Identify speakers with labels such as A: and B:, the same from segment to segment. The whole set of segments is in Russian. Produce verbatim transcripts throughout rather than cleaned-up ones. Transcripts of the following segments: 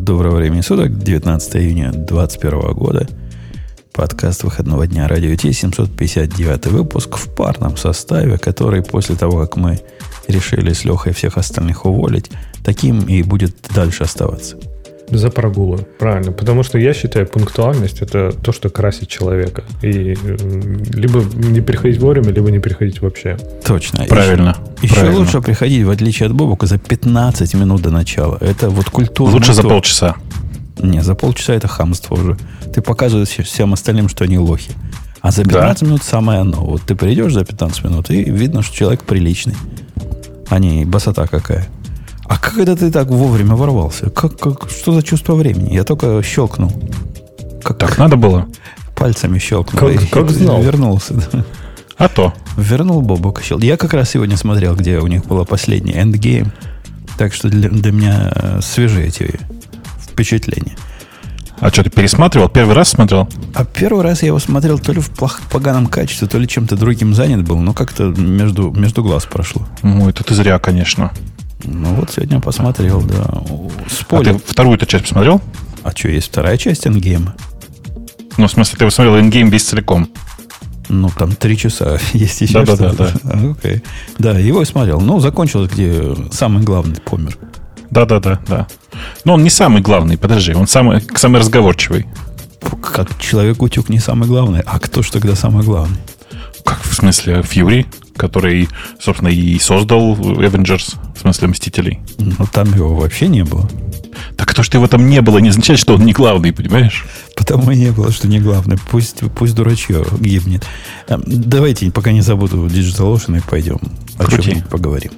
A: Доброго времени суток, девятнадцатого июня двадцать первого года. Подкаст выходного дня Радио Ти, семьсот пятьдесят девятый выпуск в парном составе, который после того, как мы решили с Лехой всех остальных уволить, таким и будет дальше оставаться.
B: За прогулы, правильно. Потому что я считаю, пунктуальность – это то, что красит человека. И либо не приходить вовремя, либо не приходить вообще.
A: Точно.
C: Правильно.
A: Еще,
C: правильно.
A: еще лучше приходить, в отличие от Бобука, за пятнадцать минут до начала. Это вот культура.
C: Лучше за полчаса.
A: Не, за полчаса это хамство уже. Ты показываешь всем остальным, что они лохи. А за пятнадцать да. минут самое оно. Вот ты придешь за пятнадцать минут, и видно, что человек приличный. А не басота какая. А как это ты так вовремя ворвался? Как, как, что за чувство времени? Я только щелкнул.
C: Как, так надо было?
A: Пальцами щелкнул.
B: Как,
A: и,
B: как знал.
A: Вернулся. Да.
C: А то.
A: Вернул Бобука щелк. Я как раз сегодня смотрел, где у них было последнее эндгейм. Так что для, для меня свежие эти впечатления.
C: А что, ты пересматривал? Первый раз смотрел?
A: А первый раз я его смотрел то ли в плох, поганом качестве, то ли чем-то другим занят был, но как-то между, между глаз прошло.
C: Ну, это ты зря, конечно.
A: Ну, вот сегодня посмотрел, да.
C: Спойлер. А ты вторую-то часть посмотрел?
A: А что, есть вторая часть эндгейма?
C: Ну, в смысле, ты посмотрел эндгейм весь целиком?
A: Ну, там три часа есть еще
C: да,
A: что-то.
C: Да, да, да.
A: Okay. Да, его и смотрел. Ну, закончилось, где самый главный помер.
C: Да, да, да, да. Но он не самый главный, подожди, он самый, самый разговорчивый.
A: Как человек-утюг не самый главный, а кто ж тогда самый главный?
C: Как в смысле Фьюри, который, собственно, и создал Avengers, в смысле Мстителей.
A: Ну, там его вообще не было.
C: Так то, что его там не было, не означает, что он не главный, понимаешь?
A: Потому и не было, что не главный. Пусть, пусть дурачье гибнет. Давайте, пока не забуду DigitalOcean, и пойдем о чем-нибудь поговорим.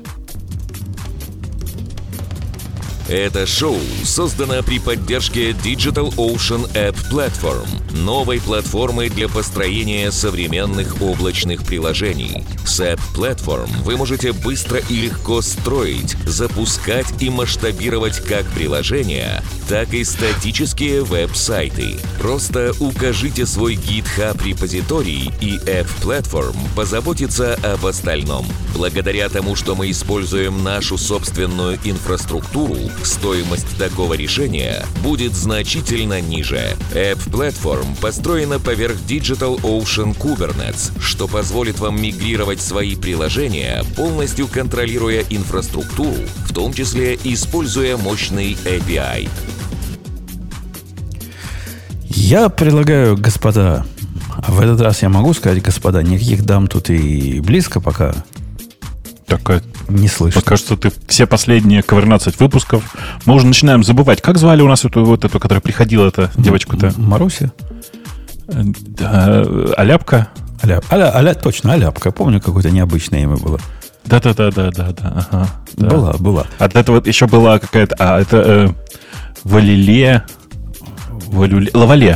D: Это шоу создано при поддержке DigitalOcean App Platform, новой платформы для построения современных облачных приложений. С App Platform вы можете быстро и легко строить, запускать и масштабировать как приложения, так и статические веб-сайты. Просто укажите свой GitHub-репозиторий, и App Platform позаботится об остальном. Благодаря тому, что мы используем нашу собственную инфраструктуру, стоимость такого решения будет значительно ниже. App Platform построена поверх DigitalOcean Kubernetes, что позволит вам мигрировать свои приложения, полностью контролируя инфраструктуру, в том числе используя мощный эй пи ай.
A: Я предлагаю, господа, в этот раз я могу сказать, господа, никаких дам тут и близко пока
C: так,
A: не слышно.
C: Пока что ты все последние ковырнадцать выпусков мы уже начинаем забывать. Как звали у нас эту, вот эту, которая приходила, эта девочку-то?
A: Маруся?
C: Да, Аляпка?
A: Аляп. Аля, аля, точно, Аляпка. Помню, какое-то необычное имя было.
C: Да-да-да-да-да. Ага, да.
A: Была, была.
C: А это вот еще была какая-то... А, это э, Валиле... Валюле... Лавале.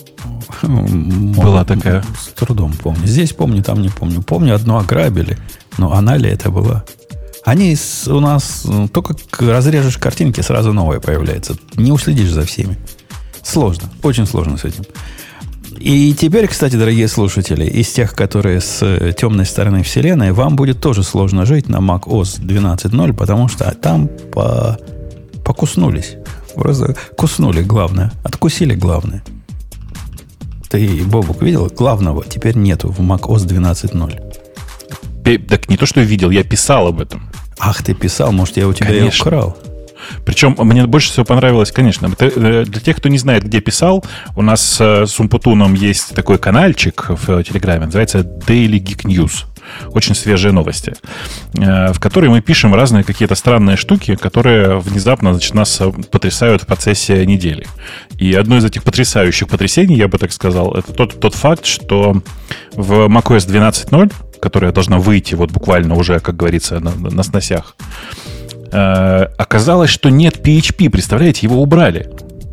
C: Была такая.
A: С трудом помню. Здесь помню, там не помню. Помню, одну ограбили. Но она ли это была? Они с, у нас... Только разрежешь картинки, сразу новое появляется. Не уследишь за всеми. Сложно. Очень сложно с этим. И теперь, кстати, дорогие слушатели, из тех, которые с темной стороны вселенной, вам будет тоже сложно жить на macOS двенадцать ноль, потому что там по... покуснулись. Просто куснули главное. Откусили главное. Ты, Бобук, видел? Главного теперь нету в macOS двенадцать ноль.
C: Так не то, что я видел, я писал об этом.
A: Ах, ты писал, может, я у тебя и украл.
C: Причем мне больше всего понравилось, конечно, для тех, кто не знает, где писал, у нас с Умпутуном есть такой канальчик в Телеграме, называется Daily Geek News. Очень свежие новости, в которой мы пишем разные какие-то странные штуки, которые внезапно, значит, нас потрясают в процессе недели. И одно из этих потрясающих потрясений, я бы так сказал, это тот, тот факт, что в macOS двенадцать ноль, которая должна выйти вот буквально уже, как говорится, на, на сносях, э, оказалось, что нет пи эйч пи. Представляете, его убрали.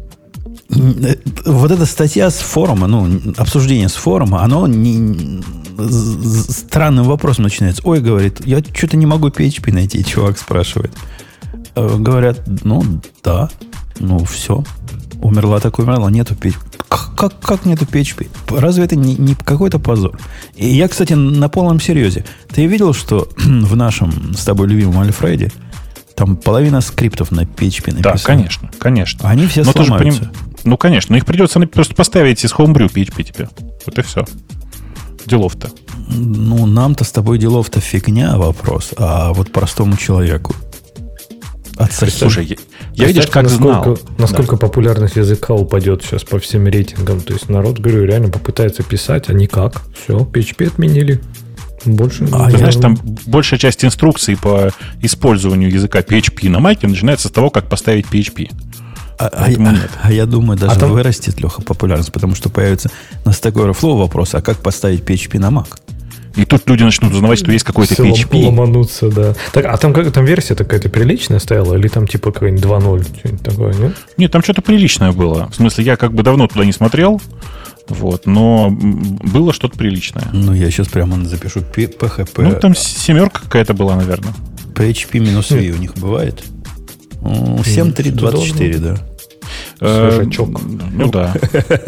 A: Вот эта статья с форума, ну, обсуждение с форума, оно не, странным вопросом начинается. Ой, говорит, я что-то не могу пи эйч пи найти, чувак спрашивает. Говорят, ну, да, ну, все. Умерла так умерла, нету пи эйч пи. Как, как, как нету пи эйч пи? Разве это не, не какой-то позор? И я, кстати, на полном серьезе. Ты видел, что в нашем с тобой любимом Альфреде Там половина скриптов на пи эйч пи написано.
C: Да, конечно, конечно.
A: Они все
C: но
A: сломаются.
C: Поним... Ну, конечно, но их придется просто поставить из Homebrew пи эйч пи тебе. Вот и все. Делов-то.
A: Ну, нам-то с тобой делов-то фигня вопрос, а вот простому человеку. Отсосать.
C: Слушай, я, я видишь, как
B: насколько,
C: знал.
B: Насколько
C: да.
B: популярность языка упадет сейчас по всем рейтингам. То есть народ, говорю, реально попытается писать, а никак. Все, пи эйч пи отменили. Больше
C: а, ты знаешь, там большая часть инструкций по использованию языка пи эйч пи на Маке начинается с того, как поставить пи эйч пи.
A: А, а, а, а я думаю, даже
B: а там...
A: вырастет, Леха, популярность, потому что появится на Stack Overflow вопрос, а как поставить пи эйч пи на Mac?
C: И тут люди начнут узнавать, что есть какой-то пи эйч пи.
B: Ломануться, да. Так, а там, как, там версия какая-то приличная стояла? Или там типа какая-нибудь два ноль? Что-нибудь такое, нет?
C: Нет, там что-то приличное было. В смысле, я как бы давно туда не смотрел, вот, но было что-то приличное.
A: Ну, я сейчас прямо запишу пи эйч пи.
C: Ну, там семерка какая-то была, наверное.
A: пи эйч пи минус ви у них бывает? семь точка три двадцать четыре, да.
B: Свежачок.
C: Ну да.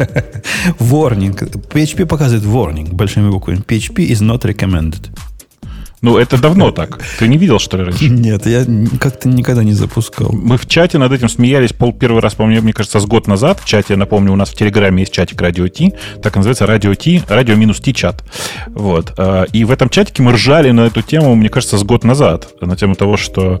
A: Warning. пи эйч пи показывает warning большими буквами. пи эйч пи is not recommended.
C: Ну, это давно так. Ты не видел, что ли, раньше?
A: Нет, я как-то никогда не запускал.
C: Мы в чате над этим смеялись пол первый раз, помню, мне кажется, с год назад. В чате, напомню, у нас в Телеграме есть чатик Радио Ти. Так и называется Радио Ти, Радио минус Ти чат. Вот. И в этом чатике мы ржали на эту тему, мне кажется, с год назад. На тему того, что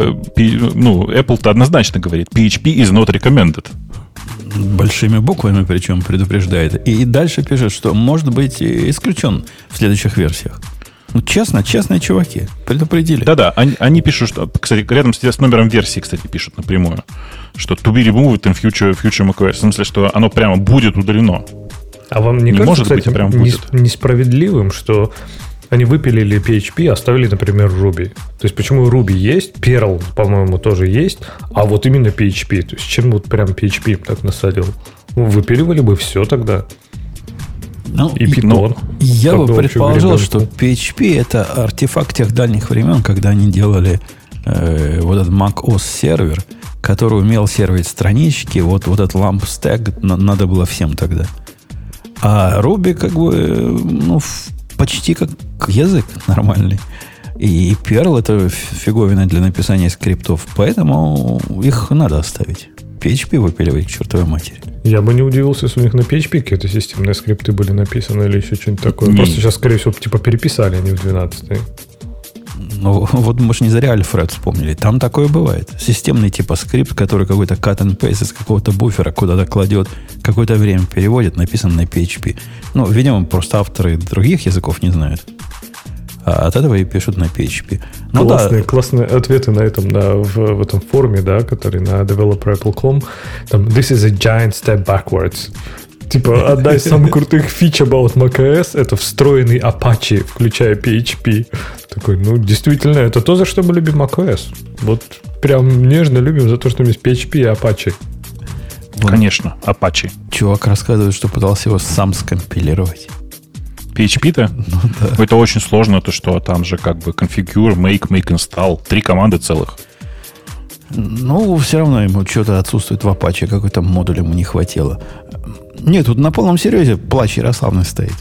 C: ну, Apple-то однозначно говорит, пи эйч пи is not recommended.
A: Большими буквами, причем предупреждает. И дальше пишет, что может быть исключен в следующих версиях. Ну, честно, честные чуваки предупредили.
C: Да-да, они, они пишут, что, кстати, рядом с, с номером версии, кстати, пишут напрямую, что to be removed in future, future macOS. В смысле, что оно прямо будет удалено.
B: А вам не,
C: не
B: кажется,
C: может
B: кстати,
C: быть, а прям
B: не,
C: будет.
B: несправедливым, что они выпилили пи эйч пи, оставили, например, Ruby? То есть, почему Ruby есть, Perl, по-моему, тоже есть, а вот именно пи эйч пи? То есть, чем вот прям пи эйч пи так насадил? Ну, выпиливали бы все тогда.
A: Ну,
B: и Python. Ну,
A: я бы предположил, что пи эйч пи это артефакт тех дальних времен, когда они делали э, вот этот macOS сервер, который умел сервить странички, вот, вот этот lamp stack на, надо было всем тогда. А Ruby как бы ну, почти как язык нормальный. И Perl это фиговина для написания скриптов, поэтому их надо оставить. пи эйч пи выпиливать к чертовой матери.
B: Я бы не удивился, если у них на пи эйч пи какие-то системные скрипты были написаны или еще что-нибудь такое. Не. Просто сейчас, скорее всего, типа переписали они в двенадцатый.
A: Ну, вот мы же не зря Альфред вспомнили. Там такое бывает. Системный типа скрипт, который какой-то cut and paste из какого-то буфера куда-то кладет, какое-то время переводит, написан на пи эйч пи. Ну, видимо, просто авторы других языков не знают. А от этого и пишут на пи эйч пи. Ну,
B: классные,
A: да.
B: классные ответы на этом, на, в, в этом форуме, да, который на developer apple точка com. Там, this is a giant step backwards. Типа, одна из самых крутых фич about macOS — это встроенный Apache, включая пи эйч пи. Такой, ну, действительно, это то, за что мы любим macOS. Вот прям нежно любим за то, что у нас пи эйч пи и Apache.
C: Конечно, Apache.
A: Чувак рассказывает, что пытался его сам скомпилировать.
C: пи эйч пи-то?
A: Ну, да.
C: Это очень сложно, то что там же как бы configure, make, make, install. Три команды целых.
A: Ну, все равно ему что-то отсутствует в Apache, какой-то модуль ему не хватило. Нет, тут на полном серьезе плач Ярославный стоит.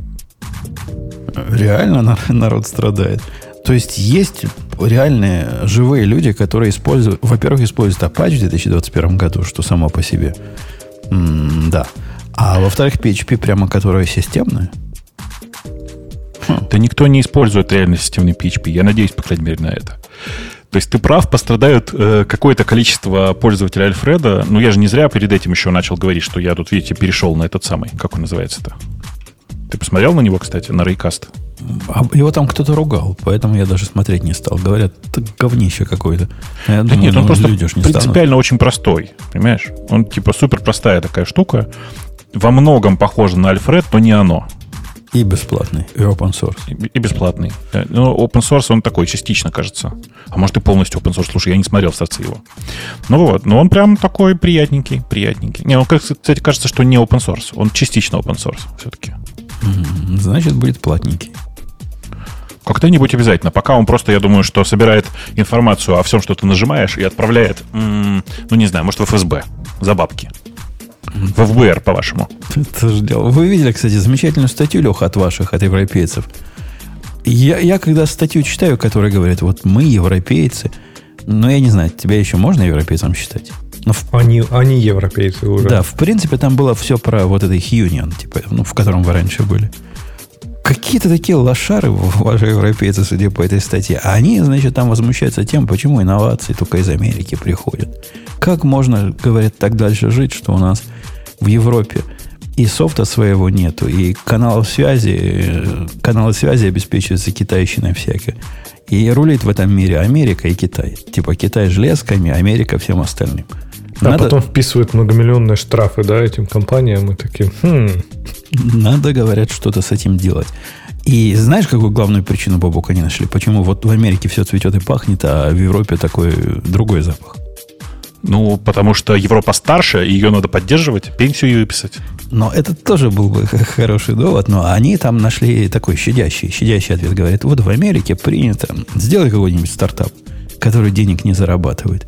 A: Реально народ страдает. То есть есть реальные живые люди, которые используют, во-первых, используют Apache в две тысячи двадцать первом году, что само по себе. М- да. А во-вторых, пи эйч пи прямо которая системная.
C: Хм. Да никто не использует реально системный пи эйч пи. Я надеюсь, по крайней мере, на это. То есть ты прав, пострадают э, какое-то количество пользователей Альфреда. Ну, я же не зря перед этим еще начал говорить, что я тут, видите, перешел на этот самый. Как он называется-то? Ты посмотрел на него, кстати, на Raycast?
A: Его там кто-то ругал, поэтому я даже смотреть не стал. Говорят, это говнище какое-то. Я
C: да
A: думаю,
C: нет, он
A: ну,
C: просто
A: не
C: принципиально
A: станут.
C: очень простой. Понимаешь? Он типа супер простая такая штука. Во многом похожа на Альфред, но не оно.
A: И бесплатный, и open source.
C: И, и бесплатный. Ну, open source он такой, частично, кажется. А может и полностью open source. Слушай, я не смотрел в торце его. Ну вот, но он прям такой приятненький, приятненький. Не, он, кстати, кажется, что не open source. Он частично open source все-таки.
A: Значит, будет платненький.
C: Когда-нибудь обязательно. Пока он просто, я думаю, что собирает информацию о всем, что ты нажимаешь, и отправляет, м- ну, не знаю, может, в эф эс бэ за бабки. В эф бэ эр, по-вашему.
A: Это же дело. Вы видели, кстати, замечательную статью, Леха, от ваших, от европейцев. Я, я когда статью читаю, которая говорит, вот мы, европейцы, Но я не знаю, тебя еще можно европейцам считать? Но в...
B: они, они европейцы уже.
A: Да, в принципе, там было все про вот этот Union, типа, ну, в котором вы раньше были. Какие-то такие лошары, ваши европейцы, судя по этой статье. А они, значит, там возмущаются тем, почему инновации только из Америки приходят. Как можно, говорят, так дальше жить, что у нас в Европе и софта своего нету, и каналов связи, каналы связи обеспечиваются китайщиной всякой. И рулит в этом мире Америка и Китай. Типа Китай железками, Америка всем остальным.
B: А надо... потом вписывают многомиллионные штрафы, да, этим компаниям, и такие, хм.
A: Надо, говорят, что-то с этим делать. И знаешь, какую главную причину, Бобук, они нашли? Почему вот в Америке все цветет и пахнет, а в Европе такой другой запах?
C: Ну, потому что Европа старше, ее надо поддерживать, пенсию ей выписать.
A: Но это тоже был бы хороший довод, но они там нашли такой щадящий, щадящий ответ. Говорят, вот в Америке принято, сделай какой-нибудь стартап, который денег не зарабатывает.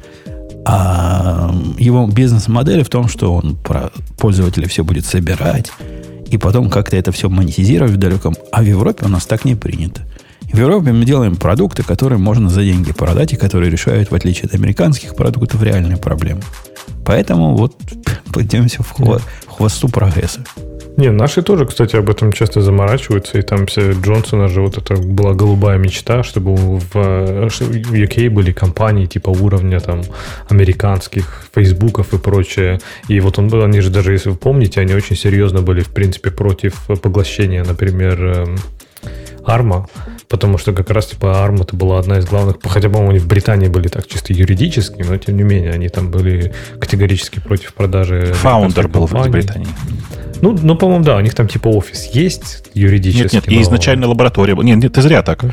A: А его бизнес-модель в том, что он про пользователя все будет собирать, и потом как-то это все монетизировать в далеком. А в Европе у нас так не принято. В Европе мы делаем продукты, которые можно за деньги продать, и которые решают, в отличие от американских продуктов, реальные проблемы. Поэтому вот пойдемте в, хво- в хвосту прогресса.
B: Не, наши тоже, кстати, об этом часто заморачиваются. И там все Джонсона же вот это была голубая мечта, чтобы в, в ю кей были компании типа уровня там американских, фейсбуков и прочее. И вот он, они же даже, если вы помните, они очень серьезно были, в принципе, против поглощения, например, Арма. Потому что как раз типа Арм это была одна из главных, хотя, по-моему, они в Британии были так чисто юридически, но тем не менее они там были категорически против продажи.
C: Фаундер был в Британии.
B: Ну, ну, по-моему, да, у них там типа офис есть юридически.
C: Нет, нет,
B: но...
C: и изначально лаборатория была. Нет, нет, ты зря так.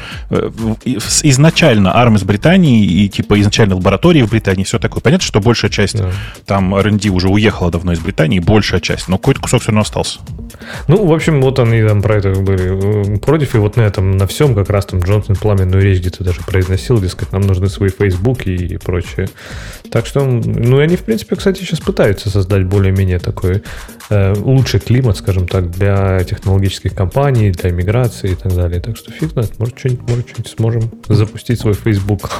C: Изначально Арм из Британии и типа изначально лаборатории в Британии, все такое. Понятно, что большая часть да. там ар энд ди уже уехала давно из Британии, большая часть, но какой-то кусок все равно остался.
B: Ну, в общем, вот они там про это были против, и вот на этом, на всем как раз там Джонсон пламенную речь где-то даже произносил, дескать, нам нужны свои фейсбуки и прочее. Так что, ну, и они, в принципе, кстати, сейчас пытаются создать более-менее такой э, лучший климат, скажем так, для технологических компаний, для миграции и так далее. Так что фиг знает, может, что-нибудь, может, что-нибудь сможем запустить свой Facebook.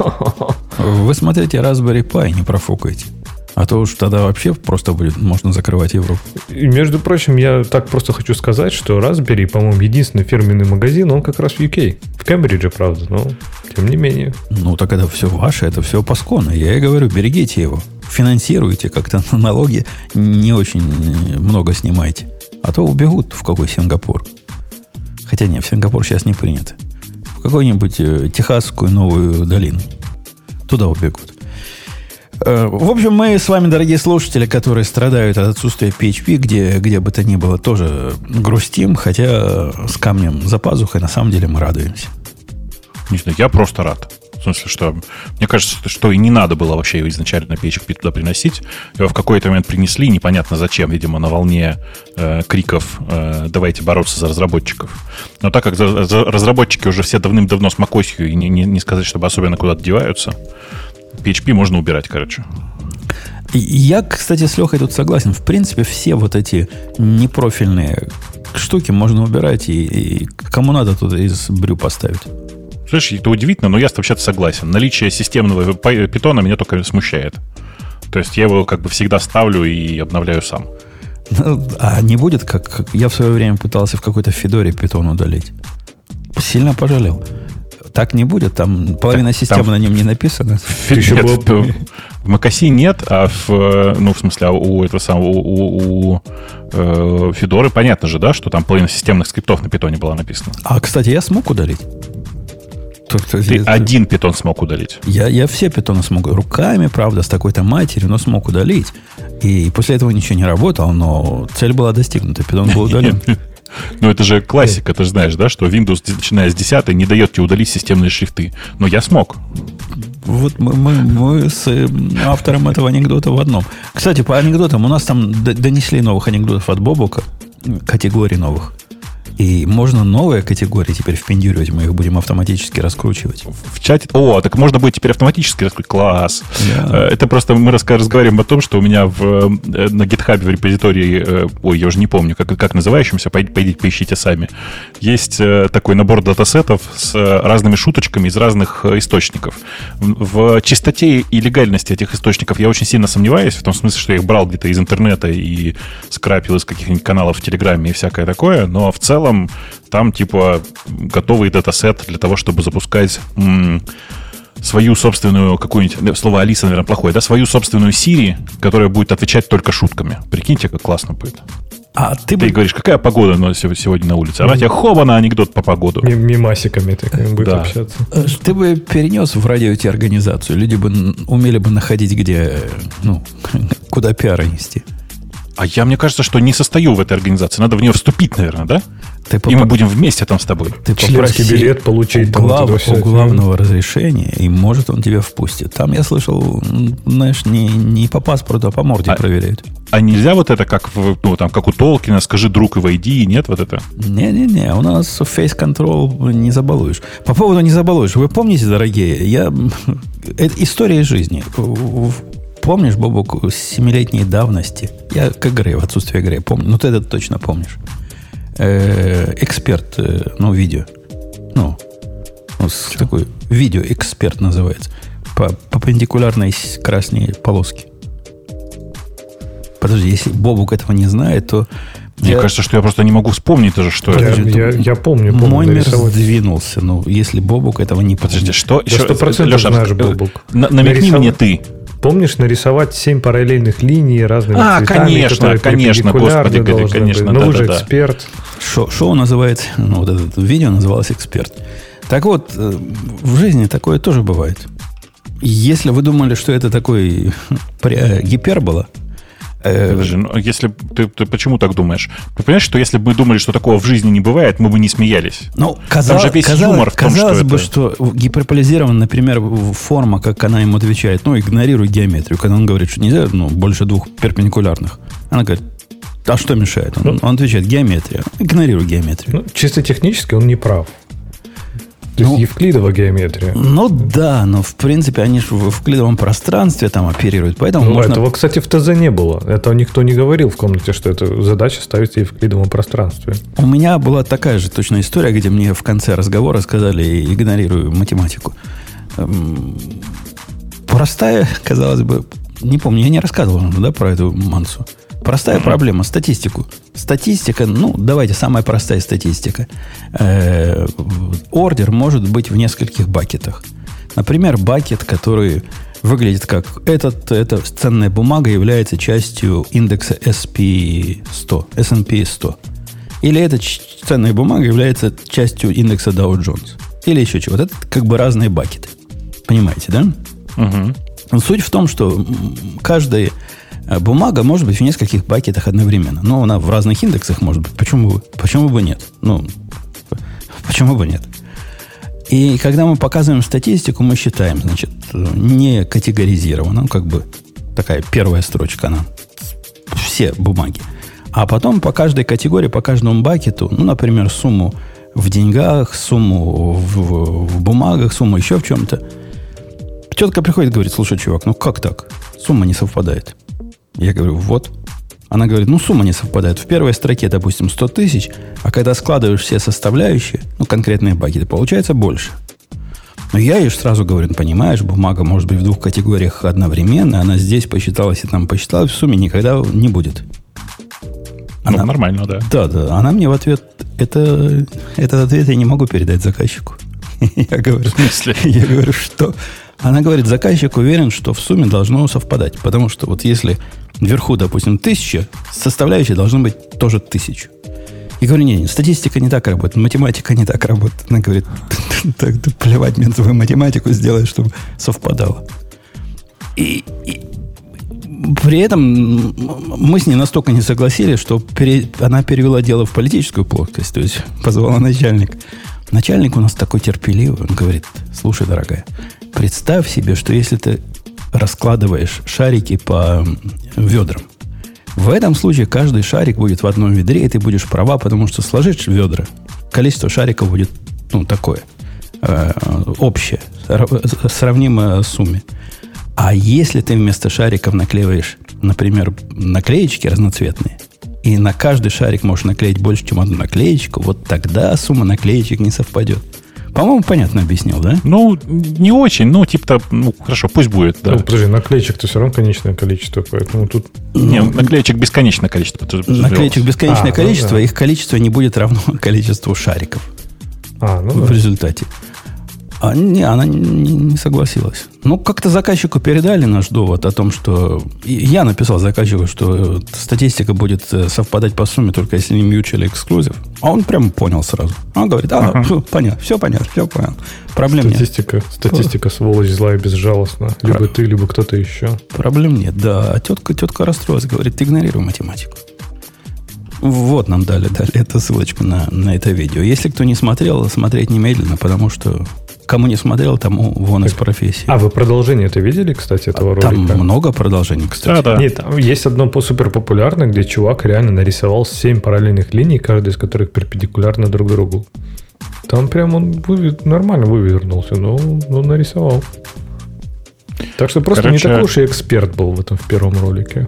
A: Вы смотрите Raspberry Pi, не профукайте. А то уж тогда вообще просто будет, можно закрывать Европу.
B: И, между прочим, я так просто хочу сказать, что Raspberry, по-моему, единственный фирменный магазин, он как раз в ю кей. В Кембридже, правда, но тем не менее.
A: Ну, так это все ваше, это все пасконно. Я и говорю, берегите его. Финансируйте, как-то на налоги не очень много снимайте. А то убегут в какой Сингапур. Хотя нет, в Сингапур сейчас не принято. В какую-нибудь э, техасскую новую долину. Туда убегут. Э, в общем, мы с вами, дорогие слушатели, которые страдают от отсутствия пи эйч пи, где, где бы то ни было, тоже грустим, хотя с камнем за пазухой на самом деле мы радуемся.
C: Не знаю, я просто рад. В смысле, что мне кажется, что и не надо было вообще изначально пи эйч пи туда приносить. Его в какой-то момент принесли, непонятно зачем, видимо, на волне э, криков э, «давайте бороться за разработчиков». Но так как за, за разработчики уже все давным-давно с macOS, и не, не, не сказать, чтобы особенно куда-то деваются, пи эйч пи можно убирать, короче.
A: Я, кстати, с Лехой тут согласен. В принципе, все вот эти непрофильные штуки можно убирать, и, и кому надо туда из брю поставить.
C: Слышишь, это удивительно, но я вообще-то согласен. Наличие системного питона меня только смущает. То есть я его как бы всегда ставлю и обновляю сам.
A: А не будет, как я в свое время пытался в какой-то Федоре питон удалить. Сильно пожалел. Так не будет, там половина так, системы там на нем не написана.
C: Ты еще нет, был... В macOS нет, а в, ну, в смысле, у этого самого, у, у, у э, Федоры понятно же, да, что там половина системных скриптов на питоне была написана.
A: А, кстати, я смог удалить.
C: Только Ты я, один питон смог удалить.
A: Я, я все питоны смог. Руками, правда, с такой-то матерью, но смог удалить. И после этого ничего не работало, но цель была достигнута. Питон был удален.
C: Ну, это же классика, ты же знаешь, да, что Windows, начиная с десятой, не дает тебе удалить системные шрифты. Но я смог.
A: Вот мы, мы, мы с автором этого анекдота в одном. Кстати, по анекдотам у нас там донесли новых анекдотов от Бобука, категорий новых. И можно новые категории теперь впендюривать, мы их будем автоматически раскручивать.
C: В чате... О, так можно будет теперь автоматически раскручивать. Класс. Yeah. Это просто мы разговариваем о том, что у меня в, на GitHub в репозитории, ой, я уже не помню, как, как называющемся, пойдите поищите сами, есть такой набор датасетов с разными шуточками из разных источников. В чистоте и легальности этих источников я очень сильно сомневаюсь, в том смысле, что я их брал где-то из интернета и скрапил из каких-нибудь каналов в Телеграме и всякое такое, но в целом там типа готовый датасет для того, чтобы запускать м- свою собственную какую-нибудь, слово Алиса, наверное, плохое, да, свою собственную Siri, которая будет отвечать только шутками. Прикиньте, как классно будет.
A: А ты,
C: ты
A: бы...
C: говоришь, какая погода сегодня на улице? Она тебе хоба на анекдот по погоду.
B: Мимасиками так будет да. общаться.
A: Ты бы перенес в радио эти организацию. Люди бы умели бы находить, где, ну, куда пиары нести.
C: А я, мне кажется, что не состою в этой организации. Надо в нее вступить, наверное, да?
A: Ты
C: и попро... мы будем вместе там с тобой.
A: Ты
B: членский билет получить.
A: У, глав... у главного разрешения, и может он тебя впустит. Там, я слышал, знаешь, не, не по паспорту, а по морде а, проверяют.
C: А нельзя вот это, как, в, ну, там, как у Толкина, скажи, друг, и войди, нет вот это?
A: Не-не-не, у нас face control не забалуешь. По поводу не забалуешь. Вы помните, дорогие, я... это история жизни. Помнишь, Бобок, семилетней давности? Я к игре, в отсутствие игры помню. Ну, ты это точно помнишь. Э-э, эксперт, э, ну, видео. Ну, ну такой видеоэксперт называется. По перпендикулярной красной полоске. Подожди, если Бобук этого не знает, то...
C: Мне я... кажется, что я просто не могу вспомнить даже, что
B: я,
C: это.
B: Я, я помню, помню.
A: Мой мир сдвинулся. Ну, если Бобук этого не помнит.
C: Подожди, что?
B: Да сто процентов знаешь, Бобук.
C: На, намекни
B: Нарисовать...
C: мне ты.
B: Помнишь, нарисовать семь параллельных линий разными
C: а,
B: цветами,
C: конечно,
B: которые
C: конечно, господи,
B: должны
C: конечно.
B: быть. Ну,
C: да,
B: вы же
C: да,
B: эксперт.
A: Шо, шоу называется, ну, вот это видео называлось «Эксперт». Так вот, в жизни такое тоже бывает. Если вы думали, что это такой гипербола,
C: Подожди, ну, если ты, ты почему так думаешь? Ты понимаешь, что если бы мы думали, что такого в жизни не бывает, мы бы не смеялись.
A: Ну, казалось,
C: там же весь
A: казалось,
C: юмор в том,
A: казалось
C: что
A: бы,
C: это...
A: что гиперполизирована, например, форма, как она ему отвечает, ну, игнорируй геометрию. Когда он говорит, что нельзя, ну, больше двух перпендикулярных. Она говорит, а что мешает? Он, ну, он отвечает, геометрия. Игнорируй геометрию.
B: Ну, чисто технически он не прав. То
A: ну,
B: есть евклидова геометрия.
A: Ну да, но в принципе они же в евклидовом пространстве там оперируют. Поэтому
B: ну,
A: можно...
B: этого, кстати, в ТЗ не было. Этого никто не говорил в комнате, что эта задача ставится в евклидовом пространстве.
A: У меня была такая же точная история, где мне в конце разговора сказали, игнорирую математику. Простая, казалось бы, не помню, я не рассказывал вам, да, про эту мансу. Простая проблема. Статистику. Статистика, ну, давайте, самая простая статистика. Э-э- ордер может быть в нескольких бакетах. Например, бакет, который выглядит как этот, эта ценная бумага является частью индекса эс пи сто, эс энд пи сто. Или эта ценная бумага является частью индекса Dow Jones. Или еще чего-то. Это как бы разные бакеты. Понимаете, да? Угу. Суть в том, что каждый бумага может быть в нескольких бакетах одновременно. Но она в разных индексах может быть. Почему, почему бы нет? Ну, почему бы нет? И когда мы показываем статистику, мы считаем, значит, не категоризированно, ну, как бы такая первая строчка, она все бумаги. А потом по каждой категории, по каждому бакету, ну, например, сумму в деньгах, сумму в, в бумагах, сумму еще в чем-то. Тетка приходит и говорит, слушай, чувак, ну как так? Сумма не совпадает. Я говорю, вот. Она говорит, ну, сумма не совпадает. В первой строке, допустим, сто тысяч, а когда складываешь все составляющие, ну, конкретные бакеты, получается больше. Но я ей сразу говорю, ну, понимаешь, бумага может быть в двух категориях одновременно, она здесь посчиталась и там посчиталась, в сумме никогда не будет. Она,
C: ну, нормально, да.
A: Да, да. Она мне в ответ, это, этот ответ я не могу передать заказчику. Я говорю, в смысле? Я говорю, что... Она говорит, заказчик уверен, что в сумме должно совпадать. Потому что вот если вверху, допустим, тысяча, составляющие должны быть тоже тысячу. Я говорю, не, не, статистика не так работает, математика не так работает. Она говорит, так плевать мне на твою математику, сделай, чтобы совпадало. И, и при этом мы с ней настолько не согласились, что пере, она перевела дело в политическую плоскость. То есть позвала начальник. Начальник у нас такой терпеливый. Он говорит, слушай, дорогая, представь себе, что если ты раскладываешь шарики по ведрам, в В этом случае каждый шарик будет в одном ведре, и ты будешь права, потому что сложишь ведра, количество шариков будет, ну, такое, э, общее, сравнимое сумме. А если ты вместо шариков наклеиваешь, например, наклеечки разноцветные, и на каждый шарик можешь наклеить больше, чем одну наклеечку, вот тогда сумма наклеечек не совпадет. По-моему, понятно объяснил, да?
C: Ну, не очень, ну, типа, ну, хорошо, пусть будет, да.
B: Ну, подожди, наклеечек-то все равно конечное количество, поэтому тут...
C: Не, наклеечек бесконечное количество.
A: Наклеечек бесконечное
B: а,
A: количество,
B: ну, да.
A: их количество не будет равно количеству шариков
B: А, ну
A: в
B: да.
A: результате. А, не, она не, не согласилась. Ну, как-то заказчику передали наш довод о том, что... Я написал заказчику, что статистика будет совпадать по сумме, только если не mutually exclusive. А он прям понял сразу. Он говорит, а, uh-huh. все, понятно, все понятно, все понял. Проблем
B: статистика, нет. Статистика, сволочь, злая и безжалостна. Либо Про... ты, либо кто-то еще.
A: Проблем нет, да. А тетка, тетка расстроилась, говорит, ты игнорируй математику. Вот нам дали, дали эту ссылочку на, на это видео. Если кто не смотрел, смотреть немедленно, потому что кому не смотрел, тому вон из профессии.
B: А вы продолжение это видели, кстати, этого
A: там
B: ролика?
A: Там много продолжений, кстати.
C: Да, да.
B: Нет, там есть одно суперпопулярное, где чувак реально нарисовал семь параллельных линий, каждая из которых перпендикулярна друг другу. Там прям он вывед... нормально вывернулся, но, но нарисовал. Так что просто Короче... не такой уж и эксперт был в этом в первом ролике.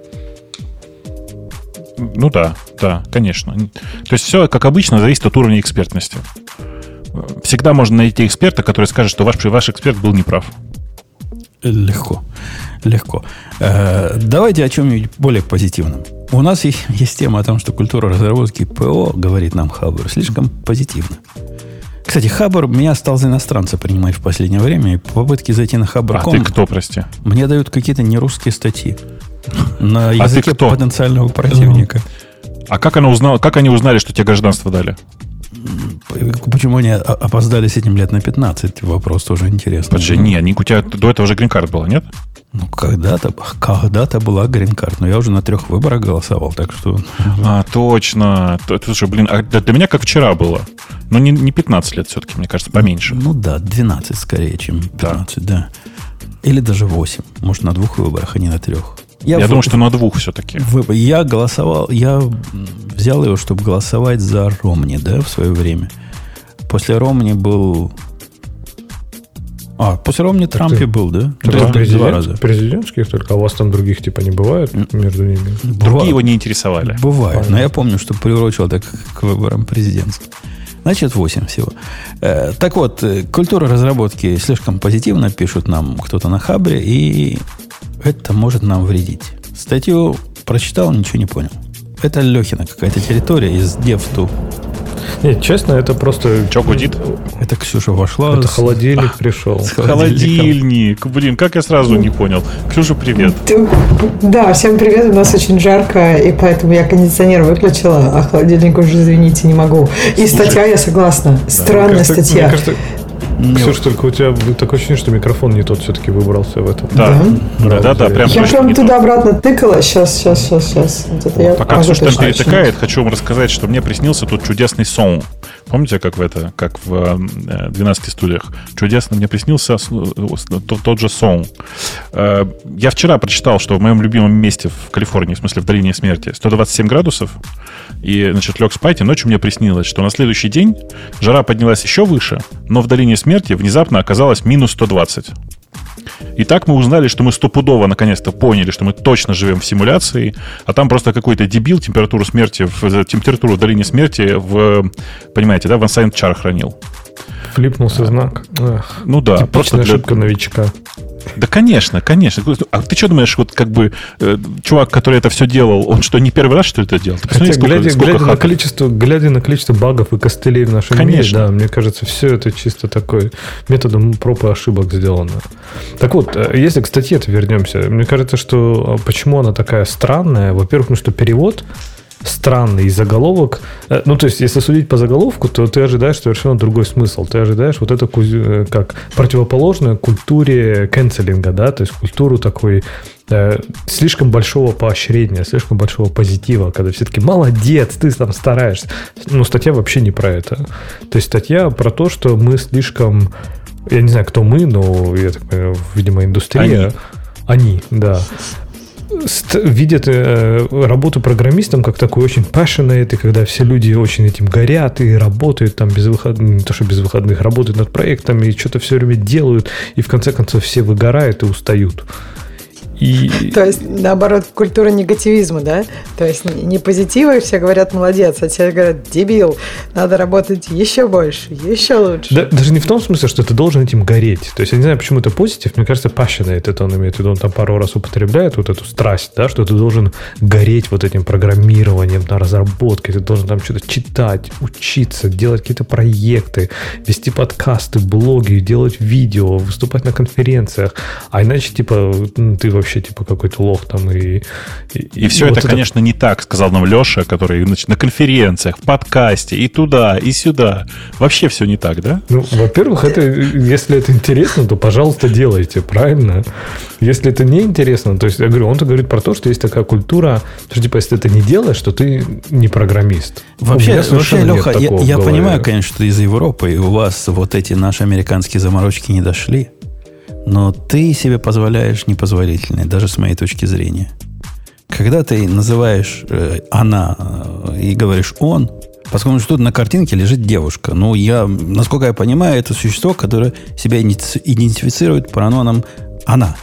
C: Ну да, да, конечно. То есть все, как обычно, зависит от уровня экспертности. Всегда можно найти эксперта, который скажет, что ваш, ваш эксперт был неправ.
A: Легко, легко. Э, давайте о чем-нибудь более позитивном. У нас есть, есть тема о том, что культура разработки ПО, говорит нам Хабр, слишком позитивна. Кстати, Хабр меня стал за иностранца принимать в последнее время, и попытки зайти на Хабр точка ком...
C: А ты кто, прости?
A: Мне дают какие-то нерусские статьи на
C: а
A: языке потенциального противника.
C: А как, она узнала, как они узнали, что тебе гражданство дали?
A: Почему они опоздали с этим лет на пятнадцать? Вопрос тоже интересный.
C: Подожди, не, не, у тебя до этого уже грин-карт была, нет?
A: Ну, когда-то, когда-то была грин-карт, но я уже на трех выборах голосовал, так что...
C: А, точно. Слушай, блин, а для меня как вчера было. Но не, не пятнадцать лет все-таки, мне кажется, поменьше.
A: Ну да, двенадцать скорее, чем пятнадцать, да. да. Или даже восемь. Может, на двух выборах, а не на трех.
C: Я, я в... думаю, что на двух все-таки.
A: В... Я голосовал, я взял его, чтобы голосовать за Ромни, да, в свое время. После Ромни был... А, после Ромни Трампе
B: Ты...
A: был, да?
B: Да.
A: Два,
B: Президент,
A: два раза.
B: Президентских только, а у вас там других типа не бывает между ними?
C: Бывает. Другие его не интересовали.
A: Бывает, Понятно. Но я помню, что приурочил так к выборам президентским. Значит, восемь всего. Э, так вот, культура разработки слишком позитивно, пишут нам кто-то на Хабре, и это может нам вредить. Статью прочитал, ничего не понял. Это Лехина какая-то территория из DevTo.
B: Нет, честно, это просто...
C: Че гудит?
A: Это Ксюша вошла.
B: Это
A: с...
B: холодильник а, пришел.
C: Холодильник. Блин, как я сразу не понял. Ксюша, привет.
E: Да, всем привет. У нас очень жарко, и поэтому я кондиционер выключила, а холодильник уже, извините, не могу. И Слушай, статья, я согласна. Да, Странная
B: кажется,
E: статья.
B: Кажется, Ксюша, только у тебя такое ощущение, что микрофон не тот все-таки выбрался в этом.
C: Да, да, да, да, прям.
E: Я прям туда-обратно тыкала. Сейчас, сейчас, сейчас, сейчас. Вот это я
C: пока Ксюша там перетыкает, хочу вам рассказать, что мне приснился тут чудесный сон. Помните, как в это, как в двенадцати стульях? Чудесно мне приснился тот, тот же сон. Я вчера прочитал, что в моем любимом месте в Калифорнии, в смысле в долине смерти, сто двадцать семь градусов. И, значит, лег спать, и ночью мне приснилось, что на следующий день жара поднялась еще выше, но в долине смерти внезапно оказалось минус сто двадцать. И так мы узнали, что мы стопудово наконец-то поняли, что мы точно живем в симуляции, а там просто какой-то дебил температуру смерти, в, температуру в долине смерти в, понимаете, да, в Unsigned Char хранил.
B: Флипнулся а, знак. Эх,
C: ну да,
B: типичная
C: просто для...
B: ошибка новичка.
C: Да, конечно, конечно. А ты что думаешь, вот как бы э, чувак, который это все делал, он что, не первый раз, что это делал? Ты
B: Хотя,
C: сколько,
B: глядя,
C: сколько
B: глядя, на количество, глядя на количество багов и костылей в нашем
C: конечно.
B: мире, да, мне кажется, все это чисто такой методом проб и ошибок сделано. Так вот, если к статье-то вернемся, мне кажется, что почему она такая странная? Во-первых, ну что перевод странный заголовок. Ну, то есть, если судить по заголовку, то ты ожидаешь совершенно другой смысл. Ты ожидаешь вот это как противоположное культуре канцелинга, да, то есть культуру такой э, слишком большого поощрения, слишком большого позитива, когда все-таки молодец, ты там стараешься. Но статья вообще не про это. То есть, статья про то, что мы слишком... Я не знаю, кто мы, но, я так понимаю, видимо, индустрия.
C: Они,
B: Они да. видят э, работу программистом как такой очень passionate, и когда все люди очень этим горят и работают там без выходных, не то что без выходных, работают над проектами и что-то все время делают, и в конце концов все выгорают и устают. И...
E: То есть, наоборот, культура негативизма, да? То есть, не позитива, и все говорят молодец, а все говорят дебил, надо работать еще больше, еще лучше.
B: Да, даже не в том смысле, что ты должен этим гореть. То есть, я не знаю, почему это позитив, мне кажется, passionate это он имеет в виду, он там пару раз употребляет вот эту страсть, да, что ты должен гореть вот этим программированием, на разработке, ты должен там что-то читать, учиться, делать какие-то проекты, вести подкасты, блоги, делать видео, выступать на конференциях, а иначе, типа, ты вообще типа какой-то лох там и...
C: И, и все и это, вот это, конечно, не так, сказал нам Леша, который значит, на конференциях, в подкасте, и туда, и сюда. Вообще все не так, да?
B: Ну, во-первых, это, если это интересно, то, пожалуйста, делайте, правильно? Если это не интересно, то есть, я говорю, он-то говорит про то, что есть такая культура, что, типа, если ты это не делаешь, то ты не программист.
A: Вообще, вообще Леха, я, я понимаю, конечно, что ты из Европы, и у вас вот эти наши американские заморочки не дошли. Но ты себе позволяешь непозволительное, даже с моей точки зрения. Когда ты называешь э, она э, и говоришь он, поскольку что тут на картинке лежит девушка. Ну, я, насколько я понимаю, это существо, которое себя идентифицирует прононом она,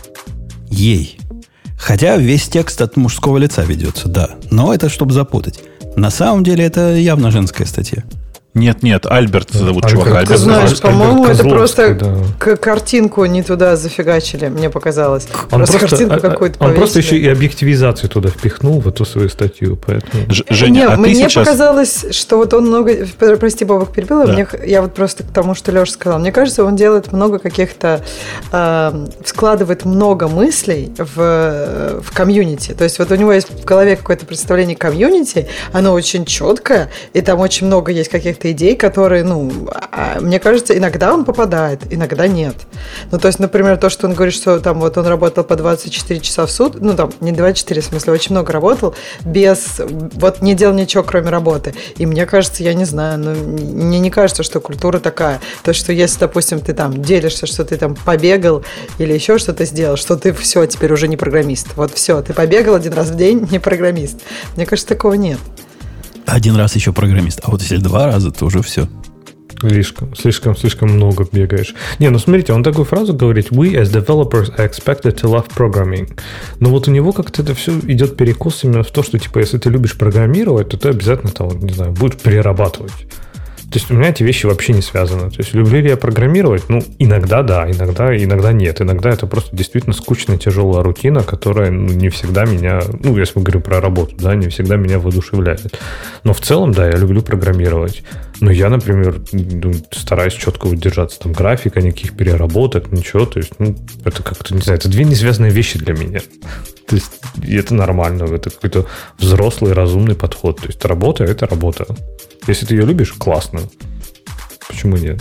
A: ей. Хотя весь текст от мужского лица ведется, да. Но это чтобы запутать. На самом деле это явно женская статья.
C: Нет, нет, Альберт зовут
B: Альберт,
C: чувака.
E: Ты знаешь,
B: Альберт
E: по-моему, это просто
B: да.
E: к- картинку не туда зафигачили, мне показалось.
B: Он
E: просто,
B: просто
E: картинку
B: а,
E: какую-то
B: Он
E: повесили.
B: просто еще и объективизацию туда впихнул в эту свою статью. Поэтому...
C: Ж, Женя,
E: Не,
C: а
E: мне
C: ты сейчас...
E: показалось, что вот он много... Прости, Бобок, перебила.
C: Да.
E: Мне, я вот просто к тому, что Леша сказал. Мне кажется, он делает много каких-то... Э, складывает много мыслей в, в комьюнити. То есть вот у него есть в голове какое-то представление комьюнити, оно очень четкое, и там очень много есть каких-то идей, которые, ну, мне кажется, иногда он попадает, иногда нет. Ну, то есть, например, то, что он говорит, что там вот он работал по двадцать четыре часа в сутки, ну, там, не двадцать четыре, в смысле, очень много работал, без... Вот не делал ничего, кроме работы. И мне кажется, я не знаю, ну, мне не кажется, что культура такая. То, что если, допустим, ты там делишься, что ты там побегал или еще что-то сделал, что ты все, теперь уже не программист. Вот все, ты побегал один раз в день, не программист. Мне кажется, такого нет.
A: Один раз еще программист. А вот если два раза, то уже все.
B: Слишком, слишком, слишком много бегаешь. Не, ну смотрите, он такую фразу говорит: We as developers are expected to love programming. Но вот у него как-то это все идет перекос именно в то, что типа если ты любишь программировать, то ты обязательно там, не знаю, будешь перерабатывать. То есть у меня эти вещи вообще не связаны. То есть люблю ли я программировать? Ну, иногда да, иногда, иногда нет. Иногда это просто действительно скучная, тяжелая рутина, которая ну, не всегда меня, ну, если мы говорим про работу, да, не всегда меня воодушевляет. Но в целом, да, я люблю программировать. Но я, например, ну, стараюсь четко удержаться там графика, никаких переработок, ничего. То есть, ну, это как-то, не знаю, это две несвязанные вещи для меня. То есть, и это нормально, это какой-то взрослый, разумный подход. То есть, работа – это работа. Если ты ее любишь, классно. Почему нет?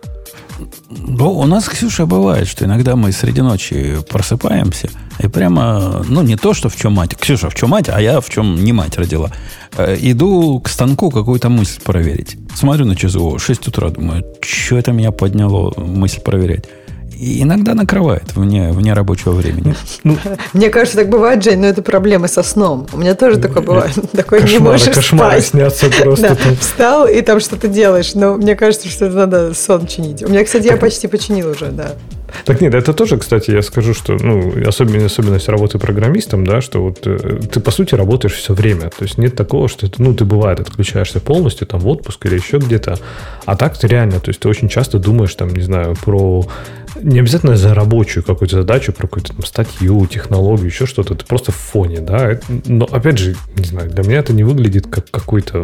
A: Ну, у нас, Ксюша, бывает, что иногда мы среди ночи просыпаемся, и прямо, ну, не то, что в чем мать. Ксюша, в чем мать, а я в чем не мать родила. Э, иду к станку какую-то мысль проверить. Смотрю на часу, шесть утра, думаю, что это меня подняло мысль проверять. И иногда накрывает вне, вне рабочего времени.
B: Ну,
E: мне кажется, так бывает, Жень, но это проблемы со сном. У меня тоже такое бывает. Такое не можешь
B: кошмары
E: спать.
B: снятся просто.
E: Да, встал и там что-то делаешь. Но мне кажется, что это надо сон чинить. У меня, кстати, я почти починил уже, да.
B: Так нет, это тоже, кстати, я скажу, что ну, особенность, особенность работы программистом, да, что вот э, ты, по сути, работаешь все время. То есть нет такого, что это, ну, ты, бывает, отключаешься полностью, там, в отпуск или еще где-то. А так ты реально, то есть ты очень часто думаешь, там, не знаю, про... Не обязательно за рабочую какую-то задачу, про какую-то там статью, технологию, еще что-то. Ты просто в фоне, да. Это, но, опять же, не знаю, для меня это не выглядит как какой-то...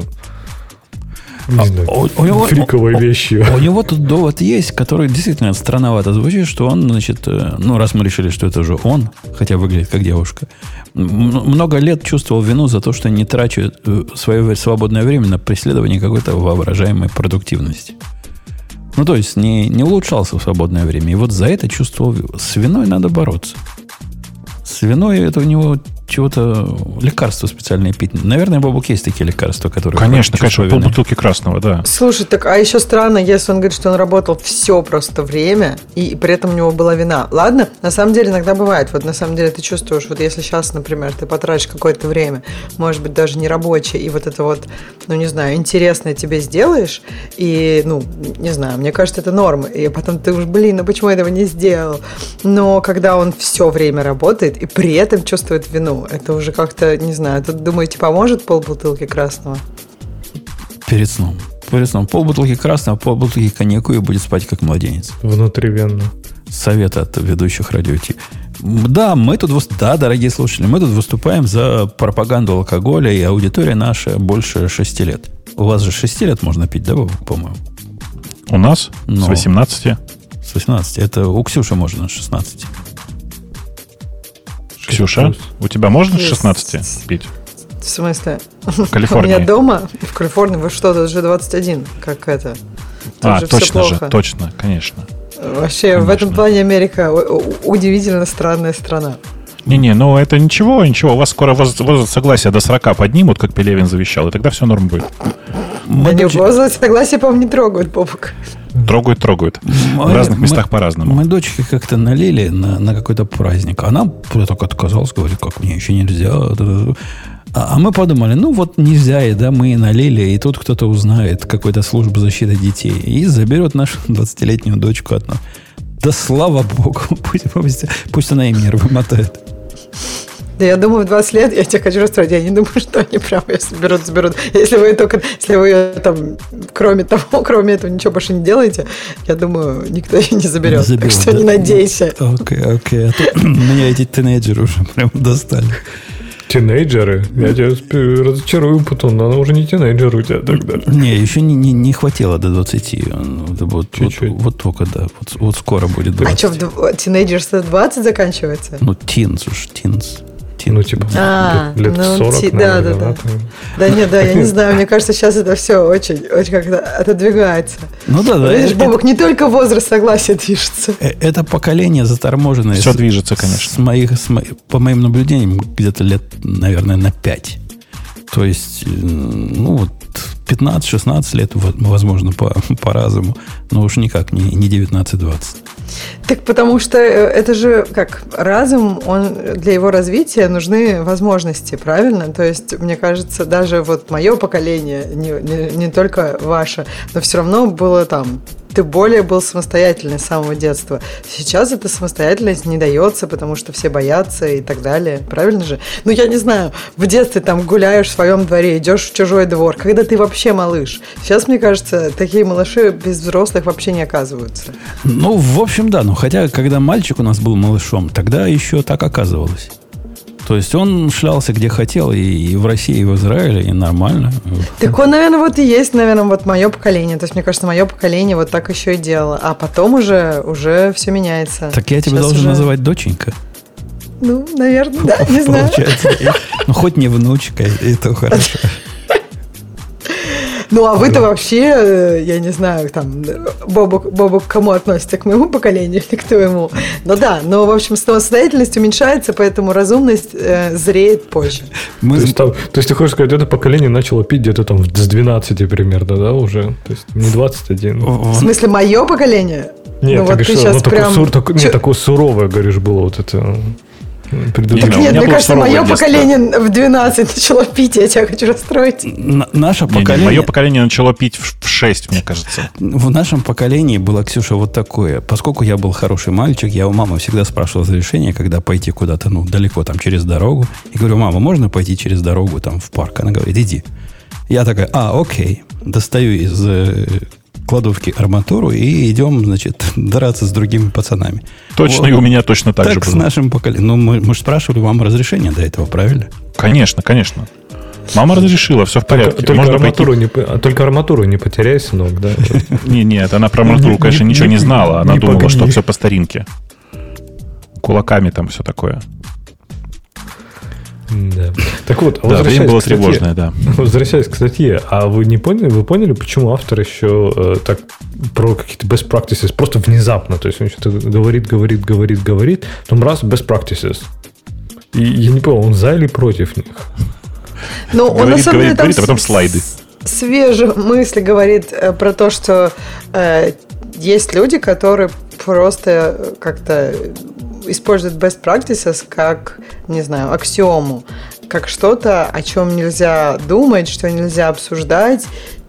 B: Не
A: а,
B: знаю,
A: у, у него,
B: фриковой
A: у,
B: вещью.
A: У, у него тут довод есть, который действительно странновато звучит, что он, значит, ну, раз мы решили, что это же он, хотя выглядит как девушка, много лет чувствовал вину за то, что не трачу свое свободное время на преследование какой-то воображаемой продуктивности. Ну, то есть, не, не улучшался в свободное время. И вот за это чувствовал... С виной надо бороться. С виной это у него чего-то лекарства специальные пить. Наверное, Бобук, есть такие лекарства, которые...
C: Конечно, конечно, полбутылки красного, да.
E: Слушай, так а еще странно, если он говорит, что он работал все просто время, и при этом у него была вина. Ладно, на самом деле иногда бывает. Вот на самом деле ты чувствуешь, вот если сейчас, например, ты потратишь какое-то время, может быть, даже не рабочее, и вот это вот, ну, не знаю, интересное тебе сделаешь, и, ну, не знаю, мне кажется, это норма. И потом ты уж, блин, ну почему я этого не сделал? Но когда он все время работает и при этом чувствует вину, это уже как-то, не знаю, тут, думаете, поможет полбутылки красного?
A: Перед сном. Перед сном. Полбутылки красного, полбутылки коньяку и будет спать как младенец.
B: Внутривенно.
A: Совет от ведущих радио Ти. Да, мы тут, да, дорогие слушатели, мы тут выступаем за пропаганду алкоголя, и аудитория наша больше шести лет. У вас же шести лет можно пить, да, по-моему?
C: У нас?
A: Но.
C: С восемнадцати.
A: С восемнадцати. Это у Ксюши можно с шестнадцати.
C: Ксюша, у тебя можно с шестнадцати пить?
E: В смысле?
C: В Калифорнии.
E: У меня дома, в Калифорнии, вы что, тут же двадцать один, как это? Тут
C: а,
E: же
C: точно же, точно, конечно.
E: Вообще,
C: конечно.
E: В этом плане Америка удивительно странная страна.
C: Не-не, ну это ничего, ничего. У вас скоро возраст согласия до сорока поднимут, как Пелевин завещал, и тогда все норм будет.
E: Да не, возраст согласия, по-моему, не трогают, Бобок.
C: Трогают, трогают.
A: Мы,
C: в разных местах
A: мы,
C: по-разному.
A: Мы дочке как-то налили на, на какой-то праздник. Она только отказалась, говорит, как мне еще нельзя. А, а мы подумали, ну вот нельзя, и да, мы и налили, и тут кто-то узнает, какой-то служба защиты детей, и заберет нашу двадцатилетнюю дочку от нас. Да слава богу, пусть, пусть, пусть она им нервы мотает.
E: Да я думаю, в двадцать лет, я тебя хочу расстроить, я не думаю, что они прямо если берут, заберут. Если вы только, если вы там, кроме того, кроме этого, ничего больше не делаете, я думаю, никто ее не заберет. Не заберет, так что да? Не надейся.
A: Окей, окей. А меня эти тинейджеры уже прям достали.
B: Тинейджеры? Я тебя разочарую, потом, но она уже не тинейджер у тебя тогда.
A: Не, еще не, не, не хватило до двадцати. Вот,
B: Чуть-чуть.
A: Вот, вот только, да. Вот, вот скоро будет двадцать.
E: А что, тинейджерство двадцать заканчивается?
A: Ну, тинс уж, тинс.
B: Ну, типа,
E: а,
B: лет
E: ну,
B: сорок,
E: ти,
B: наверное,
E: да, да,
B: да,
E: да. Да нет, да, я не знаю, мне кажется, сейчас это все очень, очень как-то отодвигается.
A: Ну да, да.
E: Видишь,
A: это,
E: Бобок, не только возраст согласия движется.
A: Это поколение заторможенное.
C: Все с, движется, конечно.
A: С моих, с мо, по моим наблюдениям, где-то лет, наверное, на пять. То есть, ну вот, пятнадцать-шестнадцать лет, возможно, по, по разуму, но уж никак не, не девятнадцать-двадцать.
E: Так потому что это же как разум, он для его развития нужны возможности, правильно? То есть, мне кажется, даже вот мое поколение, не, не, не только ваше, но все равно было там, ты более был самостоятельный с самого детства. Сейчас эта самостоятельность не дается, потому что все боятся и так далее. Правильно же? Ну, я не знаю, в детстве там гуляешь в своем дворе, идешь в чужой двор, когда ты вообще малыш. Сейчас, мне кажется, такие малыши без взрослых вообще не оказываются.
A: Ну, в общем, да. Но хотя, когда мальчик у нас был малышом, тогда еще так оказывалось. То есть он шлялся где хотел, и, и в России, и в Израиле, и нормально.
E: Так он, наверное, вот и есть, наверное, вот мое поколение. То есть, мне кажется, мое поколение вот так еще и делало. А потом уже, уже все меняется.
A: Так я тебя
E: Сейчас
A: должен
E: уже...
A: называть доченька.
E: Ну, наверное, да, не знаю.
A: Получается. Ну, хоть не внучка, и то хорошо.
E: Ну, а вы-то вообще, я не знаю, там, Бобок, Бобок к кому относится, к моему поколению или к твоему? Ну да, но, в общем, самостоятельность уменьшается, поэтому разумность э, зреет позже.
B: Мы... То, есть, там, то есть ты хочешь сказать, это поколение начало пить где-то там с двенадцати примерно, да, уже? То есть не двадцать один.
E: В смысле, мое поколение?
B: Нет,
E: ну,
B: ты
E: вот
B: говоришь,
E: ты сейчас
B: ну,
E: прям...
B: такое, так, нет, такое суровое, говоришь, было вот это...
E: Нет, нет мне кажется, мое детство. поколение в двенадцать начало пить, я тебя хочу расстроить.
A: Н- наше поколение...
C: Не, не, мое поколение начало пить в шесть, мне кажется.
A: В нашем поколении было, Ксюша, вот такое. Поскольку я был хороший мальчик, я у мамы всегда спрашивал разрешение, когда пойти куда-то, ну, далеко, там, через дорогу. И говорю, мама, можно пойти через дорогу, там, в парк? Она говорит, иди. Я такая, а, окей. Достаю из... кладовки арматуру и идем, значит, драться с другими пацанами.
C: Точно,
A: вот.
C: И у меня точно так, так же было.
A: Так с нашим поколением. Ну, мы, мы же спрашивали вам разрешение до этого, правильно?
C: Конечно, конечно. Мама разрешила, все в порядке.
B: Только,
C: Можно
B: только, арматуру
C: пойти...
B: не, только арматуру не потеряй, сынок, да?
C: Не, нет, она про арматуру, конечно, ничего не знала. Она думала, что все по старинке. Кулаками там все такое.
B: Да. Так вот,
C: да, время было тревожное, да.
B: Возвращаясь к статье, а вы не поняли, вы поняли, почему автор еще э, так про какие-то best practices просто внезапно, то есть он что-то говорит, говорит, говорит, говорит, потом раз best practices. И я не понял, он за или против них?
E: Ну, он
C: говорит,
E: на самом
C: говорит,
E: деле,
C: говорит, а потом слайды.
E: Свежие мысли говорит э, про то, что э, есть люди, которые просто как-то используют best practices как, не знаю, аксиому, как что-то, о чем нельзя думать, что нельзя обсуждать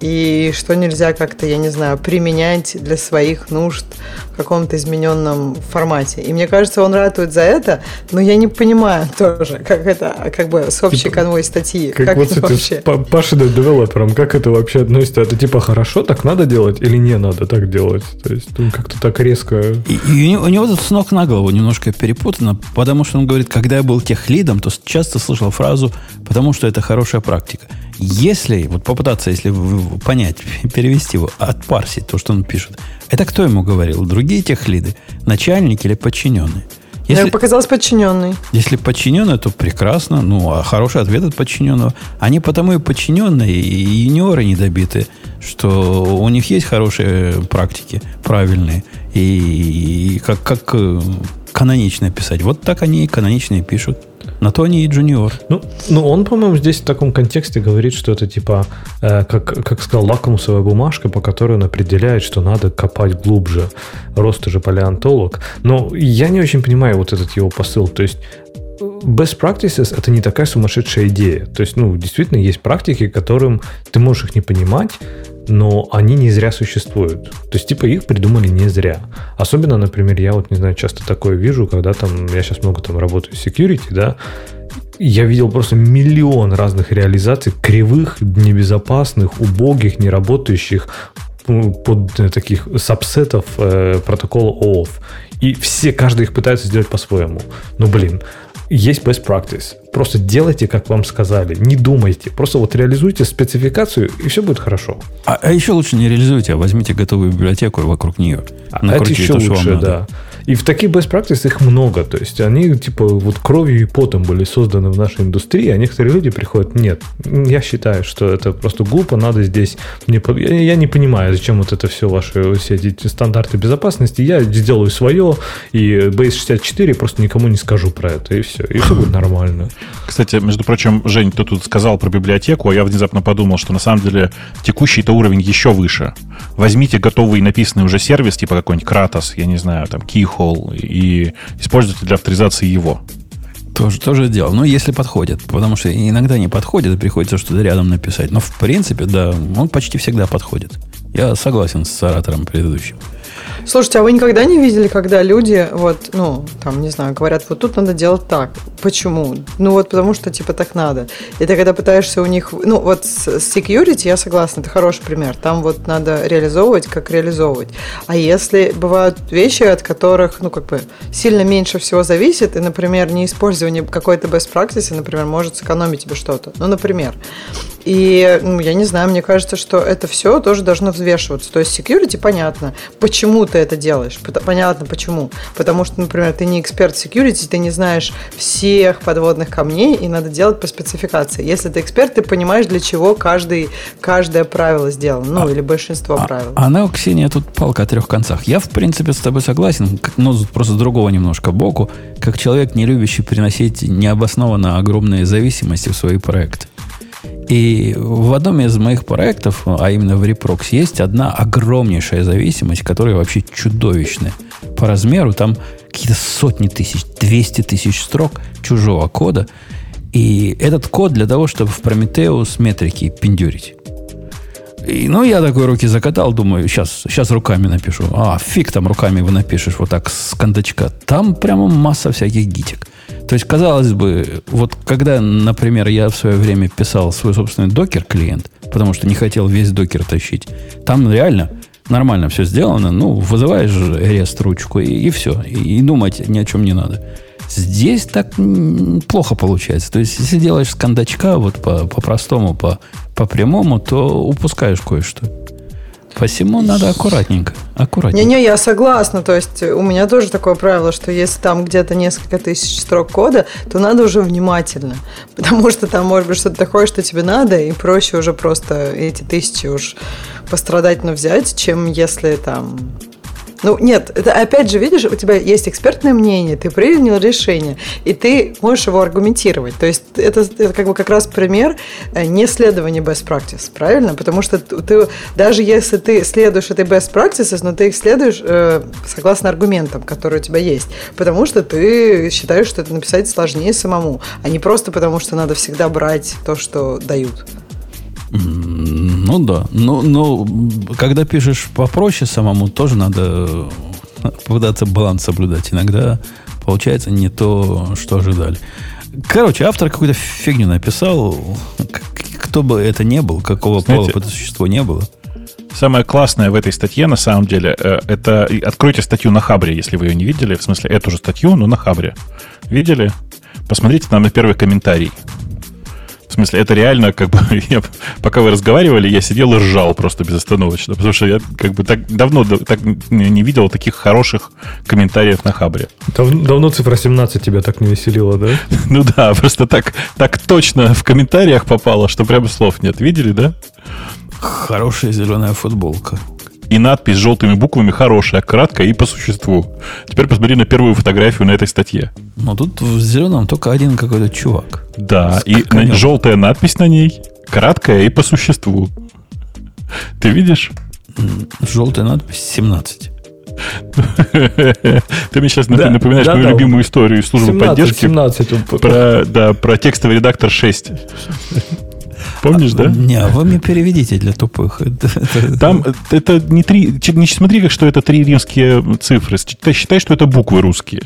E: и что нельзя как-то, я не знаю, применять для своих нужд в каком-то измененном формате. И мне кажется, он ратует за это, но я не понимаю тоже, как это, как бы с общей типа, конвой статьи.
B: Как,
E: как
B: вот
E: это
B: вообще? Пашиным девелоперам, как это вообще относится? Это типа хорошо, так надо делать или не надо так делать? То есть ну, как-то так резко...
A: И, и у него тут с ног на голову немножко перепутано, потому что он говорит, когда я был техлидом, то часто слышал фразу, потому что это хорошая практика. Если, вот попытаться, если понять, перевести его, отпарсить то, что он пишет, это кто ему говорил? Другие техлиды? Начальники или подчиненные? Если,
E: Мне показалось подчиненный.
A: Если подчиненный, то прекрасно. Ну, а хороший ответ от подчиненного. Они потому и подчиненные, и юниоры недобитые, что у них есть хорошие практики, правильные. И, и как, как канонично писать. Вот так они и канонично пишут. На то они и джуниор.
B: Ну, ну, он, по-моему, здесь в таком контексте говорит, что это типа, э, как, как сказал, лакмусовая бумажка, по которой он определяет, что надо копать глубже. Рост же палеонтолог. Но я не очень понимаю вот этот его посыл. То есть best practices – это не такая сумасшедшая идея. То есть, ну, действительно, есть практики, которым ты можешь их не понимать, но они не зря существуют. То есть, типа, их придумали не зря. Особенно, например, я вот, не знаю, часто такое вижу, когда там, я сейчас много там работаю в security, да, я видел просто миллион разных реализаций, кривых, небезопасных, убогих, неработающих, под таких сабсетов э, протокола о ауth. И все, каждый их пытается сделать по-своему. Ну, блин, есть best practice. Просто делайте, как вам сказали. Не думайте. Просто вот реализуйте спецификацию, и все будет хорошо.
A: А, а еще лучше не реализуйте, а возьмите готовую библиотеку и вокруг нее.
B: А это еще то, лучше, да. И в таких best practices их много. То есть они типа вот кровью и потом были созданы в нашей индустрии, а некоторые люди приходят, нет, я считаю, что это просто глупо, надо здесь... Мне... Я, я не понимаю, зачем вот это все ваши все эти стандарты безопасности. Я сделаю свое, и бейс шестьдесят четыре просто никому не скажу про это, и все. И все будет нормально.
C: Кстати, между прочим, Жень, ты тут сказал про библиотеку, а я внезапно подумал, что на самом деле текущий-то уровень еще выше. Возьмите готовый написанный уже сервис, типа какой-нибудь Kratos, я не знаю, там, Keyhole, и используйте для авторизации его.
A: Тоже, тоже дело. Ну, если подходит. Потому что иногда не подходит, и приходится что-то рядом написать. Но, в принципе, да, он почти всегда подходит. Я согласен с оратором предыдущим.
E: Слушайте, а вы никогда не видели, когда люди, вот, ну, там, не знаю, говорят, вот тут надо делать так. Почему? Ну, вот потому что, типа, так надо. И ты когда пытаешься у них... Ну, вот с security, я согласна, это хороший пример. Там вот надо реализовывать, как реализовывать. А если бывают вещи, от которых, ну, как бы, сильно меньше всего зависит, и, например, неиспользование какой-то best practice, например, может сэкономить тебе что-то. Ну, например. И, ну, я не знаю, мне кажется, что это все тоже должно взвешиваться. То есть security, понятно. Почему ты это делаешь? Понятно, почему. Потому что, например, ты не эксперт в security, ты не знаешь всех подводных камней, и надо делать по спецификации. Если ты эксперт, ты понимаешь, для чего каждый, каждое правило сделано. Ну, а, или большинство
A: а,
E: правил.
A: Она, Ксения, тут палка о трех концах. Я, в принципе, с тобой согласен, но просто с другого немножко боку, как человек, не любящий приносить необоснованно огромные зависимости в свои проекты. И в одном из моих проектов, а именно в Reprox, есть одна огромнейшая зависимость, которая вообще чудовищная по размеру. Там какие-то сотни тысяч, двести тысяч строк чужого кода. И этот код для того, чтобы в Prometheus метрики пиндюрить. И, ну, я такой руки закатал, думаю, сейчас, сейчас руками напишу. А, фиг там руками его напишешь вот так с кондачка. Там прямо масса всяких гитик. То есть, казалось бы, вот когда, например, я в свое время писал свой собственный докер-клиент, потому что не хотел весь докер тащить, там реально нормально все сделано. Ну, вызываешь рест ручку, и, и все. И, и думать ни о чем не надо. Здесь так плохо получается. То есть, если делаешь с кондачка, вот по, по-простому, по, по-прямому, то упускаешь кое-что. Посему надо аккуратненько. аккуратненько.
E: Не-не, я согласна. То есть, у меня тоже такое правило, что если там где-то несколько тысяч строк кода, то надо уже внимательно. Потому что там может быть что-то такое, что тебе надо, и проще уже просто эти тысячи уж пострадать, но взять, чем если там... Ну, нет, это опять же, видишь, у тебя есть экспертное мнение, ты принял решение, и ты можешь его аргументировать. То есть это, это как бы как раз пример не следования best practice, правильно? Потому что ты, даже если ты следуешь этой best practices, но ты их следуешь э, согласно аргументам, которые у тебя есть. Потому что ты считаешь, что это написать сложнее самому, а не просто потому, что надо всегда брать то, что дают.
A: Ну да, но, но когда пишешь попроще самому, тоже надо пытаться баланс соблюдать. Иногда получается не то, что ожидали. Короче, автор какую-то фигню написал. Кто бы это ни был, какого пола бы это существо не было.
C: Самое классное в этой статье, на самом деле, это... Откройте статью на Хабре, если вы ее не видели. В смысле, эту же статью, но на Хабре. Видели? Посмотрите там на первый комментарий. В смысле, это реально, как бы, я, пока вы разговаривали, я сидел и ржал просто безостановочно, потому что я как бы так давно так не видел таких хороших комментариев на Хабре.
B: Дав, давно цифра семнадцать тебя так не веселила, да?
C: Ну да, просто так, так точно в комментариях попало, что прямо слов нет. Видели, да?
A: Хорошая зеленая футболка.
C: И надпись с желтыми буквами хорошая, краткая и по существу. Теперь посмотри на первую фотографию на этой статье.
A: Ну, тут в зеленом только один какой-то чувак.
C: Да, и на, желтая надпись на ней, краткая и по существу. Ты видишь?
A: Желтая надпись семнадцать.
C: Ты мне сейчас напоминаешь мою любимую историю из службы поддержки. Про, да, про текстовый редактор шесть. Помнишь, а, да?
A: Не, вы мне переведите для тупых.
C: Там это не три... Не смотри, как что это три римские цифры. Считай, что это буквы русские.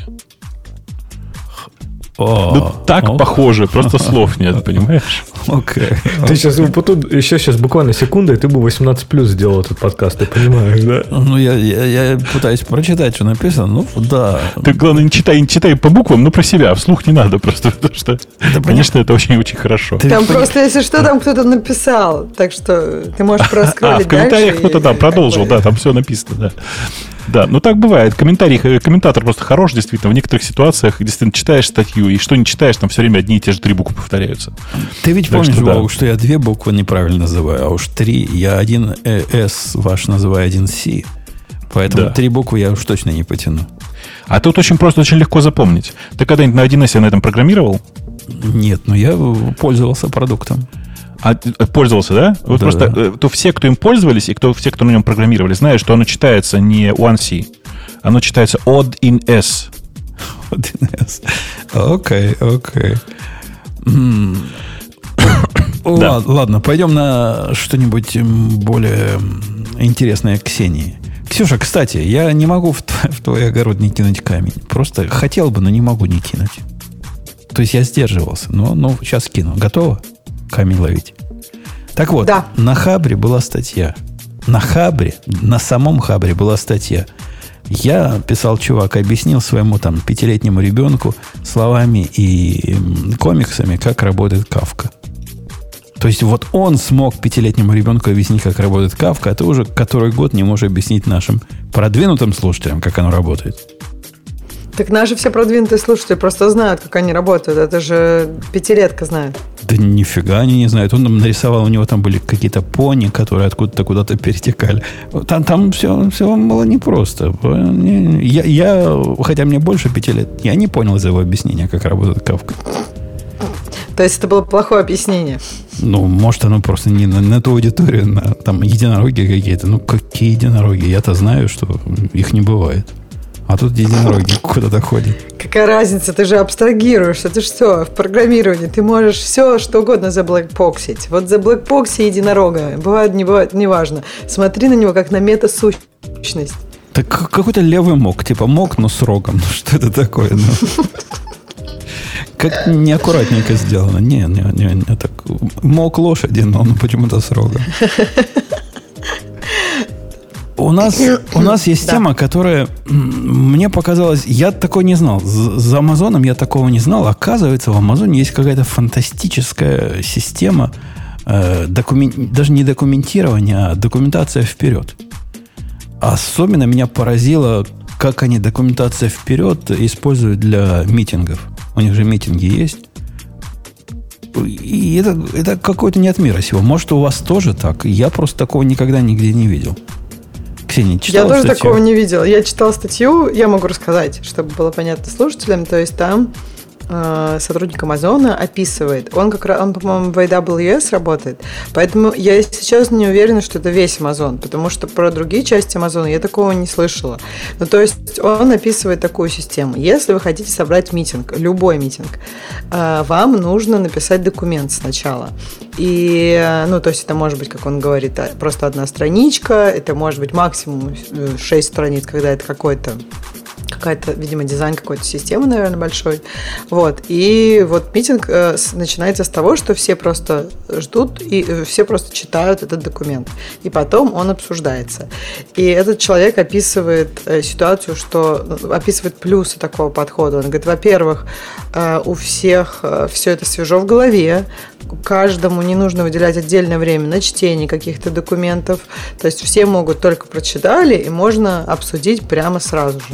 A: О,
C: ну, так о. Похоже, просто слов нет, понимаешь?
A: Окей. Okay.
B: Ты сейчас, потом, еще сейчас буквально секунда, и ты бы восемнадцать плюс сделал этот подкаст, ты понимаешь, да?
A: Ну, я, я, я пытаюсь прочитать, что написано, ну, да.
C: Ты, главное, не читай, не читай по буквам, но про себя, вслух не надо просто, потому что, это, конечно, это очень-очень хорошо.
E: Ты там просто, если что, там кто-то написал, так что ты можешь проскролить дальше.
C: А, в комментариях кто-то, да, продолжил, да, там все написано, да. Да, ну так бывает. Комментарий, комментатор просто хорош, действительно. В некоторых ситуациях действительно читаешь статью, и что не читаешь, там все время одни и те же три буквы повторяются.
A: Ты ведь так помнишь, что, Вовк, да. что я две буквы неправильно называю, а уж три. Я один S ваш называю, один C. Поэтому да. три буквы я уж точно не потяну.
C: А тут очень просто, очень легко запомнить. Ты когда-нибудь на один эс на этом программировал?
A: Нет, но я пользовался продуктом.
C: А пользовался, да? Вот да, просто да. То все, кто им пользовались, и кто, все, кто на нем программировали, знают, что оно читается не one C, оно читается odd in S.
A: Odd in S. Окей, окей. Ладно, пойдем на что-нибудь более интересное Ксении. Ксюша, кстати, я не могу в твой, в твой огород не кинуть камень. Просто хотел бы, но не могу не кинуть. То есть я сдерживался, но, но сейчас кину. Готово? Камень ловить. Так вот, да. на Хабре была статья. На Хабре, на самом Хабре была статья. Я, писал чувак, объяснил своему там пятилетнему ребенку словами и комиксами, как работает Кафка. То есть вот он смог пятилетнему ребенку объяснить, как работает Кафка, а ты уже который год не можешь объяснить нашим продвинутым слушателям, как оно работает.
E: Так наши все продвинутые слушатели просто знают, как они работают. Это же пятилетка знает.
A: Да нифига они не знают. Он нам нарисовал, у него там были какие-то пони, которые откуда-то куда-то перетекали. Там, там все, все было непросто. Я, я, хотя мне больше пяти лет, я не понял из его объяснения, как работает Кафка.
E: То есть это было плохое объяснение?
A: Ну, может, оно просто не на, на ту аудиторию, на там единороги какие-то. Ну, какие единороги? Я-то знаю, что их не бывает. А тут единороги куда-то ходят.
E: Какая разница? Ты же абстрагируешься. Ты что, в программировании ты можешь все, что угодно заблэкбоксить. Вот заблэкбокси единорога. Бывает, не бывает, неважно. Смотри на него как на мета-сущность.
A: Так какой-то левый мок. Типа мок, но с рогом. Ну, что это такое? Ну, как неаккуратненько сделано. Не, не, не, не так. Мок лошади, но он почему-то с рогом. У нас, у нас есть да. тема, которая мне показалась... Я такой не знал. За Амазоном я такого не знал. Оказывается, в Амазоне есть какая-то фантастическая система э, докумен... даже не документирования, а документация вперед. Особенно меня поразило, как они документация вперед используют для митингов. У них же митинги есть. И это, это какой-то не от мира сего. Может, у вас тоже так? Я просто такого никогда нигде не видел. Ксения, читала
E: Я тоже
A: статью?
E: такого не видела. Я читала статью, я могу рассказать, чтобы было понятно слушателям. То есть там э, сотрудник Амазона описывает. Он, как раз, он, по-моему, в эй дабл ю эс работает. Поэтому я сейчас не уверена, что это весь Амазон, потому что про другие части Амазона я такого не слышала. Ну, то есть он описывает такую систему. Если вы хотите собрать митинг, любой митинг, э, вам нужно написать документ сначала. И, ну, то есть это может быть, как он говорит, просто одна страничка, это может быть максимум шесть страниц, когда это какой-то какая-то, видимо, дизайн какой-то системы, наверное, большой. Вот. И вот митинг э, с, начинается с того, что все просто ждут и э, все просто читают этот документ. И потом он обсуждается. И этот человек описывает э, ситуацию, что описывает плюсы такого подхода. Он говорит, во-первых, э, у всех э, все это свежо в голове, каждому не нужно выделять отдельное время на чтение каких-то документов. То есть все могут только прочитали, и можно обсудить прямо сразу же.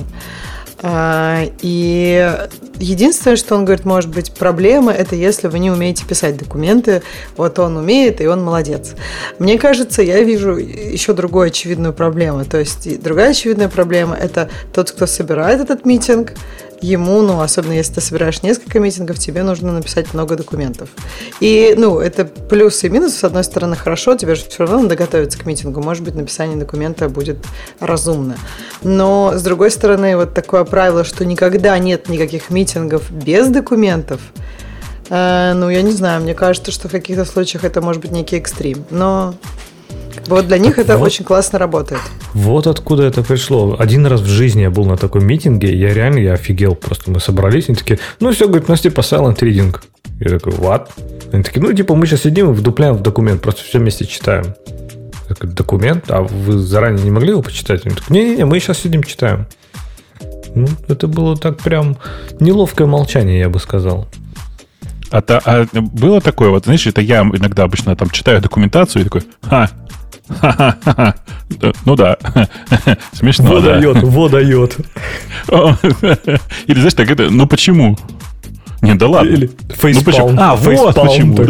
E: И единственное, что он говорит, может быть, проблема, это если вы не умеете писать документы. Вот он умеет, и он молодец. Мне кажется, я вижу еще другую очевидную проблему. То есть другая очевидная проблема – это тот, кто собирает этот митинг. Ему, ну, особенно если ты собираешь несколько митингов, тебе нужно написать много документов. И, ну, это плюсы и минусы. С одной стороны, хорошо, тебе же все равно надо готовиться к митингу. Может быть, написание документа будет разумно. Но, с другой стороны, вот такое правило, что никогда нет никаких митингов без документов, э, ну, я не знаю, мне кажется, что в каких-то случаях это может быть некий экстрим. Но вот для них так это вот, очень классно работает.
B: Вот откуда это пришло. Один раз в жизни я был на таком митинге, я реально я офигел. Просто мы собрались, они такие, ну все, говорит, у нас типа silent reading. Я такой, what? Они такие, ну типа мы сейчас сидим и вдупляем в документ, просто все вместе читаем. Я такой, документ? А вы заранее не могли его почитать? Они такие, не-не-не, мы сейчас сидим читаем. Ну, это было так прям неловкое молчание, я бы сказал.
C: А, то, а было такое, вот, знаешь, это я иногда обычно там читаю документацию и такой, ха, ха-ха-ха, ну да, смешно,
B: во
C: да.
B: дает, во дает.
C: Или, знаешь, так это, ну почему? Не, да ладно. Или
B: фейспалм.
C: Ну, а, вот почему, да?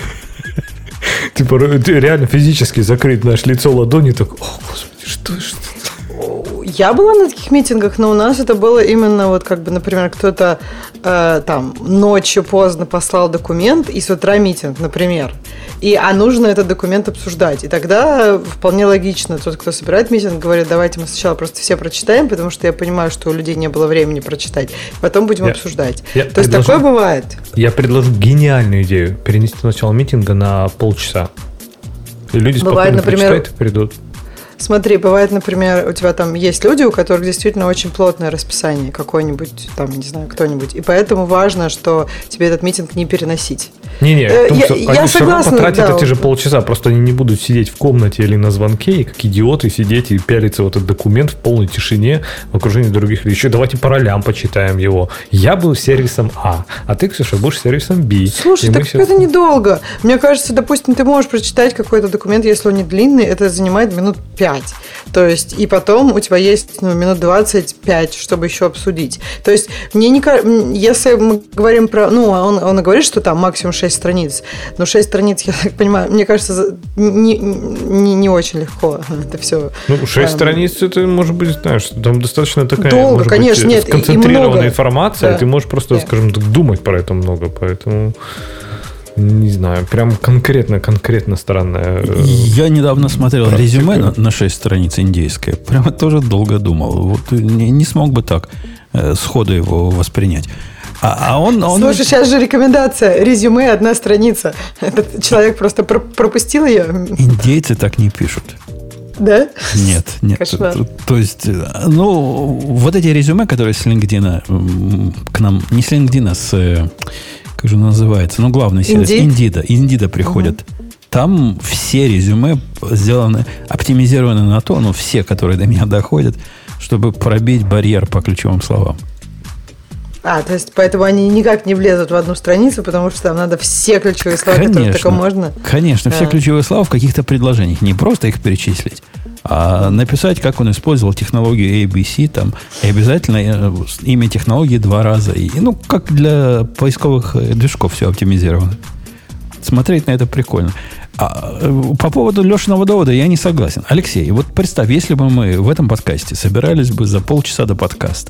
B: Типа реально физически закрыть наше лицо ладони, так, о, господи, что это?
E: Я была на таких митингах, но у нас это было именно вот как бы, например, кто-то э, там ночью поздно послал документ, и с утра митинг, например. И, а нужно этот документ обсуждать. И тогда вполне логично тот, кто собирает митинг, говорит, давайте мы сначала просто все прочитаем, потому что я понимаю, что у людей не было времени прочитать. Потом будем я, обсуждать. Я То предложу, есть такое бывает.
B: Я предложу гениальную идею. Перенести начало митинга на полчаса. И люди
E: бывает,
B: спокойно
E: например,
B: прочитают и придут.
E: Смотри, бывает, например, у тебя там есть люди, у которых действительно очень плотное расписание, какое-нибудь, там, не знаю, кто-нибудь. И поэтому важно, что тебе этот митинг не переносить.
B: Не-не,
E: э,
B: том,
E: я,
B: они
E: я
B: все
E: согласна,
B: равно потратят
E: да,
B: эти же полчаса. Просто они не будут сидеть в комнате или на звонке, и как идиоты сидеть и пялиться в этот документ в полной тишине в окружении других людей. Еще давайте по ролям почитаем его. Я был сервисом А, а ты, Ксюша, будешь сервисом Б.
E: Слушай, так сейчас... это недолго. Мне кажется, допустим, ты можешь прочитать какой-то документ, если он не длинный, это занимает минут пять. То есть, и потом у тебя есть ну, минут двадцать пять, чтобы еще обсудить. То есть, мне не если мы говорим про... Ну, он, он говорит, что там максимум шесть страниц. Но шесть страниц, я так понимаю, мне кажется, не, не, не очень легко это все.
B: Ну, шесть эм... страниц, это может быть, знаешь, там достаточно такая,
E: долго,
B: может
E: конечно,
B: быть,
E: нет,
B: сконцентрированная информация,
E: да.
B: и ты можешь просто, да. скажем так, думать про это много, поэтому... Не знаю, прям конкретно-конкретно странное.
A: Я недавно смотрел практика. резюме на, на шесть страниц индейское. Прямо тоже долго думал. Вот не, не смог бы так э, сходу его воспринять. А, а он, он...
E: Слушай, сейчас же рекомендация. Резюме одна страница. Этот человек просто про- пропустил ее.
A: Индейцы так не пишут.
E: Да?
A: Нет, нет.
E: Кошмар.
A: То, то есть, ну, вот эти резюме, которые с LinkedIn к нам, не с LinkedIn, а с... Как же он называется? Ну, главный сервис. Индида. Индида приходят. Угу. Там все резюме сделаны, оптимизированы на то, ну, все, которые до меня доходят, чтобы пробить барьер по ключевым словам.
E: А, то есть, поэтому они никак не влезут в одну страницу, потому что там надо все ключевые слова,
A: конечно,
E: которые только можно.
A: Конечно, все
E: а.
A: ключевые слова в каких-то предложениях. Не просто их перечислить, а написать, как он использовал технологию эй би си, там, и обязательно имя технологии два раза. И, ну, как для поисковых движков все оптимизировано. Смотреть на это прикольно. А, по поводу Лешиного довода я не согласен. Алексей, вот представь, если бы мы в этом подкасте собирались бы за полчаса до подкаста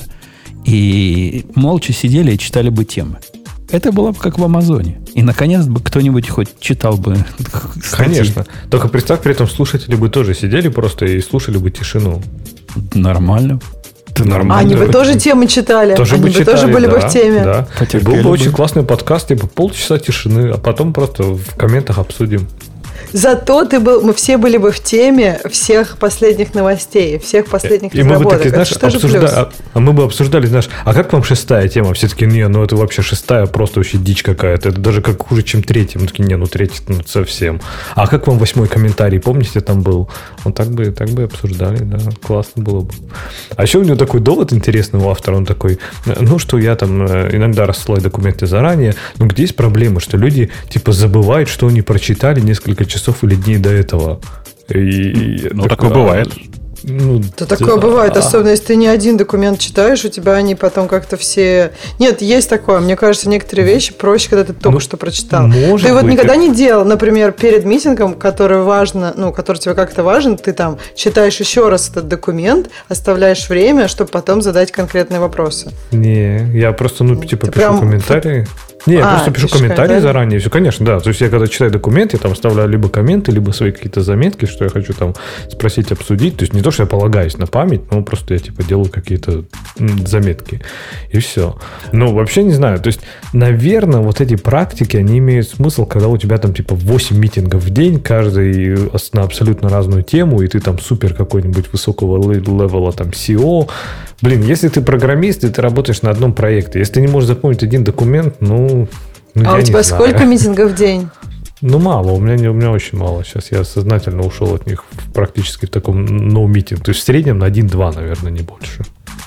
A: и молча сидели и читали бы темы, это было бы как в Амазоне. И, наконец, бы кто-нибудь хоть читал бы статьи.
B: Конечно. Только представь, при этом слушатели бы тоже сидели просто и слушали бы тишину.
A: Нормально.
B: Это нормально.
E: Они бы тоже темы читали.
B: Тоже
E: Они
B: бы,
E: бы
B: читали,
E: тоже были
B: да,
E: бы в теме.
B: Да. Был бы, бы очень классный подкаст, типа полчаса тишины, а потом просто в комментах обсудим.
E: Зато ты был, мы все были бы в теме всех последних новостей, всех последних
B: и мы бы
E: разработок.
B: такие, знаешь,
E: это же
B: обсужда...
E: плюс.
B: а, а мы бы обсуждали, знаешь, а как вам шестая тема? Все таки не, ну это вообще шестая, просто вообще дичь какая-то. Это даже как хуже, чем третья. Мы такие, не, ну третья, ну совсем. А как вам восьмой комментарий? Помните, там был? Вот так бы, так бы обсуждали, да, классно было бы. А еще у него такой довод интересный у автора, он такой, ну что я там иногда рассылаю документы заранее, но где есть проблема, что люди типа забывают, что они прочитали несколько часов или дней до этого. И,
C: ну,
B: так,
C: такое бывает.
B: Ну,
E: да, такое бывает, особенно если ты не один документ читаешь, у тебя они потом как-то все... Нет, есть такое. Мне кажется, некоторые вещи проще, когда ты только ну, что прочитал. Ты вот никогда это... не делал, например, перед митингом, который важно, ну, который тебе как-то важен, ты там читаешь еще раз этот документ, оставляешь время, чтобы потом задать конкретные вопросы.
B: Не, я просто, ну, типа, ты пишу прям... комментарии. Не, я а, просто пишу комментарии да? заранее, все, конечно, да. То есть я когда читаю документ, я там вставляю либо комменты, либо свои какие-то заметки, что я хочу там спросить, обсудить. То есть не то, что я полагаюсь на память, но просто я типа делаю какие-то заметки. И все. Но вообще не знаю. То есть, наверное, вот эти практики, они имеют смысл, когда у тебя там типа восемь митингов в день, каждый на абсолютно разную тему, и ты там супер какой-нибудь высокого левела там си и о. Блин, если ты программист, и ты работаешь на одном проекте, если ты не можешь запомнить один документ, ну, ну
E: а
B: я
E: у тебя
B: не
E: сколько
B: знаю.
E: митингов в день?
B: Ну, мало, у меня, не, у меня очень мало. Сейчас я сознательно ушел от них практически в таком no-meeting. То есть в среднем на один-два, наверное, не больше.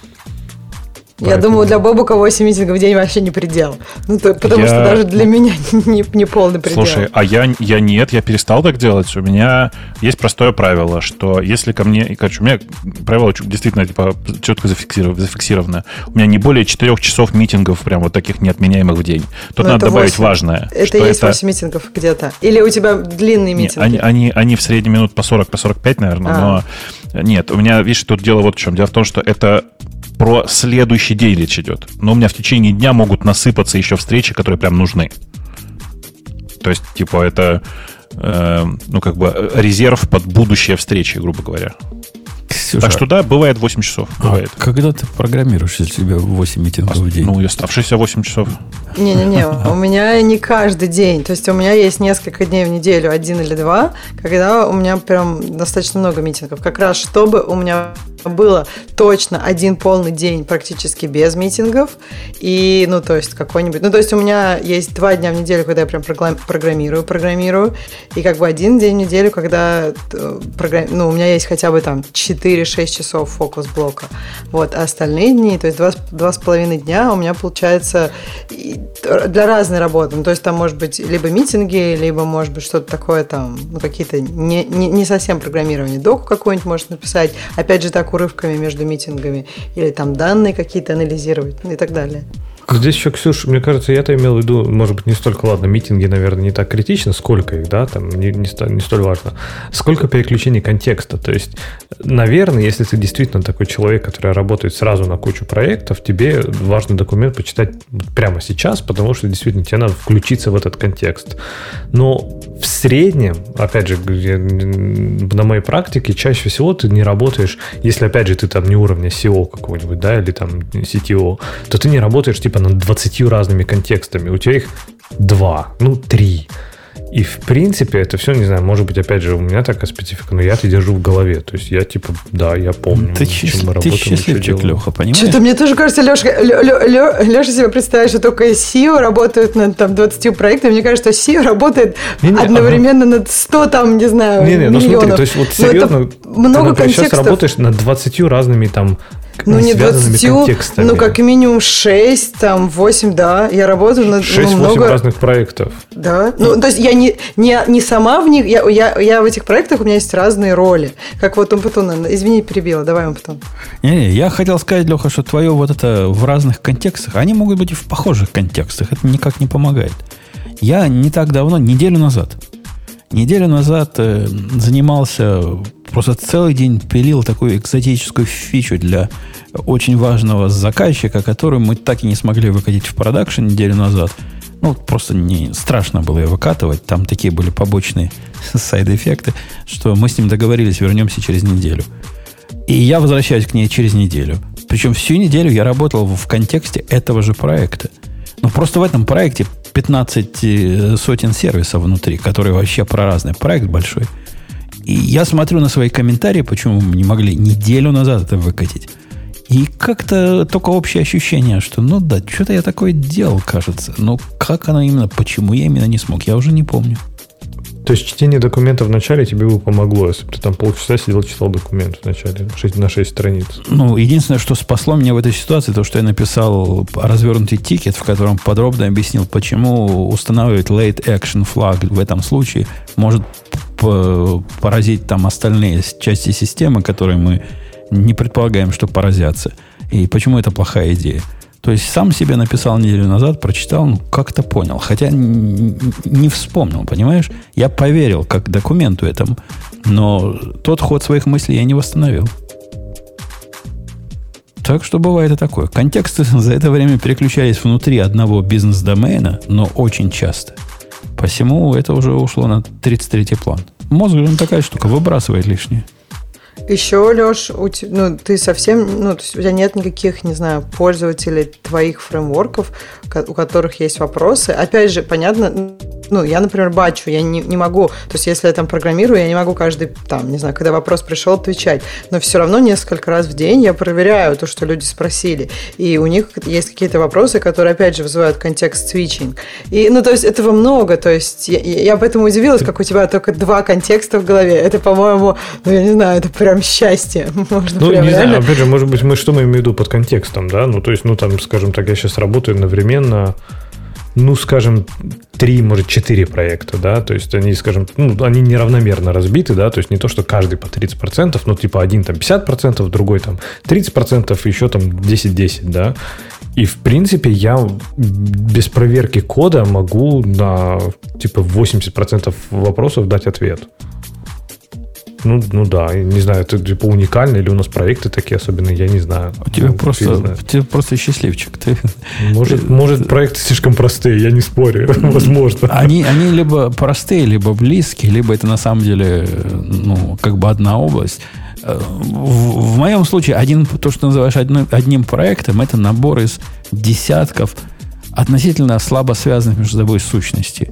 E: Я Поэтому... думаю, для Бобука восемь митингов в день вообще не предел. Ну, то, потому я... что даже для меня не, не полный предел.
C: Слушай, а я, я нет, я перестал так делать. У меня есть простое правило, что если ко мне... Короче, у меня правило действительно типа, четко зафиксировано. У меня не более четырех часов митингов, прям вот таких неотменяемых в день. Тут Но надо добавить восемь. Важное.
E: Это есть это... восемь митингов где-то? Или у тебя длинные митинги?
C: Нет, они, они, они в среднем минут по сорок, по сорок пять, наверное. А. Но нет, у меня, видишь, тут дело вот в чем. Дело в том, что это... Про следующий день речь идет. Но у меня в течение дня могут насыпаться еще встречи, которые прям нужны. То есть, типа, это э, ну, как бы резерв под будущие встречи, грубо говоря. Ксюша, так что да, бывает восемь часов. Бывает.
A: А когда ты программируешь для себя восемь митингов в день?
C: Ну, и оставшиеся восемь часов.
E: Не-не-не, у меня не каждый день. То есть у меня есть несколько дней в неделю, один или два, когда у меня прям достаточно много митингов. Как раз чтобы у меня было точно один полный день практически без митингов. И, ну, то есть какой-нибудь... Ну, то есть у меня есть два дня в неделю, когда я прям программирую, программирую. И как бы один день в неделю, когда ну, у меня есть хотя бы там четыре-шесть часов фокус-блока. Вот, а остальные дни, то есть два, два с половиной дня у меня получается для разной работы. Ну, то есть там может быть либо митинги, либо может быть что-то такое там, ну, какие-то не, не, не совсем программирование. Доку какую-нибудь может написать, опять же так урывками между митингами, или там данные какие-то анализировать, ну, и так далее.
B: Здесь еще, Ксюш, мне кажется, я-то имел в виду, может быть, не столько, ладно, митинги, наверное, не так критично, сколько их, да, там, не, не, не столь важно, сколько переключений контекста. То есть, наверное, если ты действительно такой человек, который работает сразу на кучу проектов, тебе важно документ почитать прямо сейчас, потому что действительно тебе надо включиться в этот контекст. Но в среднем, опять же, на моей практике, чаще всего ты не работаешь, если, опять же, ты там не уровня си и о какого-нибудь, да, или там си ти о, то ты не работаешь, типа, над двадцатью разными контекстами. У тебя их два, ну, три. И, в принципе, это все, не знаю, может быть, опять же, у меня такая специфика, но я-то держу в голове. То есть я, типа, да, я помню,
A: ты
B: чем
A: счаст...
B: мы работаем.
A: Ты счастливчик, Леха, понимаешь?
E: Что-то мне тоже кажется, Леша, Леша себе представляет, что только си и о работают над там, двадцатью проектами. Мне кажется, что си и о работает не, не, одновременно ага. над сто, там, не знаю, не, не, миллионов. Ну, смотри,
B: то есть, вот серьезно,
E: много
B: ты, например,
E: контекстов.
B: сейчас работаешь над двадцатью разными, там,
E: ну, не двадцатью, ну, как минимум шесть, там, восемь, да. Я работаю над
B: шесть-восемь
E: ну, много...
B: разных проектов.
E: Да. Ну, то есть я не, не, не сама в них, я, я, я в этих проектах, у меня есть разные роли. Как вот Умпутун, извини, перебила, давай, Умпутун.
A: Не-не, я хотел сказать, Леха, что твое вот это в разных контекстах, они могут быть и в похожих контекстах, это никак не помогает. Я не так давно, неделю назад, Неделю назад э, занимался, просто целый день пилил такую экзотическую фичу для очень важного заказчика, которую мы так и не смогли выкатить в продакшн неделю назад. Ну, просто не страшно было ее выкатывать. Там такие были побочные сайд-эффекты, что мы с ним договорились, вернемся через неделю. И я возвращаюсь к ней через неделю. Причем всю неделю я работал в контексте этого же проекта. Но просто в этом проекте пятнадцать сотен сервисов внутри, которые вообще про разный проект большой. И я смотрю на свои комментарии, почему мы не могли неделю назад это выкатить. И как-то только общее ощущение, что ну да, что-то я такое делал, кажется. Но как оно именно, почему я именно не смог, я уже не помню.
B: То есть чтение документов в начале тебе бы помогло, если бы ты там полчаса сидел, читал документ в начале на шесть страниц.
A: Ну, единственное, что спасло меня в этой ситуации, то, что я написал развернутый тикет, в котором подробно объяснил, почему устанавливать late action flag в этом случае может поразить там остальные части системы, которые мы не предполагаем, что поразятся. И почему это плохая идея. То есть сам себе написал неделю назад, прочитал, ну, как-то понял. Хотя не вспомнил, понимаешь? Я поверил как документу этому, но тот ход своих мыслей я не восстановил. Так что бывает и такое. Контексты за это время переключались внутри одного бизнес-домена, но очень часто. Посему это уже ушло на тридцать третий план. Мозг же такая штука, выбрасывает лишнее.
E: Еще, Леш, у тебя, ну, ты совсем, ну, то есть у тебя нет никаких, не знаю, пользователей твоих фреймворков, у которых есть вопросы. Опять же, понятно, ну, я, например, бачу, я не, не могу, то есть если я там программирую, я не могу каждый, там, не знаю, когда вопрос пришел, отвечать. Но все равно несколько раз в день я проверяю то, что люди спросили. И у них есть какие-то вопросы, которые, опять же, вызывают контекст-свитчинг. И, ну, то есть этого много, то есть я, я поэтому удивилась, как у тебя только два контекста в голове. Это, по-моему, ну, я не знаю, это прям счастье. Можно
B: ну,
E: прям
B: не
E: реально...
B: знаю, опять же, может быть, мы что мы имеем в виду под контекстом, да? Ну, то есть, ну, там, скажем так, я сейчас работаю одновременно, ну, скажем, три, может, четыре проекта, да, то есть они, скажем, ну, они неравномерно разбиты, да, то есть не то, что каждый по тридцать процентов, но типа один там пятьдесят процентов, другой там тридцать процентов, еще там десять-десять, да. И, в принципе, я без проверки кода могу на, типа, восемьдесят процентов вопросов дать ответ. Ну, ну да, не знаю, это типа уникально, или у нас проекты такие особенные, я не знаю.
A: У тебя, ну, просто, ты просто счастливчик. Ты...
B: Может, может, проекты слишком простые, я не спорю, возможно.
A: Они, они либо простые, либо близкие, либо это на самом деле, ну, как бы одна область. В, в моем случае один, то, что называешь одним, одним проектом, это набор из десятков относительно слабо связанных между собой сущностей.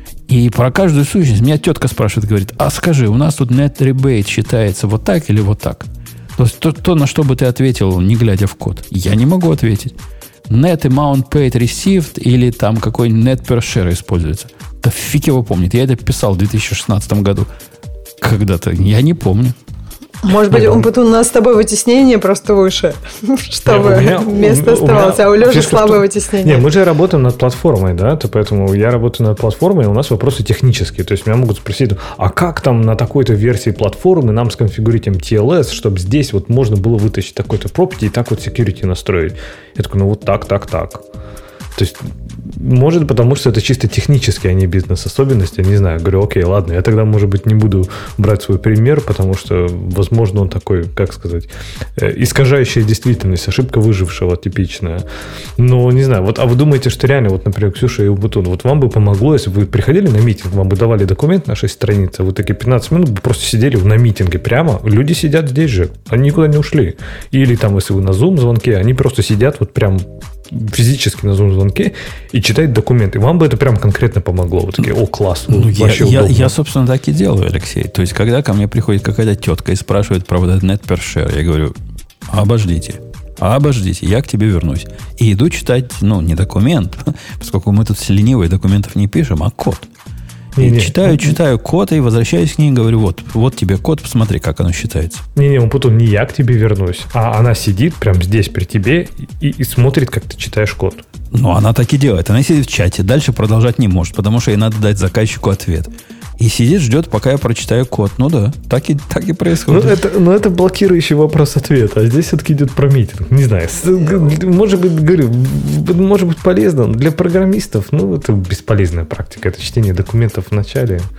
A: И про каждую сущность меня тетка спрашивает, говорит, а скажи, у нас тут net rebate считается вот так или вот так? То есть то, то, на что бы ты ответил, не глядя в код. Я не могу ответить. Net amount paid received или там какой net per share используется. Да фиг его помнит. Я это писал в две тысячи шестнадцатом году. Когда-то. Я не помню.
E: Может быть, он потом у нас с тобой вытеснение просто выше, чтобы
B: не, меня,
E: место оставалось, а у Леши слабое вытеснение.
B: Не, мы же работаем над платформой, да, то поэтому я работаю над платформой, и у нас вопросы технические. То есть меня могут спросить, а как там на такой-то версии платформы нам сконфигурить эм ти эл эс, чтобы здесь вот можно было вытащить такой-то property и так вот security настроить? Я такой, ну вот так, так, так. То есть, может, потому что это чисто технические, а не бизнес-особенности. Я не знаю. Говорю, окей, ладно, я тогда, может быть, не буду брать свой пример, потому что, возможно, он такой, как сказать, искажающая действительность, ошибка выжившего типичная. Но, не знаю, вот, а вы думаете, что реально, вот, например, Ксюша и Убутун, вот вам бы помогло, если бы вы приходили на митинг, вам бы давали документ на шесть страниц, а вы такие пятнадцать минут бы просто сидели на митинге прямо, люди сидят здесь же, они никуда не ушли. Или там, если вы на Zoom-звонке, они просто сидят вот прям физически на Zoom-звонке и читать документы. Вам бы это прям конкретно помогло. Вы такие, о, класс, ну, вообще
A: я,
B: удобно.
A: Я, я, собственно, так и делаю, Алексей. То есть, когда ко мне приходит какая-то тетка и спрашивает про вот этот net per share, я говорю, обождите, обождите, я к тебе вернусь. И иду читать, ну, не документ, поскольку мы тут все ленивые, документов не пишем, а код. И не, читаю, не. читаю код и возвращаюсь к ней и говорю, вот, вот тебе код, посмотри, как оно считается.
B: Не-не, он потом не я к тебе вернусь, а она сидит прямо здесь при тебе и, и смотрит, как ты читаешь код.
A: Ну, она так и делает. Она сидит в чате, дальше продолжать не может, потому что ей надо дать заказчику ответ. И сидит, ждет, пока я прочитаю код. Ну да, так и, так и происходит.
B: Ну это, ну, это блокирующий вопрос-ответ. А здесь все-таки идет про митинг. Не знаю. Может быть, говорю, может быть полезно. Для программистов, ну, это бесполезная практика. Это чтение документов в начале.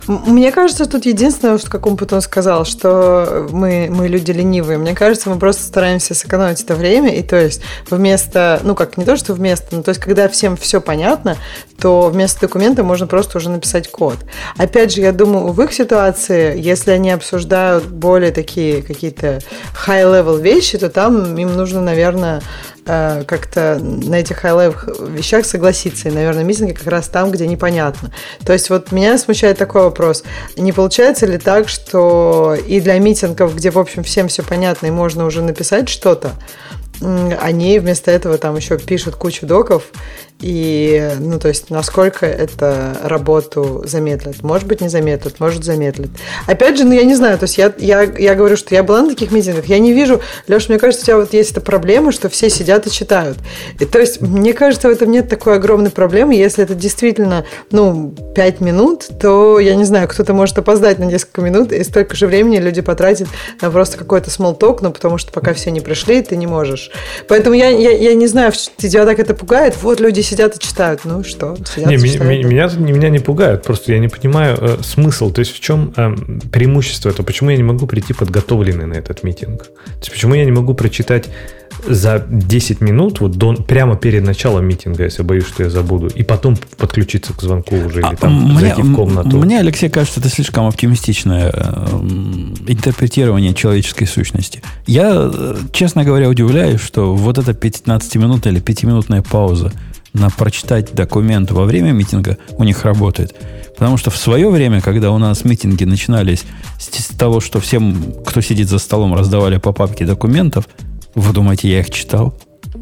E: Мне кажется, тут единственное, что как Умпутун сказал, что мы, мы люди ленивые. Мне кажется, мы просто стараемся сэкономить это время. И то есть вместо, ну как, не то, что вместо, но то есть когда всем все понятно, то вместо документа можно просто уже написать код. Опять же, я думаю, в их ситуации, если они обсуждают более такие какие-то high-level вещи, то там им нужно, наверное, как-то на этих high-level вещах согласиться. И, наверное, митинги как раз там, где непонятно. То есть вот меня смущает такой вопрос. Не получается ли так, что и для митингов, где, в общем, всем все понятно и можно уже написать что-то, они вместо этого там еще пишут кучу доков, и, ну, то есть, насколько это работу замедлит. Может быть, не замедлит, может, замедлит. Опять же, ну, я не знаю, то есть, я, я, я говорю, что я была на таких митингах, я не вижу, Леша, мне кажется, у тебя вот есть эта проблема, что все сидят и читают. И, то есть, мне кажется, в этом нет такой огромной проблемы, если это действительно, ну, пять минут, то, я не знаю, кто-то может опоздать на несколько минут, и столько же времени люди потратят на просто какой-то small talk, ну, потому что пока все не пришли, ты не можешь. Поэтому я, я, я не знаю, тебя так это пугает, вот люди сидят и читают. Ну что, сидят
B: не,
E: и читают.
B: Меня, меня, меня не пугает, просто я не понимаю э, смысл. То есть в чем э, преимущество этого? Почему я не могу прийти подготовленный на этот митинг? То есть почему я не могу прочитать за десять минут, вот до, прямо перед началом митинга, если боюсь, что я забуду, и потом подключиться к звонку уже, или там
A: мне,
B: зайти в комнату?
A: Мне, Алексей, кажется, это слишком оптимистичное э, интерпретирование человеческой сущности. Я, честно говоря, удивляюсь, что вот эта пятнадцатиминутная или пятиминутная пауза на прочитать документ во время митинга у них работает. Потому что в свое время, когда у нас митинги начинались с того, что всем, кто сидит за столом, раздавали по папке документов, вы думаете, я их читал?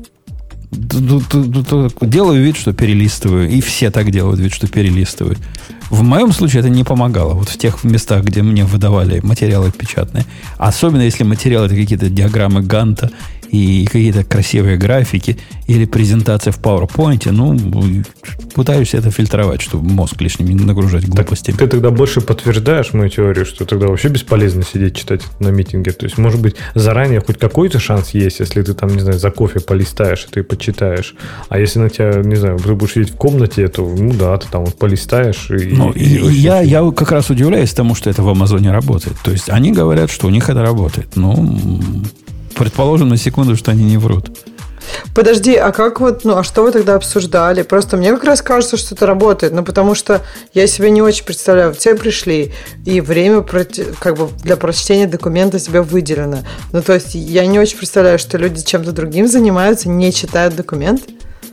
A: Делаю вид, что перелистываю. И все так делают вид, что перелистывают. В моем случае это не помогало. Вот в тех местах, где мне выдавали материалы печатные. Особенно если материалы это какие-то диаграммы Ганта и какие-то красивые графики или презентация в PowerPoint, ну, пытаюсь это фильтровать, чтобы мозг лишним не нагружать глупостями.
B: Так ты тогда больше подтверждаешь мою теорию, что тогда вообще бесполезно сидеть читать на митинге. То есть, может быть, заранее хоть какой-то шанс есть, если ты там, не знаю, за кофе полистаешь, и ты почитаешь. А если на тебя, не знаю, ты будешь сидеть в комнате, то, ну да, ты там вот полистаешь. И,
A: ну,
B: и,
A: и я, я как раз удивляюсь тому, что это в Амазоне работает. То есть, они говорят, что у них это работает. Ну, предположим на секунду, что они не врут.
E: Подожди, а как вот, ну, а что вы тогда обсуждали? Просто мне как раз кажется, что это работает, ну, потому что я себе не очень представляю, все пришли, и время как бы для прочтения документа себе выделено. Ну, то есть я не очень представляю, что люди чем-то другим занимаются, не читают документ.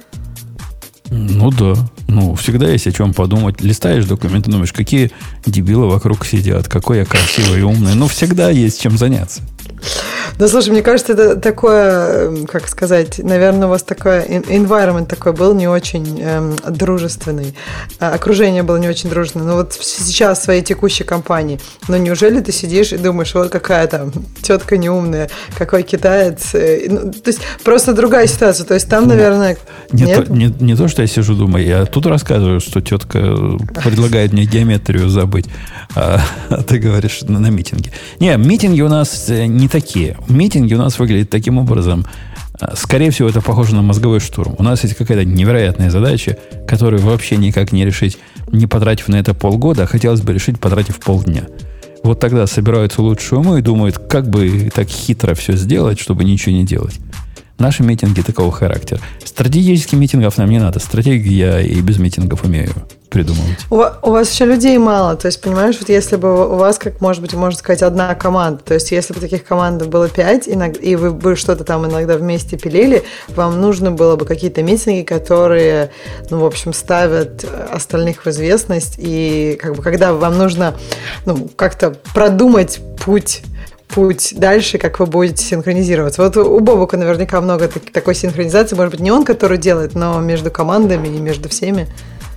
A: Ну да, ну всегда есть о чем подумать. Листаешь документы, думаешь, какие дебилы вокруг сидят, какой я красивый и умный. Ну всегда есть чем заняться.
E: Ну, слушай, мне кажется, это такое, как сказать, наверное, у вас такой environment такой был не очень эм, дружественный. Окружение было не очень дружественное. Но вот сейчас в своей текущей компании, ну, неужели ты сидишь и думаешь, вот какая там тетка неумная, какой китаец. Ну, то есть просто другая ситуация. То есть там, наверное,
A: не
E: нет?
A: То, не, не то, что я сижу, думаю, я тут рассказываю, что тетка предлагает мне геометрию забыть, а, а ты говоришь на, на митинге. Не, митинги у нас не такие. Митинги у нас выглядят таким образом. Скорее всего, это похоже на мозговой штурм. У нас есть какая-то невероятная задача, которую вообще никак не решить, не потратив на это полгода, а хотелось бы решить, потратив полдня. Вот тогда собираются лучшие умы и думают, как бы так хитро все сделать, чтобы ничего не делать. Наши митинги такого характера. Стратегических митингов нам не надо. Стратегию я и без митингов умею придумывать.
E: У, у вас еще людей мало. То есть, понимаешь, вот если бы у вас, как может быть, можно сказать, одна команда, то есть, если бы таких команд было пять, и вы бы что-то там иногда вместе пилили, вам нужно было бы какие-то митинги, которые, ну, в общем, ставят остальных в известность. И как бы, когда вам нужно, ну, как-то продумать путь путь дальше, как вы будете синхронизироваться. Вот у Бобука наверняка много так, такой синхронизации. Может быть, не он, который делает, но между командами и между всеми.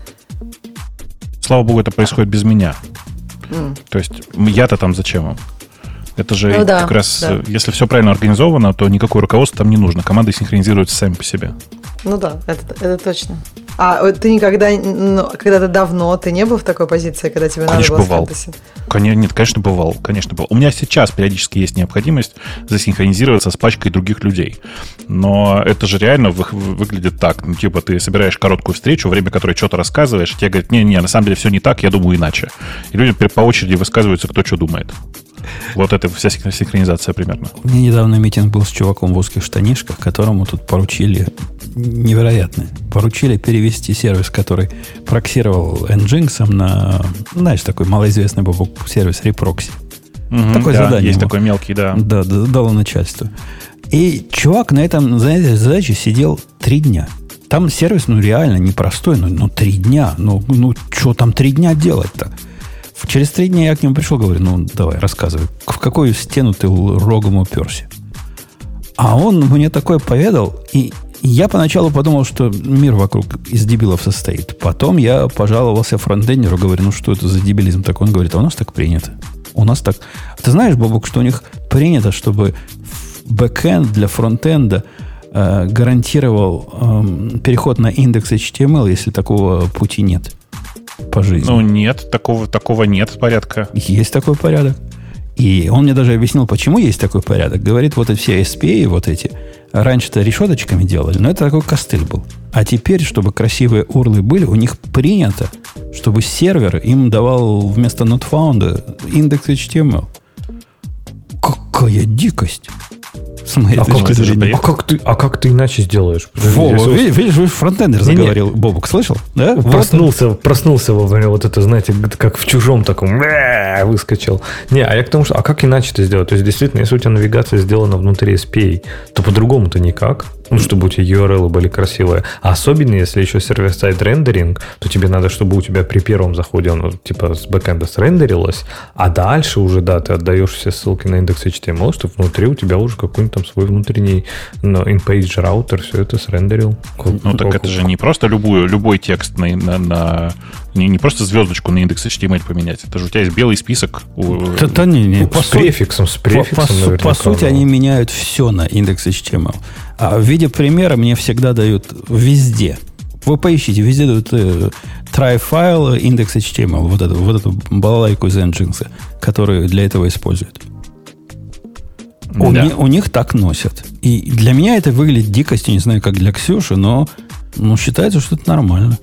C: Слава богу, это происходит без меня. Mm. То есть я-то там зачем вам? Это же ну, да, как раз, да. Если все правильно организовано, то никакое руководство там не нужно. Команды синхронизируются сами по себе.
E: Ну да, это, это точно. А вот ты никогда, ну, когда-то давно, ты не был в такой позиции, когда тебе
C: конечно,
E: надо было
C: бывал.
E: с фэнтези?
C: Конечно, нет, конечно, бывал. Конечно, бывал. У меня сейчас периодически есть необходимость засинхронизироваться с пачкой других людей. Но это же реально вы, выглядит так. Ну, типа, ты собираешь короткую встречу, во время которой что-то рассказываешь, и тебе говорят, не-не, на самом деле все не так, я думаю иначе. И люди по очереди высказываются, кто что думает. Вот это вся синхронизация примерно.
A: У меня недавно митинг был с чуваком в узких штанишках, которому тут поручили невероятно. Поручили перевести сервис, который проксировал Nginx на, знаешь, такой малоизвестный бобок сервис Reproxy.
C: Угу,
A: такое
C: да,
A: задание.
C: Есть
A: ему.
C: такой мелкий, да.
A: Да, да, дало начальство. И чувак на этом, на этой задаче сидел три дня. Там сервис, ну, реально непростой, но ну, три дня. Ну, ну что там три дня делать-то? Через три дня я к нему пришел, говорю, ну, давай, рассказывай, в какую стену ты рогом уперся? А он мне такое поведал, и я поначалу подумал, что мир вокруг из дебилов состоит. Потом я пожаловался фронтендеру, говорю, ну, что это за дебилизм такой? Он говорит, а у нас так принято. У нас так... Ты знаешь, Бобок, что у них принято, чтобы бэкэнд для фронтенда э, гарантировал э, переход на индекс эйч ти эм эл, если такого пути нет по жизни?
C: Ну, нет, такого, такого нет порядка.
A: Есть такой порядок. И он мне даже объяснил, почему есть такой порядок. Говорит, вот эти все эс пи эй, вот эти, раньше-то решеточками делали, но это такой костыль был. А теперь, чтобы красивые урлы были, у них принято, чтобы сервер им давал вместо not found индекс эйч ти эм эл. Какая дикость! С моей
B: А
A: точки
B: как, ты,
A: зрения.
B: а, как ты, а как ты иначе сделаешь?
A: Во,
B: Если
A: видишь, видишь, вы фронтендер
B: Не-не.
A: заговорил, Бобук, слышал? Да? Вот
B: Проснулся, проснулся во время вот это, знаете, как в чужом таком «Мя!» выскочил. Не, а я к тому, что, а как иначе это сделать? То есть, действительно, если у тебя навигация сделана внутри эс пи эй, то по-другому-то никак. Ну, чтобы у тебя ю ар эл были красивые. А особенно, если еще сервер-сайд рендеринг, то тебе надо, чтобы у тебя при первом заходе оно, типа, с бэкэнда срендерилось, а дальше уже, да, ты отдаешь все ссылки на индекс эйч ти эм эл, чтобы внутри у тебя уже какой-нибудь там свой внутренний ну, in-page раутер все это срендерил.
C: Ну, так это же не просто любую, любой текст на, на, на не, не просто звездочку на индекс эйч ти эм эл поменять. Это же у тебя есть белый список.
A: Да, да не, не,
B: Ну,
A: по
B: с
A: сути-
B: префиксом, с
A: По,
B: префиксом,
A: по су-
B: наверняка,
A: по сути,
B: да.
A: они меняют все на индекс эйч ти эм эл. А в виде примера мне всегда дают везде. Вы поищите, везде дают э, try файл индекс эйч ти эм эл, вот эту, вот эту балалайку из Nginx, которую для этого используют. У,
C: Да.
A: ни- у них так носят. И для меня это выглядит дикостью, не знаю, как для Ксюши, но ну, считается, что это нормально.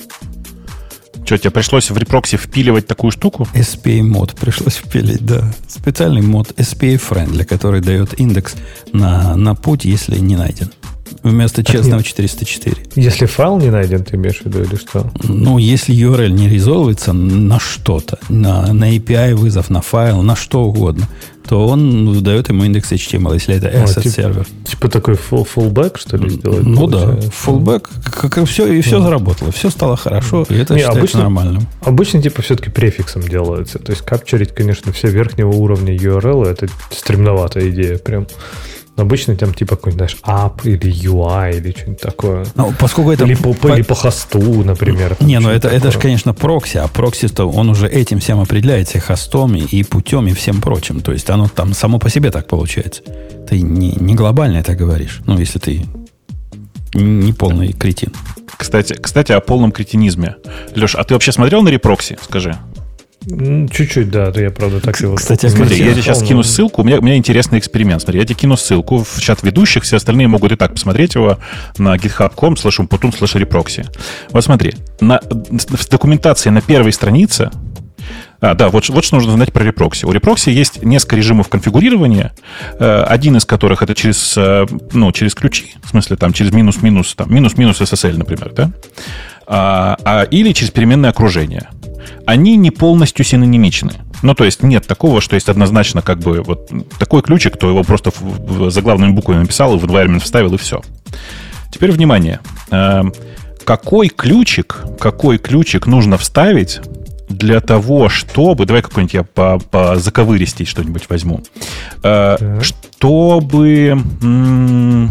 C: Что, тебе пришлось в репрокси впиливать такую штуку?
A: эс пи эй мод пришлось впилить, да. Специальный мод эс пи эй Friendly, который дает индекс на, на путь, если не найден. Вместо
B: Так
A: честного
B: нет.
A: четыреста четыре.
B: Если файл не найден, ты имеешь в виду или что?
A: Ну, если ю ар эл не резолвится на что-то, на, на эй пи ай вызов, на файл, на что угодно, то он выдает ему индекс эйч ти эм эл, если это
B: А,
A: asset
B: тип-
A: сервер.
B: Типа такой full, fullback, что ли, сделать?
A: Ну да,
B: получается?
A: фуллбэк, как и все, и все заработало, все стало хорошо, и это
B: Не,
A: считается
B: обычно-
A: нормальным.
B: Обычно, типа, все-таки префиксом делается. То есть, капчурить, конечно, все верхнего уровня ю ар эл, это стремноватая идея прям. Обычно там, типа, какой-нибудь, знаешь, app или ю ай или что-нибудь такое.
A: Ну, поскольку это...
B: Или по,
A: по-
B: или по хосту, например.
A: Не, ну
B: что-нибудь
A: это, это
B: такое.
A: же, конечно, прокси, а прокси-то он уже этим всем определяется, и хостом, и путем, и всем прочим. То есть оно там само по себе так получается. Ты не, не глобально это говоришь, ну, если ты не полный кретин.
C: Кстати, кстати, о полном кретинизме. Леш, а ты вообще смотрел на репрокси? Скажи.
B: М, Чуть-чуть, да, то я, правда, так его...
A: Кстати,
C: Смотри,
A: Смотри,
C: я тебе сейчас
B: ну,
C: кину ссылку. У меня, у меня интересный эксперимент. Смотри, я тебе кину ссылку в чат ведущих. Все остальные могут и так посмотреть его на github точка com слэш umputun слэш reproxy. Вот смотри, на, в документации на первой странице. А, да, вот, вот что нужно знать про репрокси. У репрокси есть несколько режимов конфигурирования, э, один из которых это через, э, ну, через ключи, в смысле там через минус-минус, там, минус-минус эс эс эл, например, да? А, а, или через переменное окружение. Они не полностью синонимичны. Ну, то есть нет такого, что есть однозначно как бы вот такой ключик, то его просто в, в, заглавными буквами написал, и в environment вставил, и все. Теперь внимание. Э, какой ключик, какой ключик нужно вставить для того, чтобы... Давай какой-нибудь я по, по заковыристей что-нибудь возьму. Э,
B: Так.
C: чтобы... м,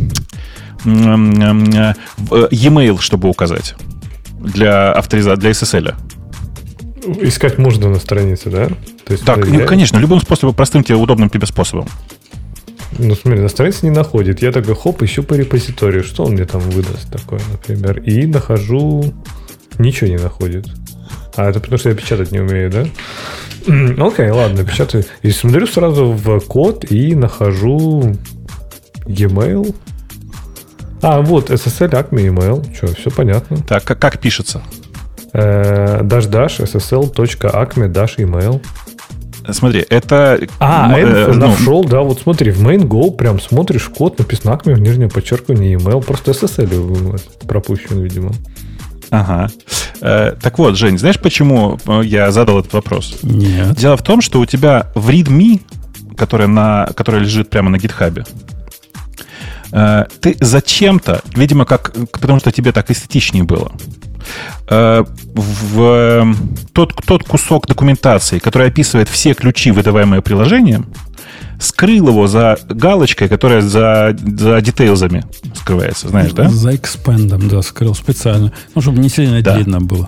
C: м, м, э, e-mail, чтобы указать. Для авторизации, для эс эс эл.
B: Искать можно на странице, да? То есть
C: Так, ну,
B: проверять.
C: конечно, любым способом, простым тебе, удобным тебе способом.
B: Ну, смотри, на странице не находит. Я такой, хоп, ищу по репозиторию. Что он мне там выдаст такое, например? И нахожу... Ничего не находит. А это потому, что я печатать не умею, да? Окей, ладно, печатаю. И смотрю сразу в код и нахожу e-mail. А, вот, эс эс эл Acme email. Что, все понятно.
C: Так, как, как пишется?
B: Даш-даш ssl.acme-email.
C: Смотри, это...
B: А,
C: э,
B: это
C: ну,
B: нашел, да, вот смотри, в main.go прям смотришь в код, написано Acme, нижнее подчеркивание, email. Просто эс эс эл пропущен, видимо.
C: Ага. Э, так вот, Жень, знаешь, почему я задал этот вопрос?
A: Нет.
C: Дело в том, что у тебя в readme, которая, на, которая лежит прямо на гитхабе, э, ты зачем-то, видимо, как, потому что тебе так эстетичнее было, э, в тот, тот кусок документации, который описывает все ключи, выдаваемые приложением, скрыл его за галочкой, которая за, за детейлзами скрывается, знаешь, да?
A: За экспендом, да, скрыл специально. Ну, чтобы не сильно
C: Да.
A: видно было.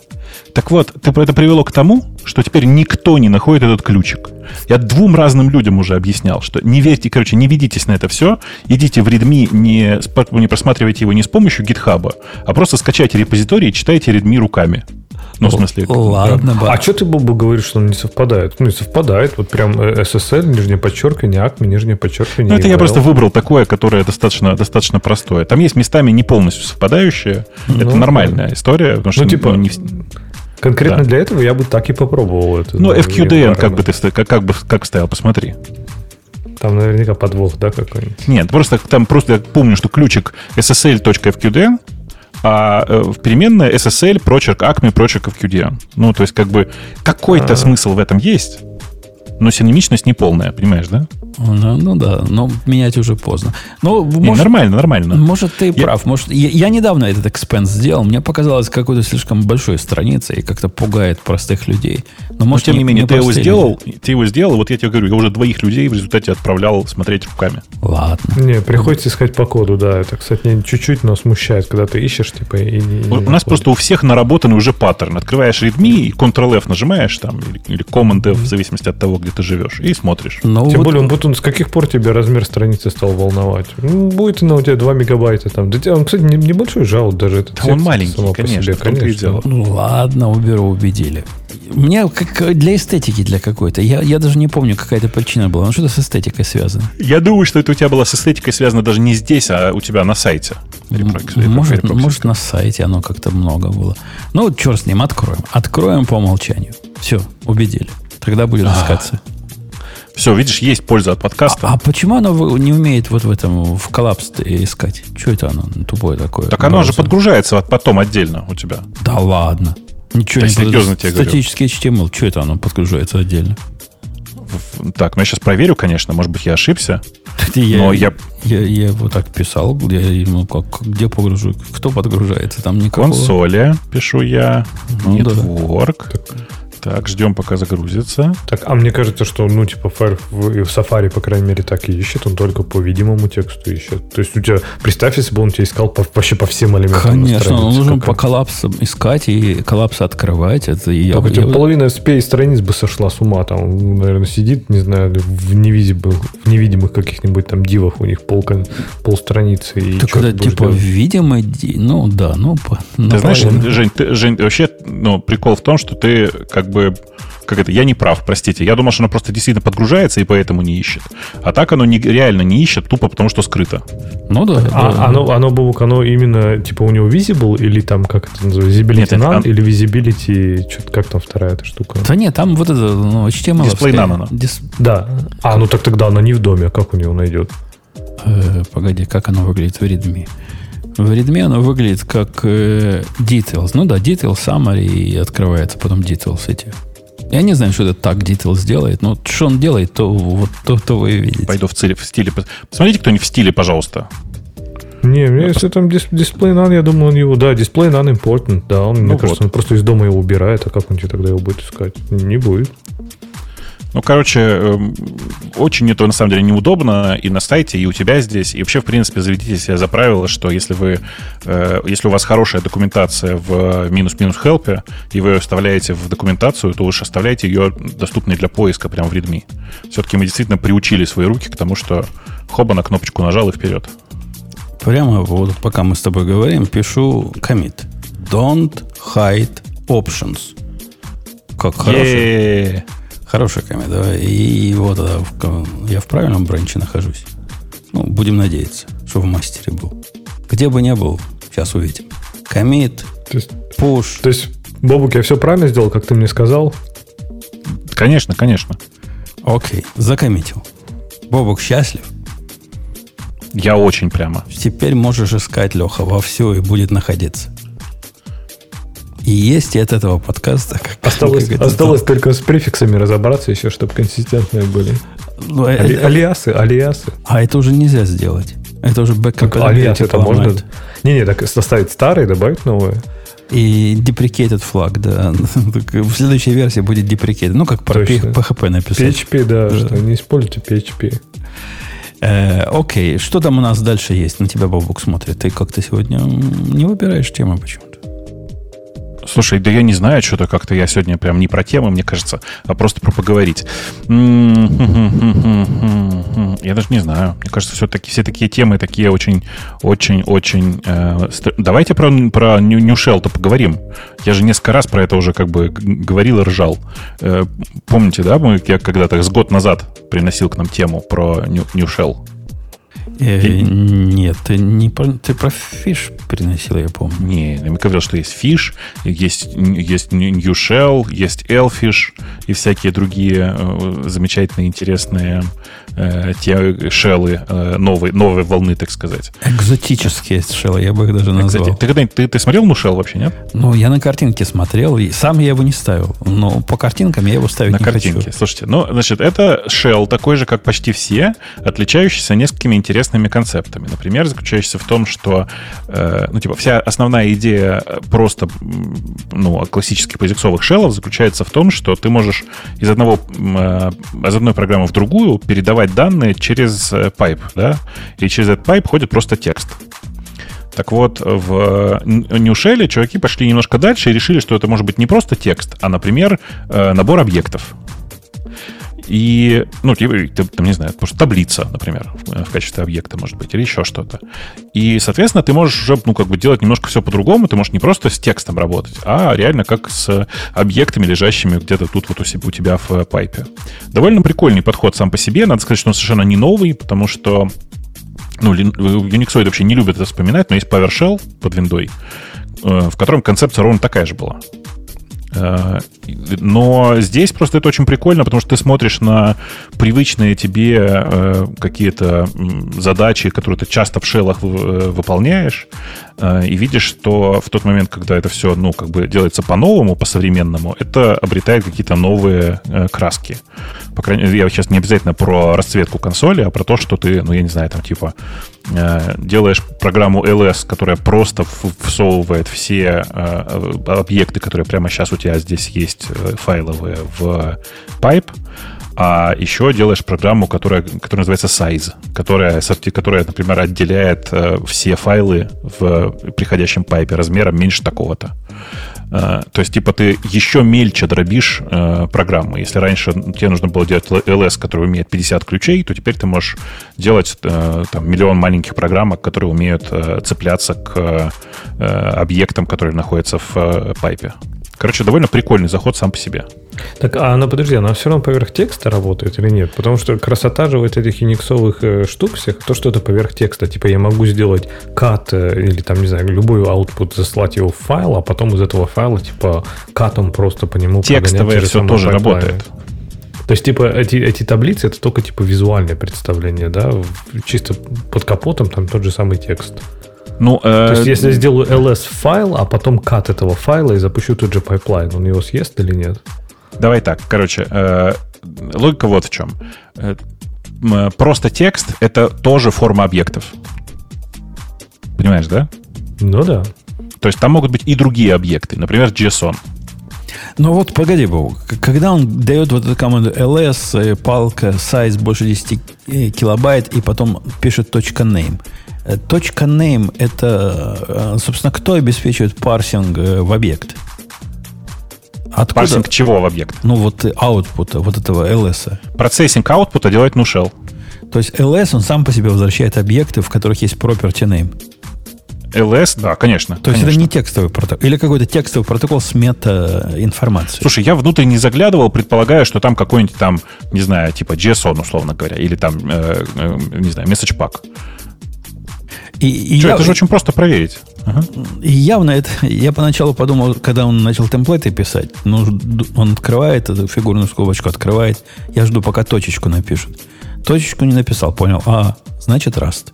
C: Так вот, ты, это привело к тому, что теперь никто не находит этот ключик. Я двум разным людям уже объяснял, что не верьте, короче, не ведитесь на это все, идите в readme, не, не просматривайте его не с помощью GitHub, а просто скачайте репозиторий и читайте readme руками. Ну, в смысле...
A: Ладно,
B: Да.
A: ба.
B: А что ты, Бобу, говоришь, что он не совпадает? Ну, не совпадает. Вот прям эс эс эл, нижнее подчеркивание, Acme, нижнее подчеркивание.
C: Ну, это я
B: email.
C: просто выбрал такое, которое достаточно, достаточно простое. Там есть местами не полностью совпадающие. Это
B: Ну,
C: нормальная история. Потому что,
B: Ну, типа,
C: не...
B: конкретно
C: Да.
B: для этого я бы так и попробовал это.
C: Ну, эф кью ди эн, как
B: environment.
C: бы ты ста- как, как бы как стоял, посмотри.
B: Там наверняка подвох, да, какой-нибудь?
C: Нет, просто там просто я помню, что ключик эс эс эл точка эф кью ди эн, а э, в переменная эс эс эл, прочерк, Acme, прочерк, эф кью ди эн. Ну, то есть, как бы, какой-то
B: А.
C: смысл в этом есть, но синонимичность неполная, понимаешь, да?
A: Ну, ну да, но менять уже поздно. Ну,
C: Не,
A: может,
C: нормально, нормально.
A: может, ты
C: Я-
A: прав. Может, я, я недавно этот экспенс сделал. Мне показалось какой-то слишком большой страницей и как-то пугает простых людей. Но,
C: Но,
A: может,
C: тем не менее, ты его
A: простые
C: сделал, ты его сделал, вот я тебе говорю, я уже двоих людей в результате отправлял смотреть руками.
A: люди. Ладно.
B: Не, приходится искать по коду, да. Это, кстати, не- чуть-чуть, но смущает, когда ты ищешь, типа, и не...
C: У, у нас просто у всех наработанный уже паттерн. Открываешь readme и контрол-эф нажимаешь там, или, или Command-F, в зависимости от того, где ты живешь, и смотришь.
A: Ну,
B: Тем
A: вот-
B: более, он будет, он с каких пор тебе размер страницы стал волновать? Ну, будет она у тебя два мегабайта там. Да, те- он, кстати, не- небольшой жаут даже. Этот
C: Да он
B: текст
C: маленький,
B: сама по
C: конечно,
B: себе,
C: в том-то и дело.
A: Ну, ладно, уберу, убедили. Мне как для эстетики, для какой-то. Я, я даже не помню, какая-то причина была. Ну, что-то с эстетикой связано.
C: Я думаю, что это у тебя была с эстетикой связано даже не здесь, а у тебя на сайте. Репрокс-
A: М- Может,
C: репрокс-
A: может, на сайте оно как-то много было. Ну, черт с ним, откроем. Откроем по умолчанию. Все, убедили. Тогда будет искаться.
C: Все, видишь, есть польза от подкаста.
A: А, а почему оно в- не умеет вот в этом, в коллапс искать? Что это оно тупое такое?
C: так оно же
A: Браузер.
C: подгружается от- потом отдельно у тебя.
A: Да ладно. Ничего
C: Да
A: не
C: серьезно тебе говорю.
A: Статический эйч ти эм эл, что это оно подгружается отдельно?
C: В- Так, ну я сейчас проверю, конечно, может быть, я ошибся.
A: Я,
C: Но я-
A: я, я его так писал, я, ему как, где погружу, кто подгружается, там никакого.
C: Консоли, пишу я.
A: Ну да.
C: Network. Так, ждем, пока загрузится.
B: Так, а мне кажется, что, ну, типа, Fire в, и в Safari, по крайней мере, так и ищет, он только по видимому тексту ищет. То есть у тебя, представь, если бы он тебя искал по, вообще по всем элементам. на
A: Конечно,
B: странице,
A: он нужно
B: как
A: по
B: он-
A: коллапсам искать и коллапсы открывать. Это и я,
B: Так, у тебя
A: я-
B: половина спей страниц бы сошла с ума. Там, он, наверное, сидит, не знаю, в, невидимых, в невидимых каких-нибудь там дивах у них пол, пол страницы. И
A: Так
B: чё
A: это
B: ты будешь
A: типа
B: делать?
A: видимый, ди- ну да, ну по-
C: Ты знаешь,
A: наполовину.
C: Жень, ты, Жень, вообще, ну, прикол в том, что ты как бы... Как это? Я не прав, простите. Я думал, что оно просто действительно подгружается и поэтому не ищет. А так оно не, реально не ищет, тупо потому что скрыто.
A: Ну да. да.
B: А оно, оно, Бобук, оно именно, типа, у него visible или там, как это называется, visibility
C: Нет, это
B: none
C: он-
B: или visibility, что-то как там вторая эта штука?
A: Да нет, там вот это, ну, эйч ти эм эл.
C: Display none оно.
B: Да. А, ну так тогда она не в доме, как у него найдет?
A: Э, погоди, как оно выглядит в Readme? В Readme оно выглядит как э, details. Ну да, details summary и открывается потом details эти. Я не знаю, что это так details делает, но что он делает, то вот то, то вы и видите.
C: Пойду в, стиле, в стиле. Посмотрите, кто-нибудь в стиле, пожалуйста.
B: Не, мне если там дис- display none, я думаю, он его, да, display none important, да, он, мне
C: Ну
B: кажется,
C: вот.
B: он просто из дома его убирает, а как он тебе тогда его будет искать? Не будет.
C: Ну, короче, эм, очень это на самом деле неудобно и на сайте, и у тебя здесь. И вообще, в принципе, заведите себе за правило, что если вы, э, если у вас хорошая документация в минус-минус хелпе, и вы ее вставляете в документацию, то уж оставляйте ее доступной для поиска прямо в Readme. Все-таки мы действительно приучили свои руки к тому, что хоба на кнопочку нажал и вперед.
A: Прямо вот пока мы с тобой говорим, пишу commit. Don't hide options. Как хороший. Хороший коммент, да. И вот я в правильном бранче нахожусь. Ну, будем надеяться, что в мастере был. Где бы ни был, сейчас увидим. Commit, push.
B: То есть, Бобук, я все правильно сделал, как ты мне сказал?
C: Конечно, конечно.
A: Окей, закоммитил. Бобук счастлив?
C: Я очень прямо.
A: Теперь можешь искать, Леха, во все и будет находиться. И есть и от этого подкаста. Как,
B: осталось
A: как
B: осталось только с префиксами разобраться еще, чтобы консистентные были. Ну, Али, это, алиасы, алиасы.
A: А это уже нельзя сделать. Это уже бэкэп.
B: Алиас это можно? Не-не, так составить старый, добавить новое.
A: И deprecated флаг, да. В следующей версии будет deprecated. Ну, как про пи эйч пи написать.
B: пи эйч пи, да, да. Что не используйте пи эйч пи.
A: Э, окей, что там у нас дальше есть? На тебя Бобук смотрит. Ты как-то сегодня не выбираешь темы почему-то.
C: Слушай, да я не знаю, что-то как-то я сегодня прям не про темы, мне кажется, а просто про поговорить. Я даже не знаю. Мне кажется, все-таки все такие темы такие очень, очень, очень... Э, ст... Давайте про, про New Shell-то поговорим. Я же несколько раз про это уже как бы говорил и ржал. Э, помните, да, мы, я когда-то с год назад приносил к нам тему про New, New Shell?
A: Э, и... Нет, ты, не про, ты про фиш приносил, я помню.
C: Не, я говорил, что есть фиш, есть, есть New Shell, есть Elfish и всякие другие э, замечательные, интересные э, те шеллы э, новой, новой волны, так сказать.
A: Экзотические шеллы, я бы их даже назвал.
C: Ты, ты, ты, ты смотрел Ну Shell вообще, нет?
A: Ну, я на картинке смотрел, и сам я его не ставил. Но по картинкам я его ставить
C: на
A: не
C: картинке.
A: хочу.
C: Слушайте, ну, значит, это shell такой же, как почти все, отличающийся несколькими интересными концептами. Например, заключающийся в том, что э, ну, типа, вся основная идея просто ну, классических позиксовых шеллов заключается в том, что ты можешь из, одного, э, из одной программы в другую передавать данные через пайп, да? И через этот пайп ходит просто текст. Так вот, в New Shell чуваки пошли немножко дальше и решили, что это может быть не просто текст, а, например, набор объектов. И, ну, там, не знаю, просто таблица, например, в качестве объекта, может быть, или еще что-то. И, соответственно, ты можешь уже, ну, как бы делать немножко все по-другому. Ты можешь не просто с текстом работать, а реально как с объектами, лежащими где-то тут вот у тебя в пайпе. Довольно прикольный подход сам по себе. Надо сказать, что он совершенно не новый, потому что ну, Unixoid вообще не любят это вспоминать, но есть PowerShell под виндой, в котором концепция ровно такая же была. Но здесь просто это очень прикольно, потому что ты смотришь на привычные тебе какие-то задачи, которые ты часто в шеллах выполняешь, и видишь, что в тот момент, когда это все, ну, как бы делается по-новому, по-современному, это обретает какие-то новые краски. По крайней мере, я сейчас не обязательно про расцветку консоли, а про то, что ты, ну, я не знаю, там, типа, делаешь программу эл эс, которая просто всовывает все объекты, которые прямо сейчас у тебя здесь есть, файловые, в pipe, а еще делаешь программу, которая, которая называется size, которая, которая, например, отделяет все файлы в приходящем пайпе размером меньше такого-то. Uh, то есть, типа, ты еще мельче дробишь uh, программы. Если раньше тебе нужно было делать эл эс, который умеет пятьдесят ключей, то теперь ты можешь делать uh, там, миллион маленьких программок, которые умеют uh, цепляться к uh, объектам, которые находятся в uh, пайпе. Короче, довольно прикольный заход сам по себе.
B: Так, а она, подожди, она все равно поверх текста работает или нет? Потому что красота же в этих юниксовых э, штук всех, то, что это поверх текста. Типа я могу сделать cut э, или там, не знаю, любой output, заслать его в файл, а потом из этого файла, типа, катом просто по нему
C: текстовое все тоже пайплайн. Работает.
B: То есть, типа, эти, эти таблицы, это только, типа, визуальное представление, да? Чисто под капотом там тот же самый текст.
C: Ну, э...
B: То есть, если я сделаю эл эс-файл, а потом кат этого файла и запущу тот же пайплайн, он его съест или нет?
C: Давай так, короче, э, логика вот в чем. Э, просто текст — это тоже форма объектов. Понимаешь, да?
B: Ну да.
C: То есть там могут быть и другие объекты, например, JSON.
A: Ну вот, погоди, Бог, когда он дает вот эту команду ls, палка, size больше десять килобайт, и потом пишет .name. .name это, собственно, кто обеспечивает парсинг в объект? Откуда?
C: Парсинг чего в объект?
A: Ну вот аутпута, вот этого ls.
C: Процессинг аутпута делает nushell.
A: То есть ls, он сам по себе возвращает объекты, в которых есть property name.
C: ls, да, конечно.
A: То есть
C: конечно.
A: это не текстовый протокол. Или какой-то текстовый протокол с мета-информацией.
C: Слушай, я внутрь не заглядывал, предполагая, что там какой-нибудь там, не знаю, типа JSON, условно говоря, или там, э, э, не знаю, message pack.
A: И, и
C: Что,
A: я,
C: это же очень просто проверить. Ага.
A: И явно это... Я поначалу подумал, когда он начал темплейты писать, ну, он открывает эту фигурную скобочку, открывает. Я жду, пока точечку напишет. Точечку не написал, понял. А, значит, Rust.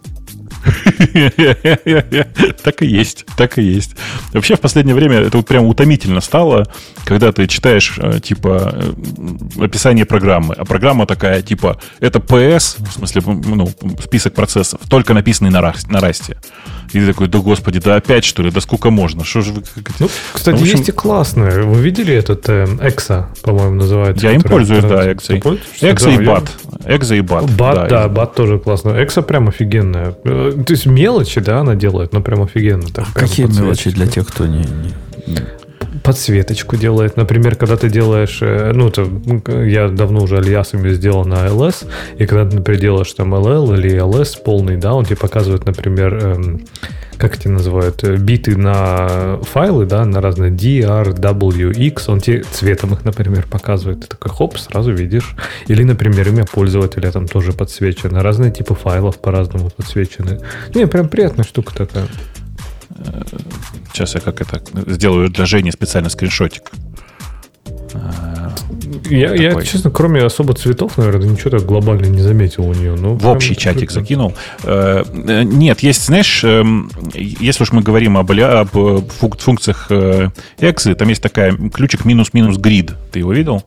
C: Так и есть, так и есть. Вообще в последнее время это вот прям утомительно стало, когда ты читаешь типа описание программы, а программа такая типа это пи эс, в смысле, ну, список процессов, только написанный на Rust. И ты такой, да господи, да опять что ли, да сколько можно? Что же вы...
B: Ну, кстати,
C: ну, общем... есть
B: и классные. Вы видели этот э, Экса, по-моему, называется?
C: Я им пользуюсь, да, Эксой. Экса и бат. Экса и бат.
B: Бат, да, бат тоже классно. Экса прям офигенная. То есть мелочи, да, она делает, но прям офигенно. Так,
A: а какие мелочи для тех, кто не... не...
B: Подсветочку делает. Например, когда ты делаешь... Ну, это, я давно уже алиасами сделал на эл эс, и когда ты, например, делаешь там эл эл или эл эс полный, да, он тебе показывает, например, эм, как эти называют, биты на файлы, да, на разные ди, ар, дабл ю, икс, он тебе цветом их, например, показывает. Ты такой, хоп, сразу видишь. Или, например, имя пользователя там тоже подсвечено. Разные типы файлов по-разному подсвечены. Не, прям приятная штука такая.
C: Сейчас я как это сделаю для Жени специально скриншотик.
B: Я, я, честно, кроме особо цветов, наверное, ничего так глобально не заметил у нее. Но
C: в общий чатик прикольно закинул. Нет, есть, знаешь, если уж мы говорим об, об функциях эксы, там есть такая ключик минус-минус grid. Ты его видел?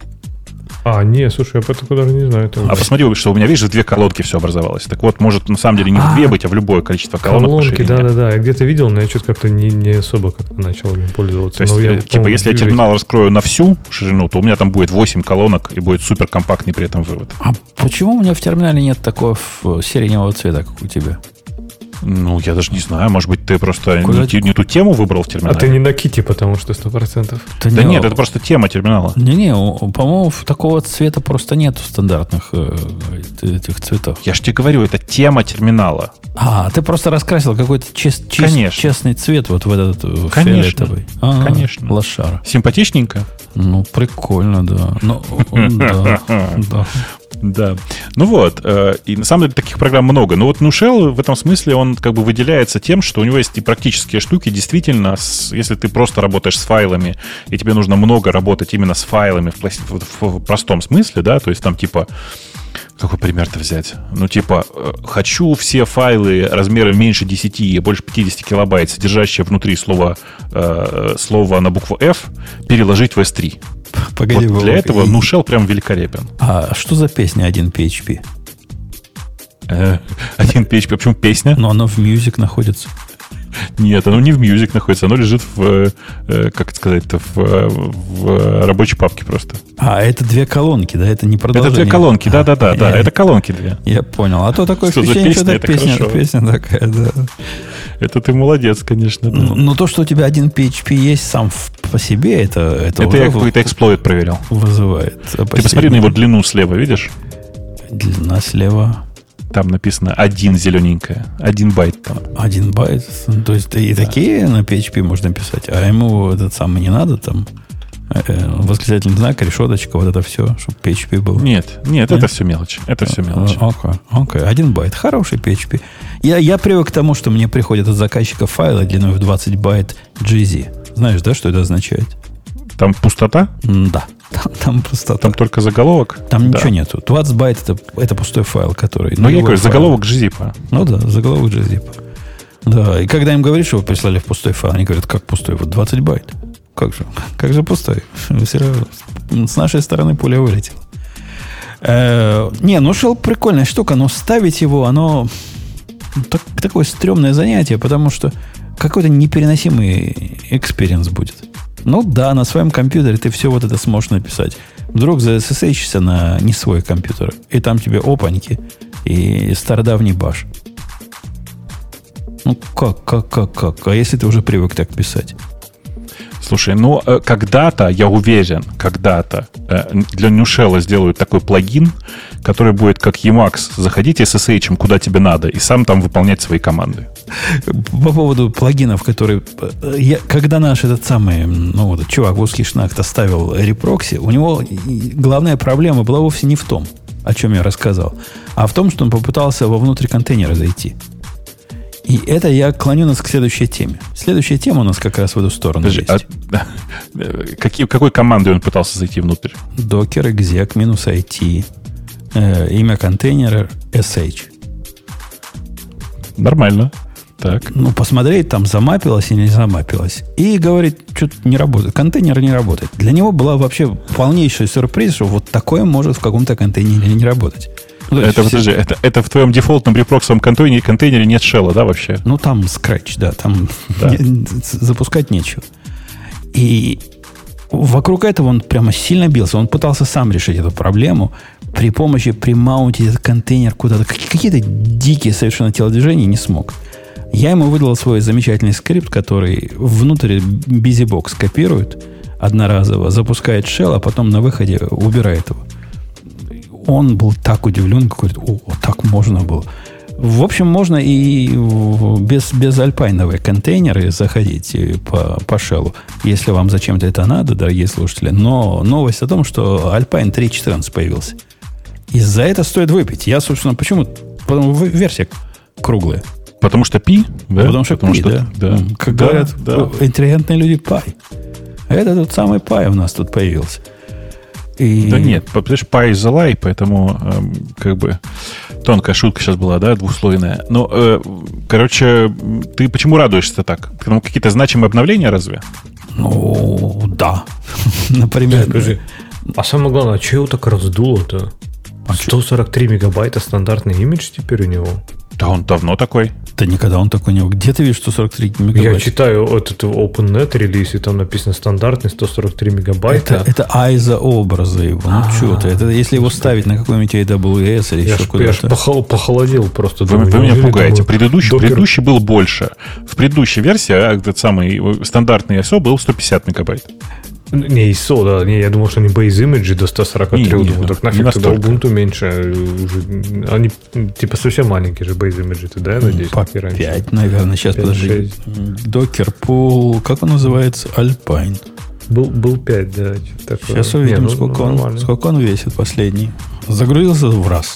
B: А, не, слушай, я про такое даже не знаю.
C: А посмотри, что у меня, видишь, в две колонки все образовалось. Так вот, может, на самом деле не в две быть, а в любое количество колонок.
B: Колонки, да-да-да. Я где-то видел, но я что-то как-то не, не особо как-то начал им пользоваться.
C: То есть,
B: я,
C: типа, если я терминал раскрою на всю ширину, то у меня там будет восемь колонок и будет супер компактный при этом вывод.
A: А почему у меня в терминале нет такого сиреневого цвета, как у тебя?
C: Ну, я даже не знаю. Может быть, ты просто не, не ту тему выбрал в терминале.
B: А ты не на ките, потому что сто процентов.
C: Да, да нет, это просто тема терминала.
A: Не-не, по-моему, такого цвета просто нет в стандартных э, этих цветов.
C: Я же тебе говорю, это тема терминала.
A: А, ты просто раскрасил какой-то чест, чест, честный цвет вот в этот
C: Конечно.
A: фиолетовый. А,
C: Конечно.
A: Лошара.
C: Симпатичненько?
A: Ну, прикольно, да. Ну, да, да.
C: Да. Ну вот, э, и на самом деле таких программ много. Но вот nushell в этом смысле он как бы выделяется тем, что у него есть и практические штуки. Действительно, с, если ты просто работаешь с файлами, и тебе нужно много работать именно с файлами в, в, в простом смысле, да, то есть там типа... Какой пример-то взять? Ну, типа, хочу все файлы размером меньше десяти и больше пятьдесят килобайт, содержащие внутри слова, э, слова на букву F, переложить в эс три.
A: Погоди,
C: вот для этого nushell прям великолепен.
A: А что за песня один пи эйч пи?
C: Э, один пи эйч пи, а почему песня?
A: Но оно в Music находится.
C: Нет, оно не в Music находится, оно лежит в, как это сказать-то, в, в рабочей папке просто.
A: А, это две колонки, да? Это не продолжение?
C: Это две колонки, да-да-да, да, это колонки две.
A: Я понял. А то такое
C: что
A: впечатление,
C: песня,
A: что это песня, это песня такая, да.
C: Это ты молодец, конечно. Да.
A: Но, но то, что у тебя один пи эйч пи есть сам в, по себе, это... Это,
C: это я какой-то эксплойт проверял.
A: Вызывает опасения.
C: Ты посмотри на его длину слева, видишь?
A: Длина слева...
C: Там написано один зелененькая, один байт там.
A: Один байт. То есть и такие на пи эйч пи можно писать, а ему этот самый не надо там э, восклицательный знак, решеточка, вот это все, чтобы пи эйч пи был.
C: Нет, нет, нет? это все мелочь. Это все мелочь.
A: Окей, окей. Один байт. Хороший пи эйч пи. Я, я привык к тому, что мне приходят от заказчика файлы длиной в двадцать байт джи зет. Знаешь, да, что это означает?
C: Там пустота?
A: Да. Там, там пустота.
C: Там только заголовок?
A: Там
C: да.
A: ничего нету. двадцать байт это, это пустой файл, который...
C: Ну, я говорю, заголовок джи-зипа.
A: Ну да, заголовок джи-зипа. Да, и когда им говоришь, что вы прислали в пустой файл, они говорят, как пустой? Вот двадцать байт. Как же? Как же пустой? С нашей стороны пуля вылетела. Э, не, ну shell прикольная штука, но ставить его, оно так, такое стрёмное занятие, потому что какой-то непереносимый экспириенс будет. Ну да, на своем компьютере ты все вот это сможешь написать. Вдруг за эс эс эйчишься на не свой компьютер, и там тебе опаньки и стародавний баш. Ну как, как, как, как? А если ты уже привык так писать?
C: Слушай, ну, когда-то, я уверен, когда-то для Нюшелла сделают такой плагин, который будет как Emacs заходить эс эс эйч куда тебе надо, и сам там выполнять свои команды.
A: По поводу плагинов, которые... Я, когда наш этот самый, ну, вот, чувак в узкий шнахт оставил репрокси, у него главная проблема была вовсе не в том, о чем я рассказал, а в том, что он попытался вовнутрь контейнера зайти. И это я клоню нас к следующей теме. Следующая тема у нас как раз в эту сторону
C: Подожди,
A: есть.
C: А, какие, какой командой он пытался зайти внутрь?
A: Docker exec минус it, э, имя контейнера sh.
C: Нормально. Так.
A: Ну, посмотреть, там замапилось или не замапилось. И говорит, что-то не работает. Контейнер не работает. Для него была вообще полнейший сюрприз, что вот такое может в каком-то контейнере не работать. Ну,
C: это,
A: все...
C: подожди, это, это в твоем дефолтном репроксовом контейнере, контейнере нет шелла, да, вообще?
A: Ну, там скретч, да, там
C: да.
A: Не, запускать нечего. И вокруг этого он прямо сильно бился. Он пытался сам решить эту проблему при помощи примаунтить этот контейнер куда-то. Какие-то дикие совершенно телодвижения не смог. Я ему выдал свой замечательный скрипт, который внутрь BusyBox копирует одноразово, запускает shell, а потом на выходе убирает его. Он был так удивлен, говорит, о, так можно было. В общем, можно и без, без альпайновые контейнеры заходить по, по шеллу, если вам зачем-то это надо, дорогие слушатели. Но новость о том, что Alpine три точка четырнадцать появился. И за это стоит выпить. Я, собственно, почему? Потому что версия круглая.
C: Потому что пи? Да?
A: Потому что
C: Потому
A: пи,
C: что,
A: да.
C: да.
A: Как
C: да,
A: говорят
C: да.
A: интеллигентные люди, пай. Это тот самый пай у нас тут появился. И...
C: Да нет, понимаешь, pie is a lie, поэтому эм, как бы тонкая шутка сейчас была, да, двухслойная. Ну, э, короче, ты почему радуешься так? Потому какие-то значимые обновления разве?
A: Ну, да. Например.
B: Скажи, а самое главное, а что его так раздуло-то? сто сорок три мегабайта стандартный имидж теперь у него.
C: Да он давно такой.
A: Да никогда он такой не был. Где ты видишь сто сорок три мегабайта?
B: Я читаю этот OpenNet релиз, и там написано стандартный сто сорок три мегабайта.
A: Это, это ай эс о образа его. Ну, что ты? Это если его ставить на какой-нибудь эй дабл ю эс или
B: я
A: еще
B: ж,
A: куда-то.
B: Я ж похол, похолодел просто.
C: Вы,
B: думаю,
C: вы меня пугаете.
B: Думаю,
C: Предыдущий,
B: докер...
C: предыдущий был больше. В предыдущей версии а, этот самый стандартный ай эс о был сто пятьдесят мегабайт.
B: Не ай эс о, да. Не, я думал, что они base image до сто сорок три.
C: Не, не,
B: думаю, так нафиг тогда Ubuntu меньше. Уже, они типа совсем маленькие же base image, да, я надеюсь?
A: По пять, наверное. Сейчас, подожди. Docker Pool, как он называется? Alpine.
B: Был, был пять, да. Такое.
A: Сейчас увидим,
B: Не, ну,
A: сколько,
B: ну,
A: он, сколько он весит последний. Загрузился в раз.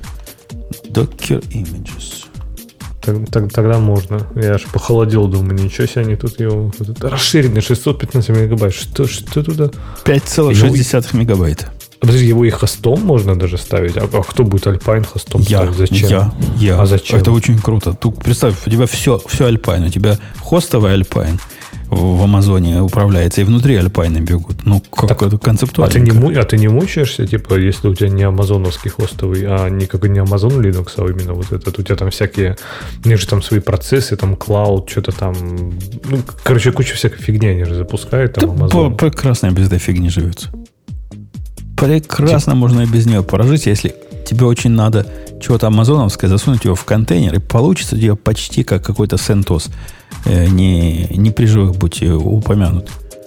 A: Docker Images.
B: Так, так, тогда можно. Я аж похолодел, думаю, ничего себе, они тут его... Вот это расширенный шестьсот пятнадцать мегабайт. Что, что туда?
A: пять целых шесть десятых мегабайта.
B: Подожди, его и хостом можно даже ставить? А, а кто будет Alpine хостом
A: я,
B: ставить? Зачем?
A: Я, я.
B: А зачем?
A: Это очень круто. Тут, представь, у тебя все, все Alpine. У тебя хостовый Alpine в Амазоне управляется, и внутри Alpine бегут. Ну, как
B: так,
A: это концептуально.
B: А ты, не, а ты не мучаешься, типа, если у тебя не амазоновский хостовый, а никакой не Amazon Linux, а именно вот этот, у тебя там всякие, у них же там свои процессы, там клауд, что-то там, ну, короче, куча всякой фигни они же запускают, там
A: да
B: Amazon.
A: Прекрасно без этой фигни живется. Прекрасно можно и без нее прожить, если тебе очень надо чего-то амазоновское, засунуть его в контейнер, и получится у тебя почти как какой-то CentOS, э, не, не при живых будь упомянут.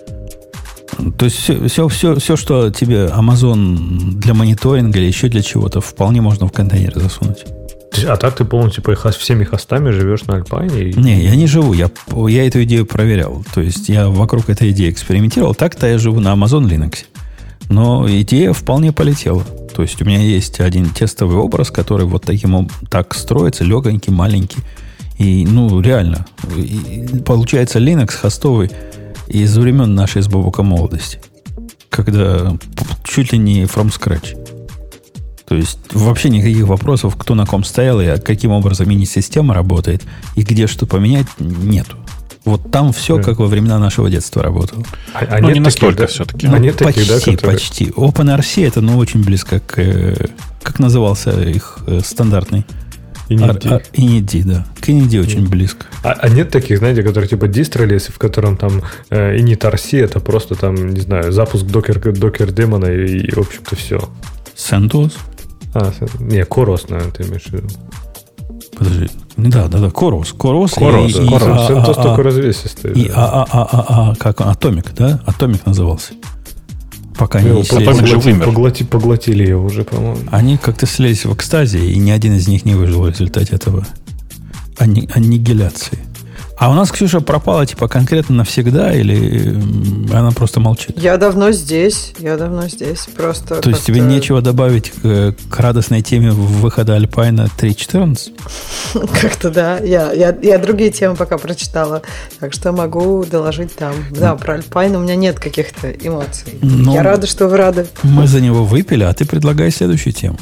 A: То есть все, все, все, все, что тебе Amazon для мониторинга или еще для чего-то, вполне можно в контейнер засунуть.
B: А так ты полностью по всеми хостами живешь на Alpine? И...
A: Не, я не живу, я, я эту идею проверял. То есть я вокруг этой идеи экспериментировал. Так-то я живу на Amazon Linux. Но идея вполне полетела. То есть у меня есть один тестовый образ, который вот таким так строится, легонький, маленький. И, ну, реально, и получается Linux хостовый из времен нашей с Бобуком молодости. Когда чуть ли не from scratch. То есть вообще никаких вопросов, кто на ком стоял и каким образом мини-система работает, и где что поменять, нету. Вот там все, как во времена нашего детства работало.
B: А, а
C: ну,
B: нет
C: не настолько
B: да?
C: все-таки.
B: А
A: Ну,
B: нет
A: почти,
B: таких, да, которые...
A: почти. OpenRC это, ну, очень близко к... Как назывался их стандартный
B: Init.
A: А, а, Init, да. К Init очень близко.
B: А, а нет таких, знаете, которые типа дистролес, в котором там э, Init.rc это просто там, не знаю, запуск докер, докер демона и, и, в общем-то, все.
A: CentOS?
B: А, не, CoreOS, наверное, ты имеешь в виду.
A: Подожди. Да, да, да, CoreOS. CoreOS,
B: CoreOS,
A: и,
B: да.
A: И,
B: CoreOS.
A: а,
B: CentOS
A: а,
B: только
A: а,
B: развесистый.
A: И
B: да.
A: а, а, а, а, а, как он? Atomic, да? Atomic назывался. Пока
B: Его
A: не
C: Atomic
A: слезли.
C: же вымер.
B: поглоти, поглотили его уже, по-моему.
A: Они как-то слились в экстазе, и ни один из них не выжил в результате этого ани- аннигиляции. А у нас Ксюша пропала, типа, конкретно навсегда, или м, она просто молчит?
E: Я давно здесь, я давно здесь. Просто
A: То есть тебе
E: как-то-
A: нечего добавить к, к радостной теме выхода Альпайна три четырнадцать?
E: Как-то да. Я, я, я другие темы пока прочитала, так что могу доложить там. Да, про Альпайн у меня нет каких-то эмоций.
A: Ну,
E: я рада, что вы рады.
A: Мы за него выпили, а ты предлагай следующую тему.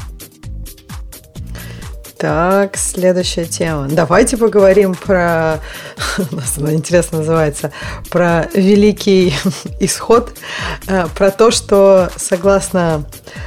E: Так, следующая тема. Давайте поговорим про, у нас она интересно называется, про великий исход, э, про то, что согласно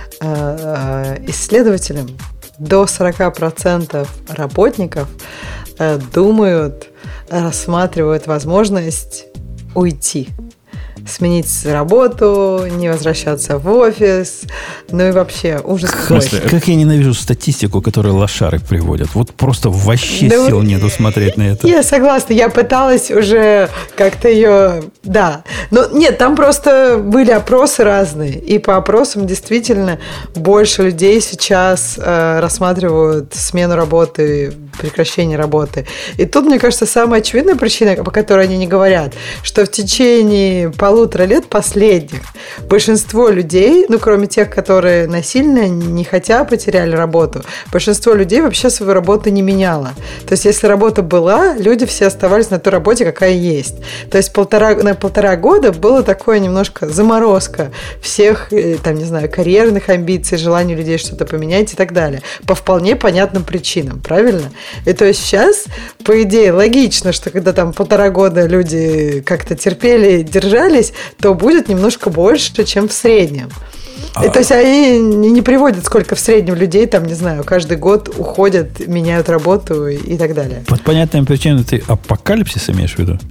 E: э, исследователям до сорок процентов работников э, думают, рассматривают возможность уйти. Сменить работу, не возвращаться в офис, ну и вообще ужас какой.
A: Как, как я ненавижу статистику, которую лошары приводят. Вот просто вообще
E: Да
A: сил
E: вы-
A: нету смотреть на это.
E: Я согласна, я пыталась уже как-то ее... Да. Но нет, там просто были опросы разные. И по опросам действительно больше людей сейчас э, рассматривают смену работы, прекращение работы. И тут, мне кажется, самая очевидная причина, по которой они не говорят, что в течение полутора лет последних большинство людей, ну, кроме тех, которые насильно, не хотя потеряли работу, большинство людей вообще свою работу не меняло. То есть, если работа была, люди все оставались на той работе, какая есть. То есть, полтора, на полтора года было такое немножко заморозка всех, там, не знаю, карьерных амбиций, желаний людей что-то поменять и так далее. По вполне понятным причинам, правильно? И то есть, сейчас, по идее, логично, что когда там полтора года люди как-то терпели, держались, то будет немножко больше, чем в среднем. И, то есть они не приводят, сколько в среднем людей, там, не знаю, каждый год уходят, меняют работу и, и так далее.
A: Под понятными причинами ты апокалипсис имеешь в виду?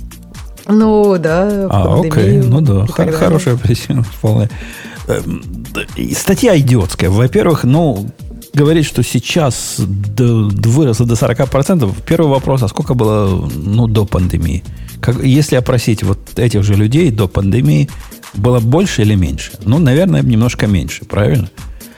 E: Ну, да.
A: А,
E: пандемию
A: окей, ну да,
E: и так
A: хор-
E: далее.
A: хорошая причина вполне. Эм, да, и Статья идиотская. Во-первых, ну, говорить, что сейчас до- выросло до сорок процентов. Первый вопрос, а сколько было, ну, до пандемии? Как, если опросить вот этих же людей до пандемии, было больше или меньше? Ну, наверное, немножко меньше, правильно?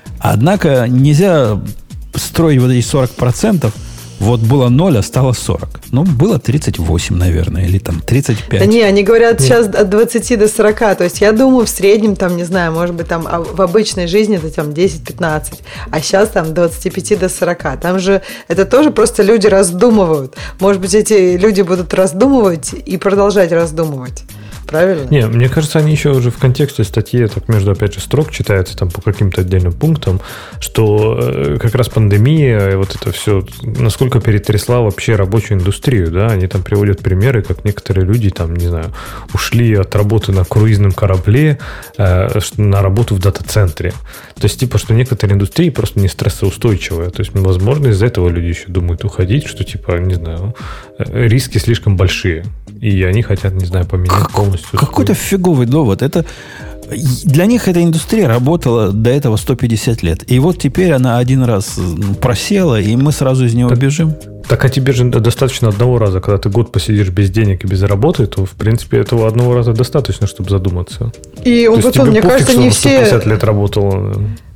A: Однако нельзя строить вот эти сорок процентов. Вот было ноль, а стало сорок. Ну, было тридцать восемь, наверное, или там тридцать пять.
E: Да не, они говорят сейчас от двадцати до сорока. То есть я думаю, в среднем, там, не знаю, может быть, там а в обычной жизни это там десять-пятнадцать, а сейчас там двадцати пяти до сорока. Там же это тоже просто люди раздумывают. Может быть, эти люди будут раздумывать и продолжать раздумывать. Правильно?
B: Не, мне кажется, они еще уже в контексте статьи, так между, опять же, строк читается там по каким-то отдельным пунктам, что э, как раз пандемия и вот это все, насколько перетрясла вообще рабочую индустрию, да, они там приводят примеры, как некоторые люди там, не знаю, ушли от работы на круизном корабле э, на работу в дата-центре. То есть, типа, что некоторые индустрии просто не стрессоустойчивые. То есть, возможно, из-за этого люди еще думают уходить, что, типа, не знаю, риски слишком большие. И они хотят, не знаю, поменять
A: Как-
B: полностью.
A: Какой-то фиговый довод. Это, для них эта индустрия работала до этого сто пятьдесят лет. И вот теперь она один раз просела, и мы сразу из него
B: Так-
A: бежим.
B: Так, а тебе же достаточно одного раза, когда ты год посидишь без денег и без работы, то, в принципе, этого одного раза достаточно, чтобы задуматься.
E: И
B: То
E: он
B: есть
E: потом,
B: тебе
E: мне
B: пофиг,
E: кажется,
B: что
E: не
B: она сто пятьдесят
E: все...
B: лет работала.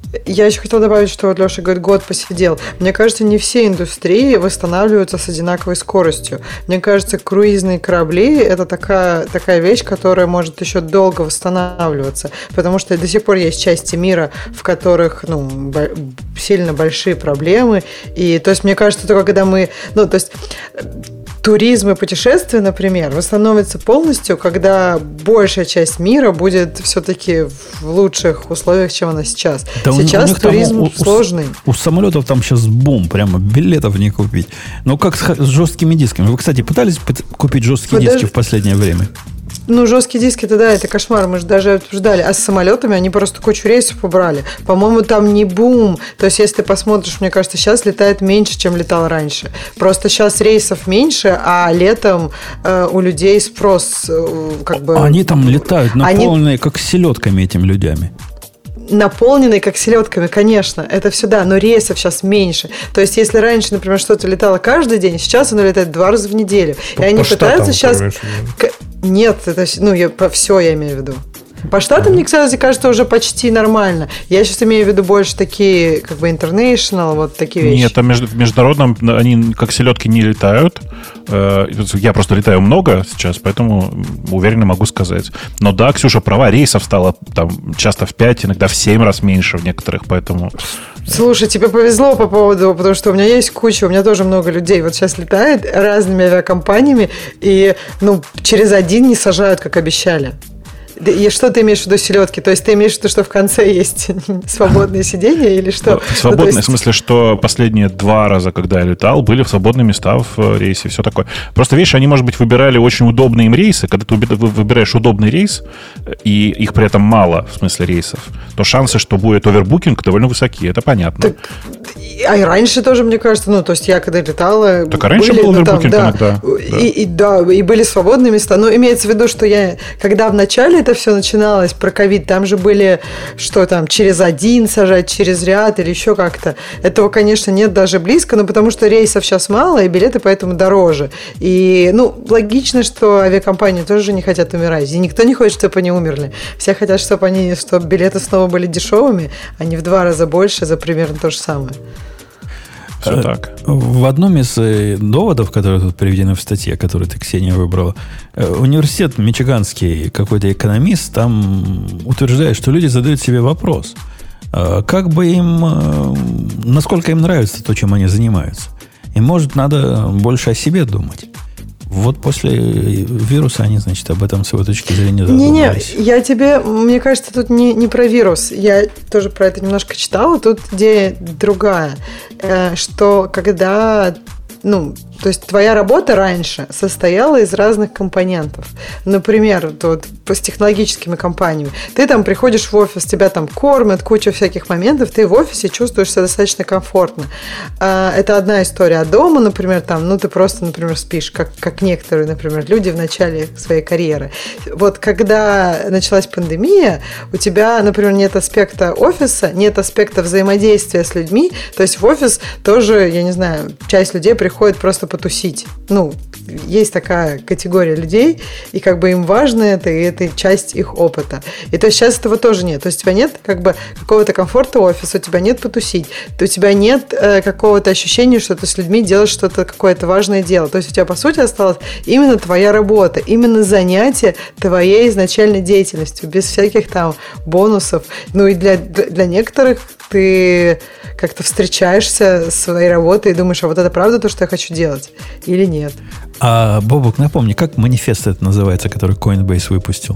E: Я еще хотела добавить, что вот Леша говорит, год посидел. Мне кажется, не все индустрии восстанавливаются с одинаковой скоростью. Мне кажется, круизные корабли – это такая, такая вещь, которая может еще долго восстанавливаться, потому что до сих пор есть части мира, в которых ну, бо- сильно большие проблемы. И то есть, мне кажется, только когда мы... Ну, то есть... Туризм и путешествия, например, восстановятся полностью, когда большая часть мира будет все-таки в лучших условиях, чем она сейчас.
A: Да у-
E: сейчас
A: у них там
E: туризм
A: у- у-
E: сложный.
A: У самолетов там сейчас бум, прямо билетов не купить. Ну, как с, х- с жесткими дисками. Вы, кстати, пытались пыт- купить жесткие
E: Подож-
A: диски в последнее время?
E: ну, жесткие диски, это да, это кошмар, мы же даже обсуждали. А с самолетами они просто кучу рейсов убрали. По-моему, там не бум. То есть, если ты посмотришь, мне кажется, сейчас летает меньше, чем летал раньше. Просто сейчас рейсов меньше, а летом э, у людей спрос э, как бы...
A: Они там летают наполненные,
E: они...
A: как селедками этими людьми.
E: Наполненный как селедками, конечно, это все да, но рейсов сейчас меньше. То есть, если раньше, например, что-то летало каждый день, сейчас оно летает два раза в неделю. По, и они пытаются сейчас... Нет, это, ну, я, по все я имею в виду. По штатам, мне, кстати, кажется, уже почти нормально. Я сейчас имею в виду больше такие, как бы, international, вот такие вещи.
C: Нет, там между, в международном они как селедки не летают. Я просто летаю много сейчас, поэтому уверенно могу сказать. Но да, Ксюша права, рейсов стало там часто в пять, иногда в семь раз меньше в некоторых, поэтому...
E: Слушай, тебе повезло по поводу, потому что у меня есть куча, у меня тоже много людей вот сейчас летает разными авиакомпаниями, и, ну, через один не сажают, как обещали. И что ты имеешь в виду селедки? То есть ты имеешь в виду, что в конце есть свободные сиденья или что?
C: Свободные,
E: ну, есть...
C: в смысле, что последние два раза, когда я летал, были свободные места в рейсе, все такое. Просто, видишь, они, может быть, выбирали очень удобные им рейсы. Когда ты выбираешь удобный рейс, и их при этом мало, в смысле рейсов, то шансы, что будет овербукинг, довольно высоки. Это понятно.
E: Так, а и раньше тоже, мне кажется, ну, то есть я когда летала...
C: Так, а раньше
E: были,
C: был
E: ну, там,
C: овербукинг
E: да,
C: иногда.
E: Да. И, и, да, и были свободные места. Но имеется в виду, что я, когда в начале это все начиналось, про ковид, там же были, что там, через один сажать, через ряд или еще как-то. Этого, конечно, нет даже близко, но потому что рейсов сейчас мало, и билеты поэтому дороже. И, ну, логично, что авиакомпании тоже не хотят умирать. И никто не хочет, чтобы они умерли. Все хотят, чтобы они, чтобы билеты снова были дешевыми, а не в два раза больше за примерно то же самое.
C: Все так.
A: В одном из доводов, которые тут приведены в статье, которую ты, Ксения, выбрала, университет мичиганский, какой-то экономист, там утверждает, что люди задают себе вопрос, как бы им, насколько им нравится то, чем они занимаются. И, может, надо больше о себе думать. Вот после вируса они, значит, об этом с его точки зрения задумались.
E: Не-не, я тебе, мне кажется, тут не, не про вирус. Я тоже про это немножко читала. Тут идея другая, что когда... Ну, то есть твоя работа раньше состояла из разных компонентов. Например, вот, с технологическими компаниями. Ты там приходишь в офис, тебя там кормят, куча всяких моментов, ты в офисе чувствуешь себя достаточно комфортно. Это одна история. А дома, например, там, ну, ты просто, например, спишь, как, как некоторые, например, люди в начале своей карьеры. Вот когда началась пандемия, у тебя, например, нет аспекта офиса, нет аспекта взаимодействия с людьми, то есть в офис тоже, я не знаю, часть людей приходит Приходят просто потусить. Ну, есть такая категория людей, и как бы им важно это, и это часть их опыта. И то есть сейчас этого тоже нет. То есть у тебя нет как бы какого-то комфорта офиса, у тебя нет потусить, то у тебя нет э, какого-то ощущения, что ты с людьми делаешь что-то, какое-то важное дело. То есть у тебя, по сути, осталась именно твоя работа, именно занятие твоей изначальной деятельностью, без всяких там бонусов. Ну и для, для некоторых ты как-то встречаешься с своей работой и думаешь, а вот это правда то, что я хочу делать? Или нет?
A: А, Бобок, напомни, как манифест это называется, который Coinbase выпустил?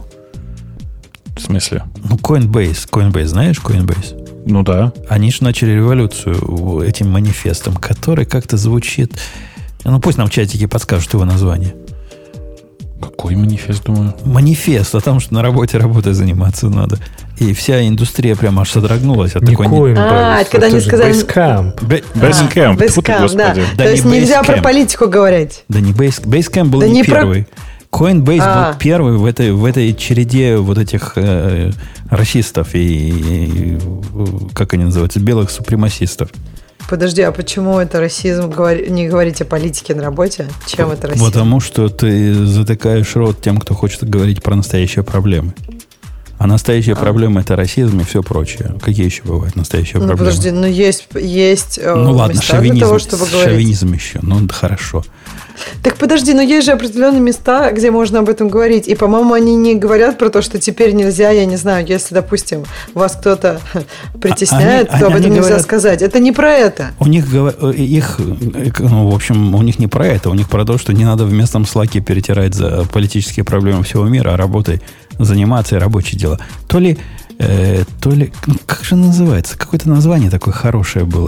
C: В смысле?
A: Ну, Coinbase. Coinbase, знаешь Coinbase?
C: Ну да.
A: Они же начали революцию этим манифестом, который как-то звучит... Ну, пусть нам в чатике подскажут его название.
C: Какой манифест, думаю?
A: Манифест, а там, что на работе работой заниматься надо. И вся индустрия прямо аж содрогнулась от
B: не
A: такой...
B: Coinbase,
E: а, это когда они сказали...
B: Basecamp.
A: Basecamp.
E: Basecamp, да.
A: да.
E: То есть нельзя про политику говорить.
A: Да не Base... Basecamp был
E: да
A: не,
E: не
A: первый. Про... Coinbase
E: а.
A: был первый в этой, в этой череде вот этих э, расистов и, и, как они называются, белых супремасистов.
E: Подожди, а почему это расизм? Не говорить о политике на работе? Чем это расизм?
A: Потому что ты затыкаешь рот тем, кто хочет говорить про настоящие проблемы. А настоящая а. проблема – это расизм и все прочее. Какие еще бывают настоящие
E: ну,
A: проблемы?
E: Подожди, ну есть, есть
A: ну, ладно,
E: места
A: шовинизм,
E: для того, чтобы говорить.
A: Шовинизм еще, ну хорошо.
E: Так подожди, но есть же определенные места, где можно об этом говорить. И, по-моему, они не говорят про то, что теперь нельзя, я не знаю, если, допустим, вас кто-то притесняет, а, они, то об этом нельзя говорят, сказать. Это не про это.
A: У них, их, ну, в общем, у них не про это. У них про то, что не надо в местном слаке перетирать за политические проблемы всего мира, а работой заниматься и рабочие дела. То ли, э, то ли, ну, как же называется? Какое-то название такое хорошее было.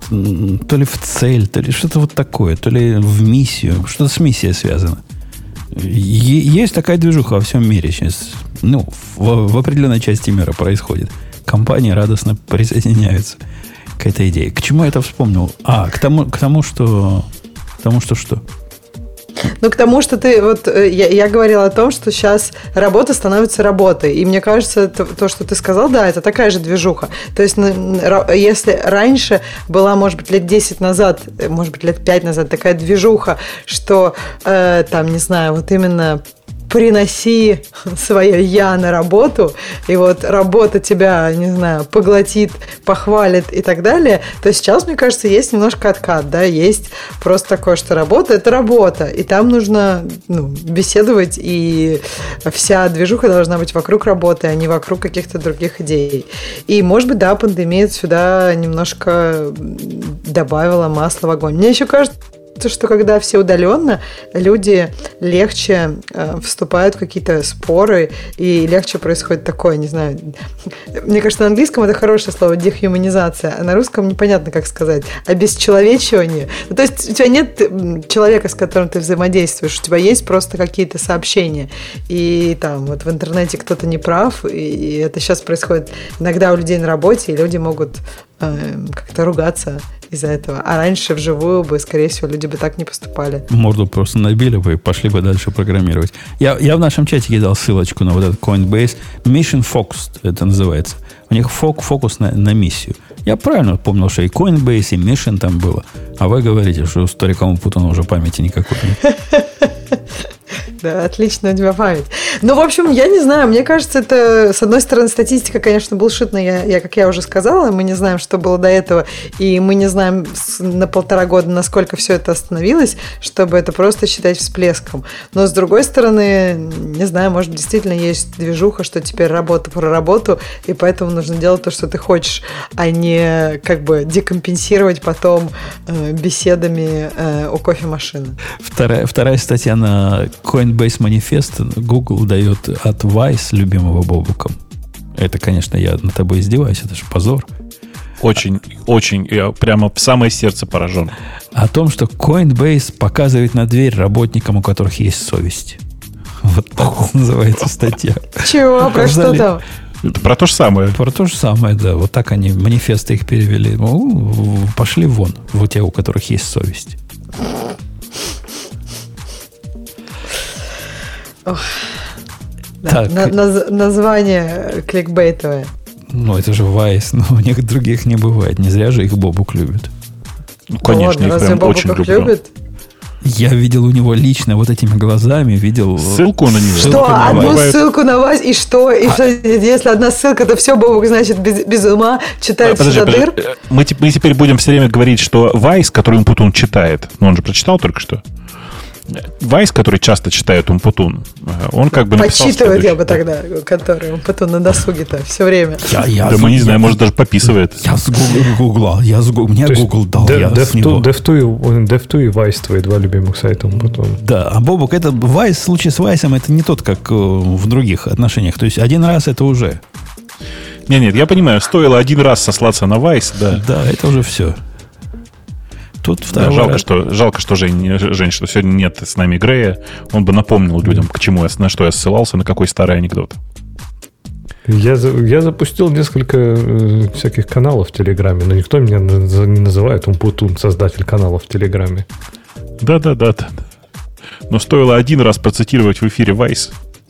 A: То ли в цель, то ли что-то вот такое, то ли в миссию. Что-то с миссией связано. Есть такая движуха во всем мире сейчас. Ну, в, в определенной части мира происходит. Компании радостно присоединяются к этой идее. К чему я это вспомнил? А, к тому, к тому, что... К тому, что что?
E: Ну, к тому, что ты... Вот я, я говорила о том, что сейчас работа становится работой. И мне кажется, то, то, что ты сказал, да, это такая же движуха. То есть, если раньше была, может быть, лет десять назад, может быть, лет пять назад такая движуха, что, э, там, не знаю, вот именно... приноси свое «я» на работу, и вот работа тебя, не знаю, поглотит, похвалит и так далее, то сейчас, мне кажется, есть немножко откат, да, есть просто такое, что работа – это работа, и там нужно, ну, беседовать, и вся движуха должна быть вокруг работы, а не вокруг каких-то других идей. И, может быть, да, пандемия сюда немножко добавила масла в огонь. Мне еще кажется, что когда все удаленно, люди легче э, вступают в какие-то споры, и легче происходит такое, не знаю. Мне кажется, на английском это хорошее слово дехуманизация, а на русском непонятно, как сказать. Обесчеловечивание. Ну, то есть у тебя нет человека, с которым ты взаимодействуешь, у тебя есть просто какие-то сообщения. И там вот в интернете кто-то не прав, и это сейчас происходит иногда у людей на работе, и люди могут э, как-то ругаться из-за этого. А раньше вживую бы, скорее всего, люди бы так не поступали.
A: Морду просто набили бы и пошли бы дальше программировать. Я, я в нашем чате дал ссылочку на вот этот Coinbase. Mission Focused это называется. У них фок, фокус на, на миссию. Я правильно помнил, что и Coinbase, и Mission там было. А вы говорите, что у старикам Путуна уже памяти никакой нет.
E: Да, отлично у тебя память. Ну, в общем, я не знаю, мне кажется, это, с одной стороны, статистика, конечно, булшитная, я, я, как я уже сказала, мы не знаем, что было до этого, и мы не знаем на полтора года, насколько все это остановилось, чтобы это просто считать всплеском. Но, с другой стороны, не знаю, может, действительно есть движуха, что теперь работа про работу, и поэтому нужно делать то, что ты хочешь, а не как бы декомпенсировать потом э, беседами э, у кофемашины.
A: Вторая, вторая статья на Coinbase манифест Google дает от Vice, любимого Бобуком. Это, конечно, я над тобой издеваюсь, это же позор.
C: Очень, очень, я прямо в самое сердце поражен.
A: О том, что Coinbase показывает на дверь работникам, у которых есть совесть. Вот так называется статья.
E: Чего? Про что там?
C: Это про то же самое.
A: Про то же самое, да. Вот так они манифесты их перевели. Ну, пошли вон, вот те, у которых есть совесть.
E: Ох, да, на, на, название кликбейтовое.
A: Ну, это же Vice, но у них других не бывает. Не зря же их Бобук любит.
C: Ну, конечно,
E: ладно,
C: их прям очень люблю.
E: Любит?
A: Я видел у него лично вот этими глазами, видел...
C: Ссылку на него.
E: Что? На одну бывает... ссылку на вас, и что? И а... что, если одна ссылка, то все, Бобук, значит, без, без ума читает
C: подожди,
E: сюда
C: подожди.
E: дыр?
C: Мы, мы теперь будем все время говорить, что Vice, который Умпутун читает, ну, он же прочитал только что, Vice, который часто читает Умпутун, он как бы написал...
E: Почитывает я бы тогда, который Умпутун на досуге-то все время.
A: Я, я
C: да
A: с...
C: мы не знаем,
A: я,
C: может, даже пописывает.
A: Я с Гугла, я с Гугла, мне Google дал,
B: Dev,
A: я
B: Dev
A: с него.
B: Dev two и Vice твои два любимых сайта Умпутун.
A: Да, а Бобок, это Vice, случай с Vice, это не тот, как в других отношениях. То есть один раз это уже...
C: Нет, нет, я понимаю, стоило один раз сослаться на Vice, да.
A: Да, это уже все. Тут
C: да, жалко, что, жалко, что Жень, Жень, что сегодня нет с нами Грея. Он бы напомнил людям, к чему я, на что я ссылался, на какой старый анекдот.
B: Я, я запустил несколько э, всяких каналов в Телеграме, но никто меня не называет Умпутун, создатель каналов в Телеграме.
C: Да-да-да. Но стоило один раз процитировать в эфире Vice.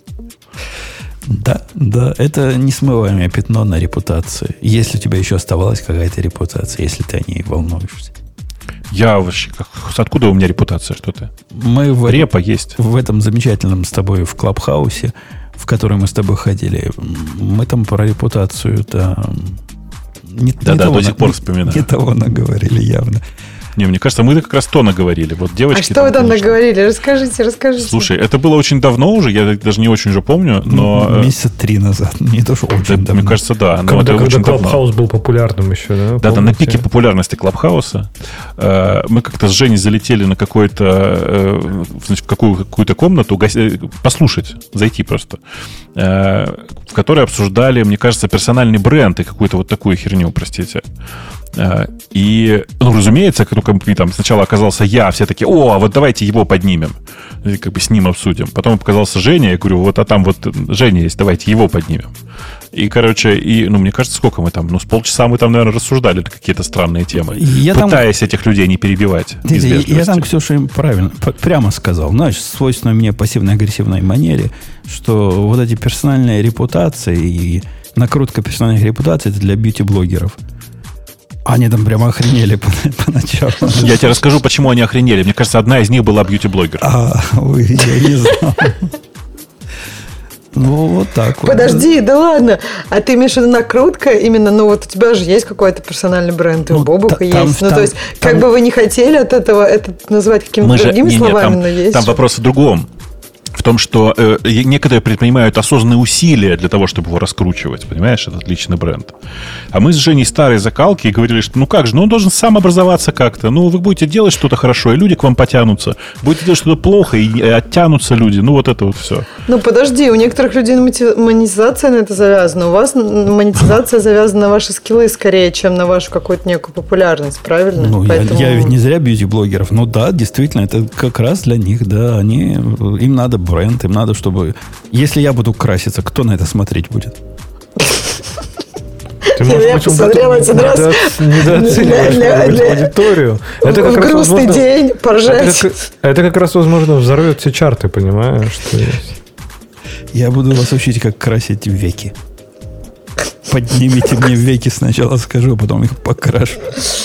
A: Да, да, это несмываемое пятно на репутации. Если у тебя еще оставалась какая-то репутация, если ты о ней волнуешься.
C: Я вообще... Как, откуда у меня репутация? Что ты?
A: Мы в,
C: Репа есть.
A: В этом замечательном с тобой в Клабхаусе, в который мы с тобой ходили, мы там про репутацию-то... Не,
C: да,
A: не
C: да,
A: того
C: до сих
A: на,
C: пор вспоминаю.
A: Не, не того наговорили явно.
C: Не, мне кажется, мы как раз то наговорили. Вот девочки.
E: А что там, вы там конечно... наговорили? Расскажите, расскажите.
C: Слушай, это было очень давно уже, я даже не очень уже помню, но...
A: Месяца три назад, не то, что очень
C: да,
A: давно.
C: Мне кажется, да.
B: Но когда когда Клабхаус был популярным еще, да?
C: Да, да, на пике популярности Клабхауса мы как-то с Женей залетели на какой-то, значит, в какую, какую-то комнату послушать, зайти просто, в которой обсуждали, мне кажется, персональный бренд и какую-то вот такую херню, простите. И, ну, разумеется, как только там сначала оказался я, все такие, о, а вот давайте его поднимем. И как бы с ним обсудим. Потом показался Женя, я говорю, вот, а там вот Женя есть, давайте его поднимем. И, короче, и, ну, мне кажется, сколько мы там, ну, с полчаса мы там, наверное, рассуждали на какие-то странные темы, я пытаясь там... этих людей не перебивать.
A: Я, я там, Ксюша, им правильно, прямо сказал, знаешь, свойственной мне пассивно-агрессивной манере, что вот эти персональные репутации и накрутка персональных репутаций это для бьюти-блогеров. Они там прямо охренели поначалу.
C: Я тебе расскажу, почему они охренели. Мне кажется, одна из них была бьюти-блогер.
A: А, ой, я не знал. Ну, вот так вот.
E: Подожди, да ладно. А ты имеешь в виду накрутка? Именно, ну, вот у тебя же есть какой-то персональный бренд, и у Бобука есть. Ну, то есть, как бы вы не хотели от этого это называть какими-то другими словами, но есть.
C: Там вопрос в другом. В том, что э, некоторые предпринимают осознанные усилия для того, чтобы его раскручивать. Понимаешь, это отличный бренд. А мы с Женей старые закалки и говорили, что ну как же, ну он должен сам образоваться как-то. Ну вы будете делать что-то хорошо, и люди к вам потянутся. Будете делать что-то плохо, и оттянутся люди. Ну вот это вот все.
E: Ну подожди, у некоторых людей монетизация на это завязана. У вас монетизация завязана на ваши скиллы скорее, чем на вашу какую-то некую популярность, правильно?
A: Ну Поэтому... я, я ведь не зря бьюти-блогеров. Ну да, действительно, это как раз для них, да. Они, им надо бренд, им надо, чтобы... Если я буду краситься, кто на это смотреть будет?
B: Ты можешь
E: я посмотрела один раз.
B: Недооцениваешь аудиторию.
E: Это как раз грустный день, поржать.
B: Это как раз, возможно, взорвет все чарты, понимаешь?
A: Я буду вас учить, как красить веки. Поднимите мне веки сначала, скажу, а потом их покрашу.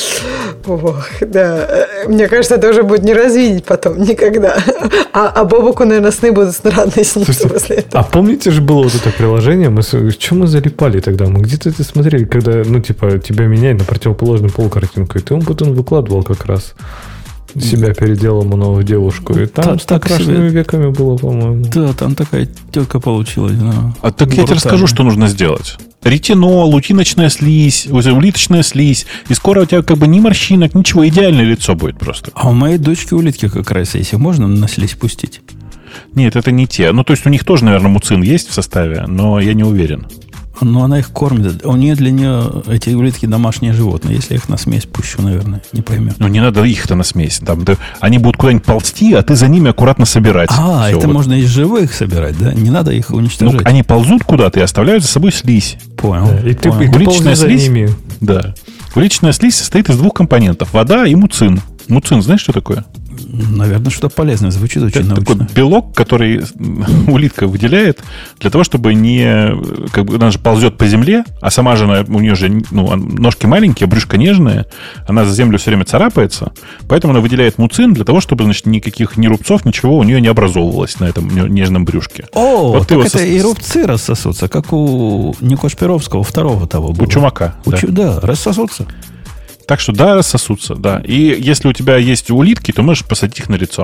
E: Ох, да. Мне кажется, это уже будет не развидеть потом никогда. А, а Бобуку, наверное, сны будут странные сниться после этого.
B: А помните же было вот это приложение? Мы, чем мы залипали тогда? Мы где-то это смотрели, когда, ну, типа, тебя меняют на противоположный пол картинку. И ты он потом выкладывал как раз себя переделанную в девушку. И там так, с накрашенными веками было, по-моему.
A: Да, там такая тетка получилась. Да.
C: А так я тебе расскажу, что нужно сделать. Ретинол, утиночная слизь, улиточная слизь. И скоро у тебя как бы ни морщинок, ничего. Идеальное лицо будет просто.
A: А у моей дочки улитки как раз, если можно на слизь пустить.
C: Нет, это не те. Ну, то есть у них тоже, наверное, муцин есть в составе, но я не уверен.
A: Но она их кормит. У нее для нее эти улитки домашние животные. Если я их на смесь пущу, наверное, не поймет.
C: Ну, не надо их-то на смесь. Там, да, они будут куда-нибудь ползти, а ты за ними аккуратно собирать.
A: А,
C: Все,
A: это
C: вот.
A: можно из живых собирать, да? Не надо их уничтожать.
C: Ну, они ползут куда-то и оставляют за собой слизь.
A: Понял.
B: Да, и ты,
A: понял.
B: и ты
C: Уличная слизь,
B: за ними.
C: Да. Уличная слизь состоит из двух компонентов. Вода и муцин. Муцин, знаешь, что такое?
A: Наверное, что-то полезное. Звучит очень
C: это
A: научно.
C: Такой белок, который улитка выделяет для того, чтобы не... Как бы она же ползет по земле, а сама же, она, у нее же ну, ножки маленькие, брюшко нежное, она за землю все время царапается, поэтому она выделяет муцин для того, чтобы, значит, никаких ни рубцов, ничего у нее не образовывалось на этом нежном брюшке.
A: О,
C: вот
A: так это
C: сос...
A: и рубцы рассосутся, как у Нико Шпировского, второго того было.
C: У Чумака.
A: У
C: да.
A: Чу... да, рассосутся. Так
C: что да, рассосутся, да. И если у тебя есть улитки, то можешь посадить их на лицо.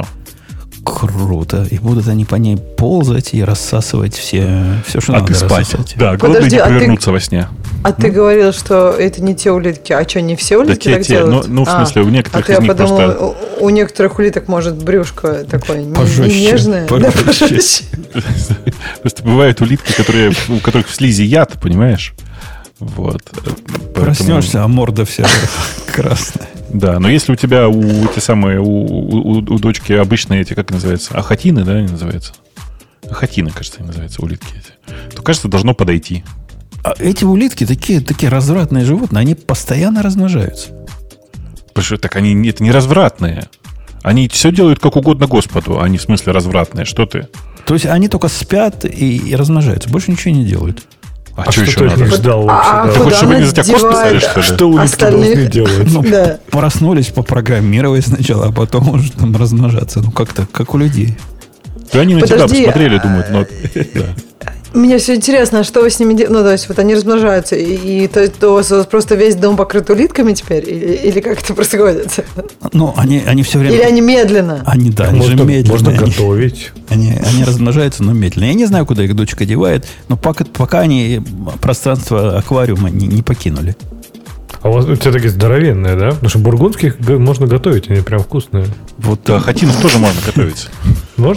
A: Круто. И будут они по ней ползать и рассасывать все, все что
C: а
A: надо
C: ты спать.
A: рассосать.
C: Да, главное не
E: а
C: повернуться
E: ты,
C: во сне.
E: А ну? ты говорил, что это не те улитки. А что, не все улитки
C: да
E: так
C: те,
E: делают?
C: Ну, ну, в смысле,
E: а,
C: у некоторых
E: а
C: из
E: я
C: них
E: подумала,
C: просто...
E: У, у некоторых улиток может брюшко такое
A: пожестче,
E: нежное.
A: Пожестче.
C: Просто бывают улитки, которые, у которых в слизи яд, понимаешь? Вот.
A: Проснешься, а морда вся красная.
C: Да, но если у тебя у эти самые у, у, у дочки обычные эти, как называется, ахатины, да, они называются? Ахатины, кажется, они называются, улитки эти. То, кажется, должно подойти.
A: А эти улитки такие, такие развратные животные, они постоянно размножаются.
C: Потому что так они это не развратные. Они все делают как угодно Господу, а не в смысле развратные. Что ты?
A: То есть они только спят и, и размножаются, больше ничего не делают.
C: А,
B: а что, что ты от них ждал вообще?
E: А,
B: да?
C: Ты хочешь, чтобы они за тебя кост писали, что ли?
B: Что улитки
E: остальных...
B: должны делать?
A: Ну,
E: да.
A: Проснулись, попрограммировать сначала, а потом уже там размножаться. Ну, как-то, как у людей.
C: Да они на
E: Подожди,
C: тебя посмотрели, думают, ну... Да.
E: Мне все интересно, а что вы с ними делаете? Ну, то есть, вот они размножаются, и, и то есть, то у вас просто весь дом покрыт улитками теперь? Или, или как это происходит?
A: Ну, они, они все время...
E: Или они медленно?
A: Они, да, они
B: можно,
A: же медленно.
B: Можно
A: они,
B: готовить.
A: Они, они размножаются, но медленно. Я не знаю, куда их дочка девает, но пока, пока они пространство аквариума не, не покинули.
B: А у вас у тебя такие здоровенные, да? Потому что бургундских можно готовить, они прям вкусные.
C: Вот да, хатинов тоже можно готовить.
B: Можно?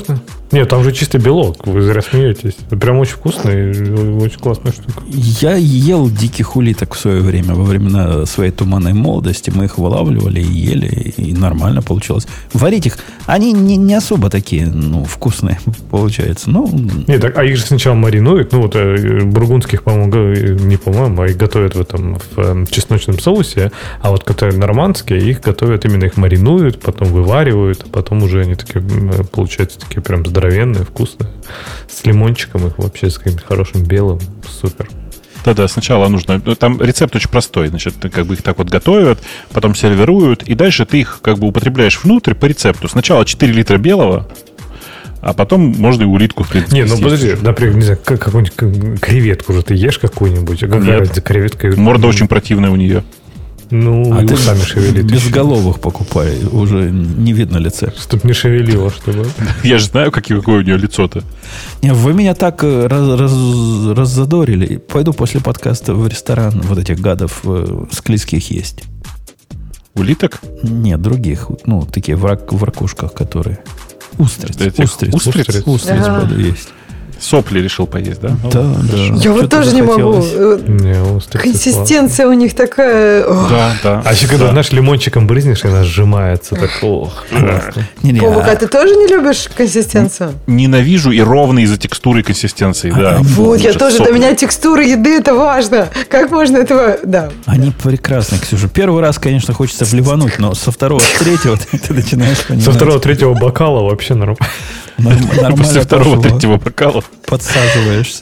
B: Нет, там же чистый белок, вы зря смеетесь. Это прям очень вкусно и очень классная штука.
A: Я ел диких улиток в свое время, во времена своей туманной молодости. Мы их вылавливали и ели, и нормально получилось. Варить их, они не, не особо такие, ну, вкусные получается. Ну,
B: нет, так, а их же сначала маринуют. Ну, вот бургундских, по-моему, не по-моему, а их готовят в этом в чесночном соусе. А вот которые нормандские, их готовят именно, их маринуют, потом вываривают, а потом уже они такие, получаются такие прям здоровенные, вкусные. С лимончиком их вообще, с каким-то хорошим белым. Супер.
C: Да-да, сначала нужно... Там рецепт очень простой. Значит, ты как бы их так вот готовят, потом сервируют, и дальше ты их как бы употребляешь внутрь по рецепту. Сначала четыре литра белого, а потом можно и улитку, в принципе.
B: Не, ну подожди, например, не знаю, как, какую-нибудь креветку же ты ешь какую-нибудь? А какая
C: Нет.
B: креветка?
C: Морда очень противная у нее.
B: Ну,
A: а ты
B: сами шевелит.
A: безголовых покупай, уже не видно лица.
B: Чтоб не шевелило, чтобы...
C: Я же знаю, какие, какое у нее лицо-то.
A: Не, вы меня так раз, раз, раззадорили. Пойду после подкаста в ресторан вот этих гадов э, склизких есть.
C: Улиток?
A: Нет, других. Ну, такие в, рак, в ракушках, которые... Устриц.
C: Этих
A: Устриц.
C: устриц?
A: Устриц, устриц
E: Ага.
A: буду есть.
C: Сопли решил поесть, да?
A: Да, да.
E: Я вот
A: Что-то
E: тоже не могу.
A: захотелось.
B: Не, устрицы
E: Консистенция у них такая... ох.
C: Да, да.
B: А еще когда, знаешь, лимончиком брызнешь, и она сжимается. Так, ох, классно.
A: Не-не,
E: Бобок,
A: а-
E: а ты тоже не любишь консистенцию?
C: Ненавижу и ровно из-за текстуры и консистенции, да.
E: Вот, я
C: Ужас,
E: тоже,
C: сопли.
E: для меня текстура еды это важно. Как можно этого... Да.
A: Они прекрасные, Ксюша. Первый раз, конечно, хочется блевануть, но со второго, с третьего ты, ты начинаешь понимать.
B: Со второго, третьего бокала вообще норм-
A: Норм- Нормально
C: После второго,
A: пошло.
C: третьего бокала.
A: Подсаживаешься.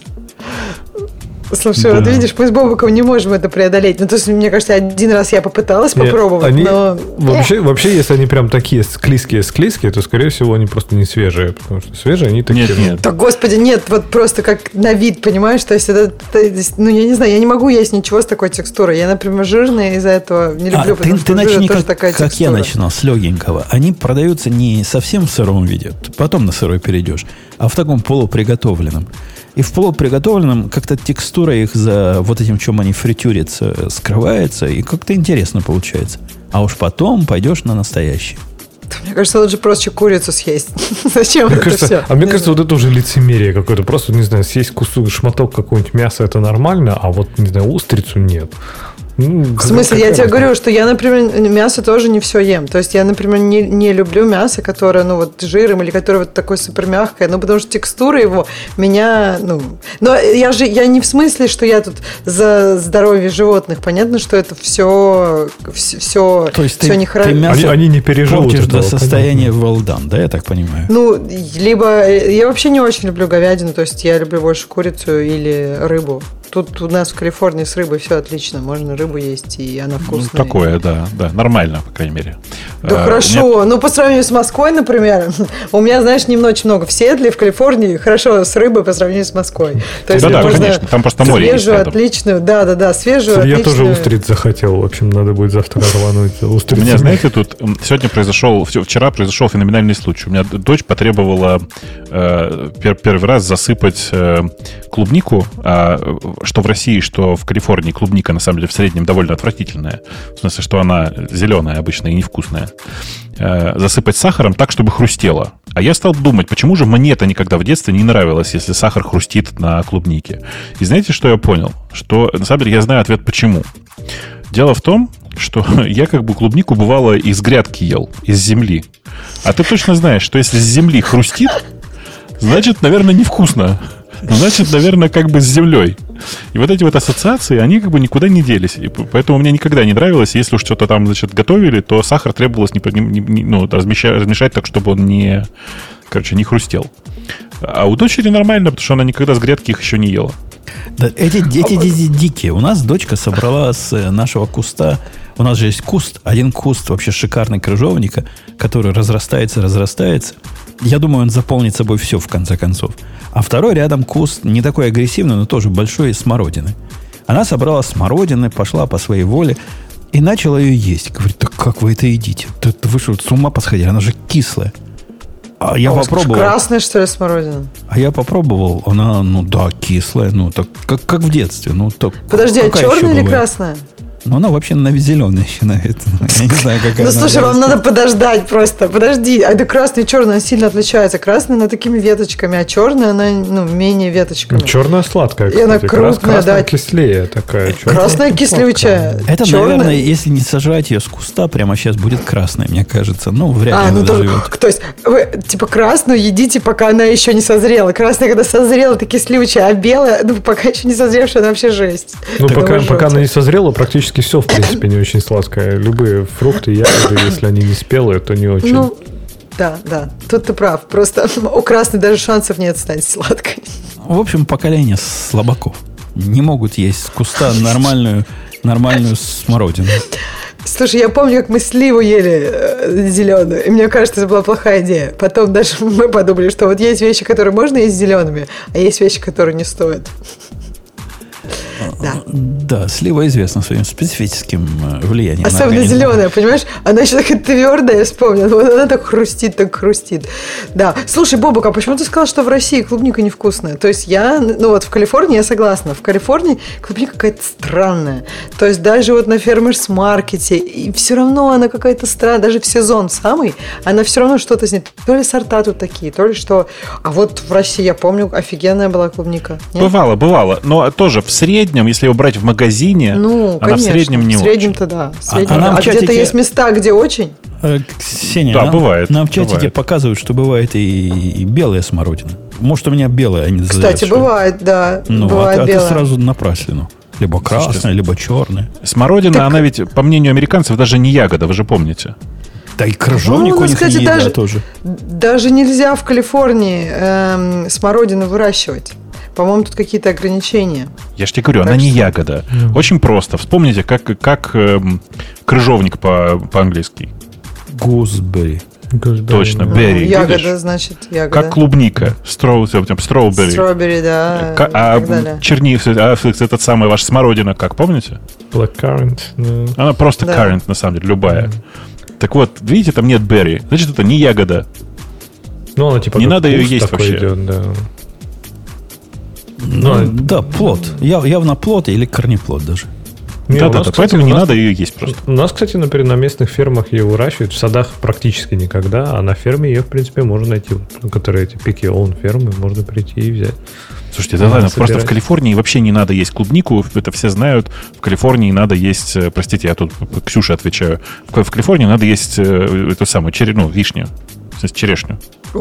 E: Слушай, вот видишь, мы с Бобоком не можем это преодолеть. Ну, то есть, мне кажется, один раз я попыталась
B: Нет,
E: попробовать,
B: они
E: но...
B: Вообще, вообще, если они прям такие склизкие-склизкие, то, скорее всего, они просто не свежие. Потому что свежие они такие...
C: Нет,
B: ну,
C: нет.
E: Так, господи, нет, вот просто как на вид, понимаешь? То есть, это, это- ну, я не знаю, я не могу есть ничего с такой текстурой. Я, например, жирная из-за этого не люблю,
A: А,
E: потому
A: ты,
E: что
A: ты
E: у жира
A: начни,
E: тоже
A: как,
E: такая
A: как я
E: текстура.
A: начинал, с легенького. Они продаются не совсем в сыром виде, потом на сырой перейдешь, а в таком полуприготовленном. И в полуприготовленном как-то текстура их за вот этим, чем они фритюрятся, скрывается, и как-то интересно получается. А уж потом пойдешь на настоящий.
E: Мне кажется, лучше проще курицу съесть. Зачем
B: Мне
E: это
B: кажется,
E: все?
B: а мне кажется, вот это уже лицемерие какое-то. Просто, не знаю, съесть кусок, шматок какого-нибудь мяса это нормально, а вот, не знаю, устрицу нет. Ну,
E: В смысле, я тебе говорю, что я, например, мясо тоже не все ем. То есть я, например, не, не люблю мясо, которое, ну, вот жиром или которое вот такое супер мягкое, ну, потому что текстура его меня, ну... Но я же, я не в смысле, что я тут за здоровье животных. Понятно, что это все, все,
A: То есть
E: все
A: ты,
E: нехорошо.
A: ты мясо
B: Они- они не переживут
A: портишь
B: этого,
A: до состояния well done, да, я так понимаю?
E: Ну, либо... Я вообще не очень люблю говядину, то есть я люблю больше курицу или рыбу. Тут у нас в Калифорнии с рыбой все отлично. Можно рыбу есть, и она
C: Ну,
E: вкусная.
C: такое, да, да, нормально, по крайней мере.
E: Да
C: А,
E: хорошо.
C: у меня-
E: Ну, по сравнению с Москвой, например, у меня, знаешь, не очень много в Сиэтле, в Калифорнии, хорошо с рыбой по сравнению с Москвой. То есть
C: Да-да,
E: можно
C: конечно, там просто море есть
E: свежую,
C: рядом.
E: отличную, да-да-да, свежую,
B: Я
E: отличную.
B: тоже устриц захотел. В общем, надо будет завтра рвануть
C: У
B: устрицы.
C: меня, знаете, тут м, сегодня произошел, вчера вчера произошел феноменальный случай. У меня д- дочь потребовала э, пер- первый раз засыпать э, клубнику, а, э, что в России, что в Калифорнии клубника, на самом деле, в среднем довольно отвратительная. В смысле, что она зеленая обычно и невкусная. Э, засыпать сахаром так, чтобы хрустело. А я стал думать, почему же мне это никогда в детстве не нравилось, если сахар хрустит на клубнике. И знаете, что я понял? Что, на самом деле, я знаю ответ почему. Дело в том, что я как бы клубнику бывало из грядки ел, из земли. А ты точно знаешь, что если с земли хрустит, значит, наверное, невкусно. Значит, наверное, как бы с землей. И вот эти вот ассоциации, они как бы никуда не делись. И поэтому мне никогда не нравилось, если уж что-то там, значит, готовили, то сахар требовалось не, не, не, ну, размещать, размешать так, чтобы он не, короче, не хрустел. А у дочери нормально, потому что она никогда с грядки их еще не ела.
A: Да, эти дети, дети дикие. У нас дочка собрала с э, нашего куста. У нас же есть куст, один куст вообще шикарный крыжовника, который разрастается, разрастается. Я думаю, он заполнит собой все в конце концов. А второй рядом куст не такой агрессивный, но тоже большой, смородины. Она собрала смородины, пошла по своей воле и начала ее есть. Говорит, да как вы это едите? Да вы что, с ума посходили? Она же кислая. А я
E: А у вас
A: попробовал.
E: красная, что ли, смородина?
A: А я попробовал, она, ну да, кислая, ну так как, как в детстве. Ну, так,
E: Подожди, а
A: какая еще
E: черная или
A: бывает?
E: красная?
A: Ну, она вообще на зеленая еще на это. Я не знаю, какая
E: Ну,
A: она
E: слушай, вам
A: растет.
E: надо подождать просто. Подожди. А это красная и черная сильно отличается. Красная, она такими веточками, а черная, она, ну, менее веточками.
B: Черная сладкая,
E: И она
B: кстати.
E: крупная,
B: Крас- красная
E: да.
B: кислее такая. черная
E: Красная
B: сладкая.
E: кислючая.
A: Это,
E: черная.
A: наверное, если не сожрать ее с куста, прямо сейчас будет красная, мне кажется. Ну, вряд ли
E: А,
A: она
E: ну то,
A: доживет.
E: то есть вы типа красную едите, пока она еще не созрела. Красная, когда созрела, это кислючая, а белая, ну, пока еще не созревшая, она вообще жесть.
B: Ну,
E: Так
B: пока,
E: вы
B: пока она
E: жжете.
B: не созрела, практически все, в принципе, не очень сладкое. Любые фрукты, ягоды, если они не спелые, то не очень.
E: Ну, да, да, тут ты прав. Просто у красной даже шансов нет стать сладкой.
A: В общем, поколение слабаков. Не могут есть с куста нормальную, нормальную смородину.
E: Слушай, я помню, как мы сливу ели э, зеленую, и мне кажется, это была плохая идея. Потом даже мы подумали, что вот есть вещи, которые можно есть зелеными, а есть вещи, которые не стоят. Да.
A: Да, слива известна своим специфическим э, влиянием. на
E: Особенно
A: организм.
E: зеленая, понимаешь? Она еще такая твердая, я вспомнила. Вот она так хрустит, так хрустит. Да. Слушай, Бобук, а почему ты сказал, что в России клубника невкусная? То есть я, ну вот в Калифорнии я согласна. В Калифорнии клубника какая-то странная. То есть даже вот на фермерс-маркете, и все равно она какая-то странная. Даже в сезон самый, она все равно что-то с ней. То ли сорта тут такие, то ли что. А вот в России, я помню, офигенная была клубника. Нет?
C: Бывало, бывало. Но тоже в среднем, если его брать в магазине,
E: Ну,
C: она
E: конечно.
C: в среднем не
E: В
C: очень.
E: среднем-то да. В среднем,
A: а
E: да.
A: нам
E: А
A: в чатике-
E: где-то есть места, где очень.
A: Э, Ксения,
C: Да,
A: нам,
C: бывает,
A: нам в чатике
C: бывает.
A: показывают, что бывает и, и белая смородина. Может, у меня белая, а не
E: Кстати,
A: зазревшая.
E: бывает, да.
A: Ну,
E: бывает
A: а, ты- а
E: белая.
A: ты сразу напраслину. Либо красная,
C: Слушайте,
A: либо черная.
C: Смородина,
E: Так-
C: она ведь, по мнению американцев, даже не ягода, вы же помните.
A: Да и крыжовник
E: Ну,
A: у них
E: кстати,
A: не еда
E: даже-
A: тоже.
E: Даже нельзя в Калифорнии эм, смородину выращивать. По-моему, тут какие-то ограничения.
C: Я же тебе говорю,
E: Так
C: она не
E: что-
C: ягода. Очень просто. Вспомните, как, как эм, крыжовник по- по-английски.
A: Гузбери.
C: Точно,
E: Ну,
C: берри.
E: ягода,
C: видишь?
E: значит, ягода.
C: Как клубника. Строу, строуберри.
E: Стробери, да.
C: Ка-
E: и
C: а
E: так далее.
C: черни, а этот самый ваш смородина, как помните?
B: Blackcurrant. ну.
C: Она просто
E: Да.
C: current, на самом деле, любая. Так вот, видите, там нет берри. Значит, это не ягода.
B: Ну, она типа
C: Не
B: как
C: надо ее
B: куст
C: есть
B: такой
C: вообще.
B: идет, да.
A: Ну,
B: Ну,
A: да, плод. Я- явно плод или корнеплод даже.
B: Не, у
C: Да-да-да,
B: нас, кстати,
C: поэтому
B: у
C: не
B: нас-
C: надо ее есть просто.
B: У нас, кстати, например, на местных фермах ее выращивают, в садах практически никогда, а на ферме ее, в принципе, можно найти. Вот, которые эти пики оун фермы, можно прийти и взять.
C: Слушайте, да
B: Надо
C: ладно, просто в
B: собирать.
C: Калифорнии вообще не надо есть клубнику, это все знают. В Калифорнии надо есть, э, простите, я тут Ксюше отвечаю, в в Калифорнии надо есть э, эту самую чере, ну, вишню, в смысле, черешню.